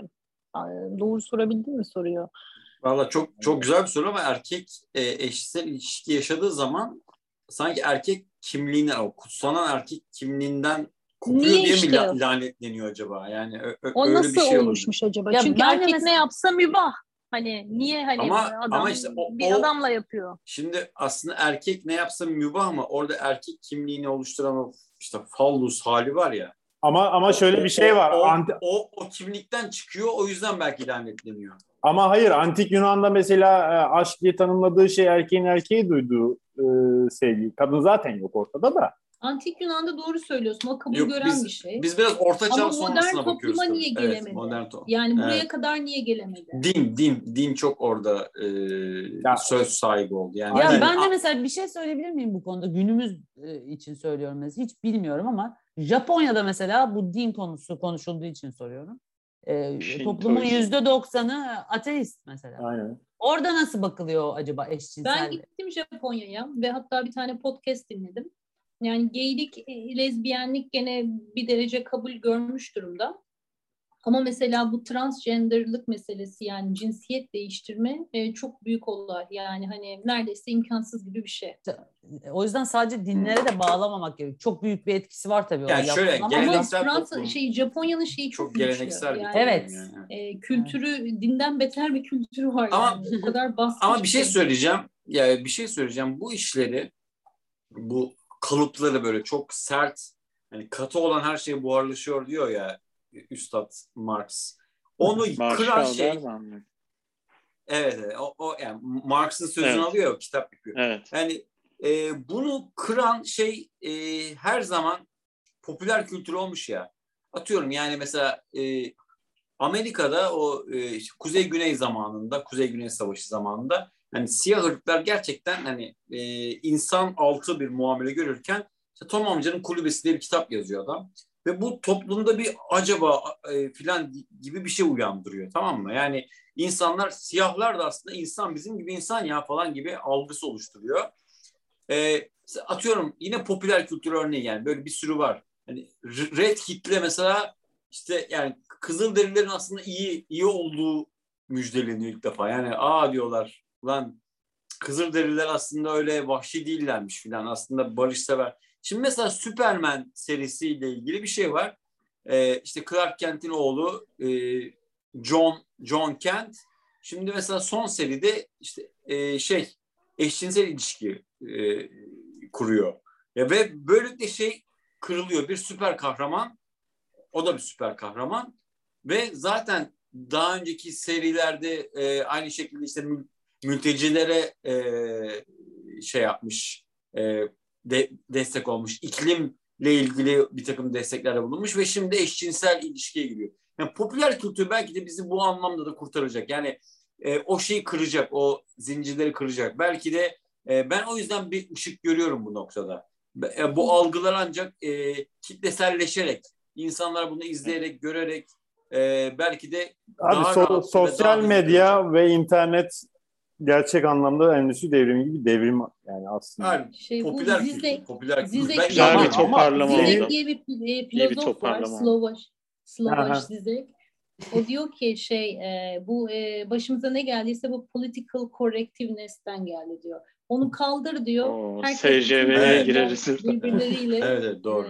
Doğru sorabildim mi soruyu? Valla çok çok güzel bir soru ama erkek eşcinsel ilişki yaşadığı zaman sanki erkek kimliğinden, o kutsanan erkek kimliğinden kopuyor Niye diye mi işte? lanetleniyor acaba? Yani O öyle nasıl bir şey olabilir. oluşmuş acaba? Ya Çünkü ben de erkek ne yapsa mübah. Hani niye hani adam Ama işte bir adamla yapıyor? şimdi aslında erkek ne yapsa mübah ama orada erkek kimliğini oluşturan o işte fallus hali var ya. Ama şöyle bir şey var. O kimlikten çıkıyor, o yüzden belki lanetleniyor. Ama hayır, antik Yunan'da mesela aşk diye tanımladığı şey erkeğin erkeğe duyduğu sevgi. Kadın zaten yok ortada da. Antik Yunan'da doğru söylüyorsun. O kabul Yok, gören bir şey. Biz biraz orta çağ Ama sonrasına modern bakıyoruz topluma tabii. niye Evet, gelemedi? modern toplum. Yani buraya Evet. kadar niye gelemedi? Din çok orada söz sahibi oldu. Yani Ya Aynen. ben de mesela bir şey söyleyebilir miyim bu konuda? Günümüz için söylüyorum mesela. Hiç bilmiyorum ama Japonya'da mesela bu din konusu konuşulduğu için soruyorum. Toplumun %90'ı ateist mesela. Aynen. Orada nasıl bakılıyor acaba eşcinsel? Ben gittim Japonya'ya ve hatta bir tane podcast dinledim. Yani geylik, lezbiyenlik gene bir derece kabul görmüş durumda. Ama mesela bu transgenderlık meselesi yani cinsiyet değiştirme çok büyük olay. Yani hani neredeyse imkansız gibi bir şey. O yüzden sadece dinlere de bağlamamak gerekiyor. Çok büyük bir etkisi var tabii Yani o şöyle, lafın ama geleneksel Fransa toplum. Japonya'nın şeyi çok güçlü. geleneksel bir Yani, toplum. Evet. Yani. Kültürü dinden beter bir kültürü var Ama- yani. O kadar baskıcı. Ama bir şey söyleyeceğim. Yani bir şey söyleyeceğim. Bu işleri, bu kalıpları böyle çok sert, hani katı olan her şey buharlaşıyor diyor ya Üstad Marx. Onu kıran şey. Evet, o yani Marx'ın sözünü alıyor, kitap yapıyor. Evet. Yani bunu kıran şey her zaman popüler kültür olmuş ya. Atıyorum yani mesela Amerika'da o Kuzey-Güney zamanında, Kuzey-Güney Savaşı zamanında hani siyah ırklar gerçekten hani insan altı bir muamele görürken işte Tom amcanın kulübesi diye bir kitap yazıyor adam. Ve bu toplumda bir acaba filan gibi bir şey uyandırıyor, tamam mı? Yani insanlar, siyahlar da aslında insan, bizim gibi insan ya falan gibi algısı oluşturuyor. Atıyorum yine popüler kültür örneği, yani böyle bir sürü var. Hani Red Hit'le mesela işte yani Kızılderililerin aslında iyi olduğu müjdeleniyor ilk defa. Yani diyorlar lan, Kızılderililer aslında öyle vahşi değillermiş filan, aslında barışsever. Şimdi mesela Superman serisiyle ilgili bir şey var. İşte Clark Kent'in oğlu John Kent. Şimdi mesela son seride işte eşcinsel ilişki kuruyor. Ve böylelikle kırılıyor. Bir süper kahraman, o da bir süper kahraman ve zaten daha önceki serilerde aynı şekilde işte mültecilere yapmış, destek olmuş, iklimle ilgili bir takım desteklerde bulunmuş ve şimdi eşcinsel ilişkiye giriyor. Yani popüler kültür belki de bizi bu anlamda da kurtaracak. Yani o şeyi kıracak, o zincirleri kıracak. Belki de ben o yüzden bir ışık görüyorum bu noktada. Bu algılar ancak kitleselleşerek, insanlar bunu izleyerek, görerek belki de daha rahat sosyal medya ve internet gerçek anlamda endüstri devrimi gibi devrim yani aslında. Yani, popüler kültür. Zizek güzel bir toparlama Zizek oldu. diye bir filozof var. Slovaş Zizek. O diyor ki bu başımıza ne geldiyse bu political correctiveness'ten geldi diyor. Onu kaldır diyor. Herkes SCV'ye gireriz. birbirleriyle evet, doğru.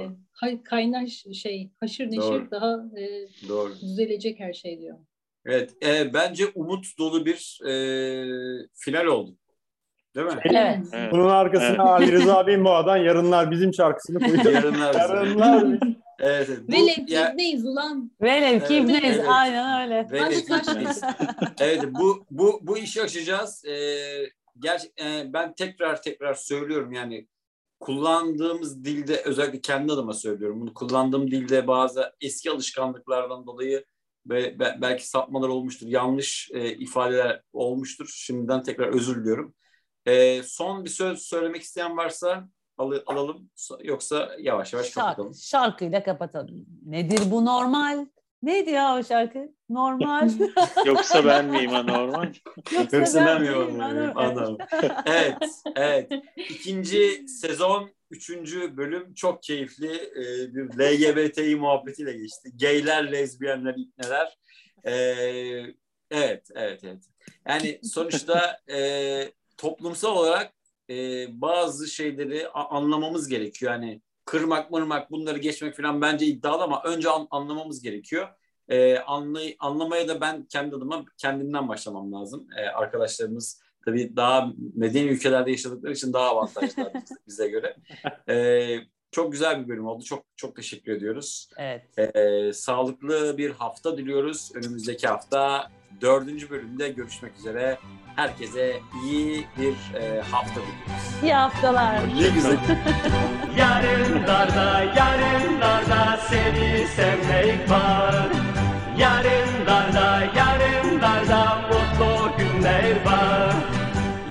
Haşır neşir Doğru. daha Doğru. düzelecek her şey diyor. Evet, bence umut dolu bir final oldu. Değil mi? Evet. Bunun arkasına Ali Rıza Binboğa'dan Yarınlar Bizim şarkısını koyuyor. Yarınlar bizim. Evet. Velev ki ibneyiz ulan. Velev ki ibneyiz. Evet. Aynen öyle. Velev Hadi ki taş ibneyiz. Evet, bu işi aşacağız. Ben tekrar söylüyorum, yani kullandığımız dilde, özellikle kendi adıma söylüyorum, bunu kullandığım dilde bazı eski alışkanlıklardan dolayı ve belki sapmalar olmuştur, yanlış ifadeler olmuştur. Şimdiden tekrar özür diliyorum. Son bir söz söylemek isteyen varsa alalım. Yoksa yavaş yavaş kapatalım. Şarkıyla kapatalım. Nedir bu normal? Neydi ya o şarkı? Normal. Yoksa ben miyim anormal? Yoksa ben miyim anormal? Evet. İkinci sezon 3. bölüm çok keyifli bir LGBTİ muhabbetiyle geçti. Gayler, lezbiyenler, ipneler. Evet. Yani sonuçta toplumsal olarak bazı şeyleri anlamamız gerekiyor. Yani kırmak, mırmak, bunları geçmek falan bence iddialı ama önce anlamamız gerekiyor. Anlamaya da ben kendi adıma kendimden başlamam lazım. Arkadaşlarımız tabii daha medeni ülkelerde yaşadıkları için daha avantajlılar bize göre. Çok güzel bir bölüm oldu. Çok teşekkür ediyoruz. Evet. Sağlıklı bir hafta diliyoruz. Önümüzdeki hafta 4. bölümde görüşmek üzere. Herkese iyi bir hafta diliyoruz. İyi haftalar. Ne güzel. Yarınlarda seni sevmek var.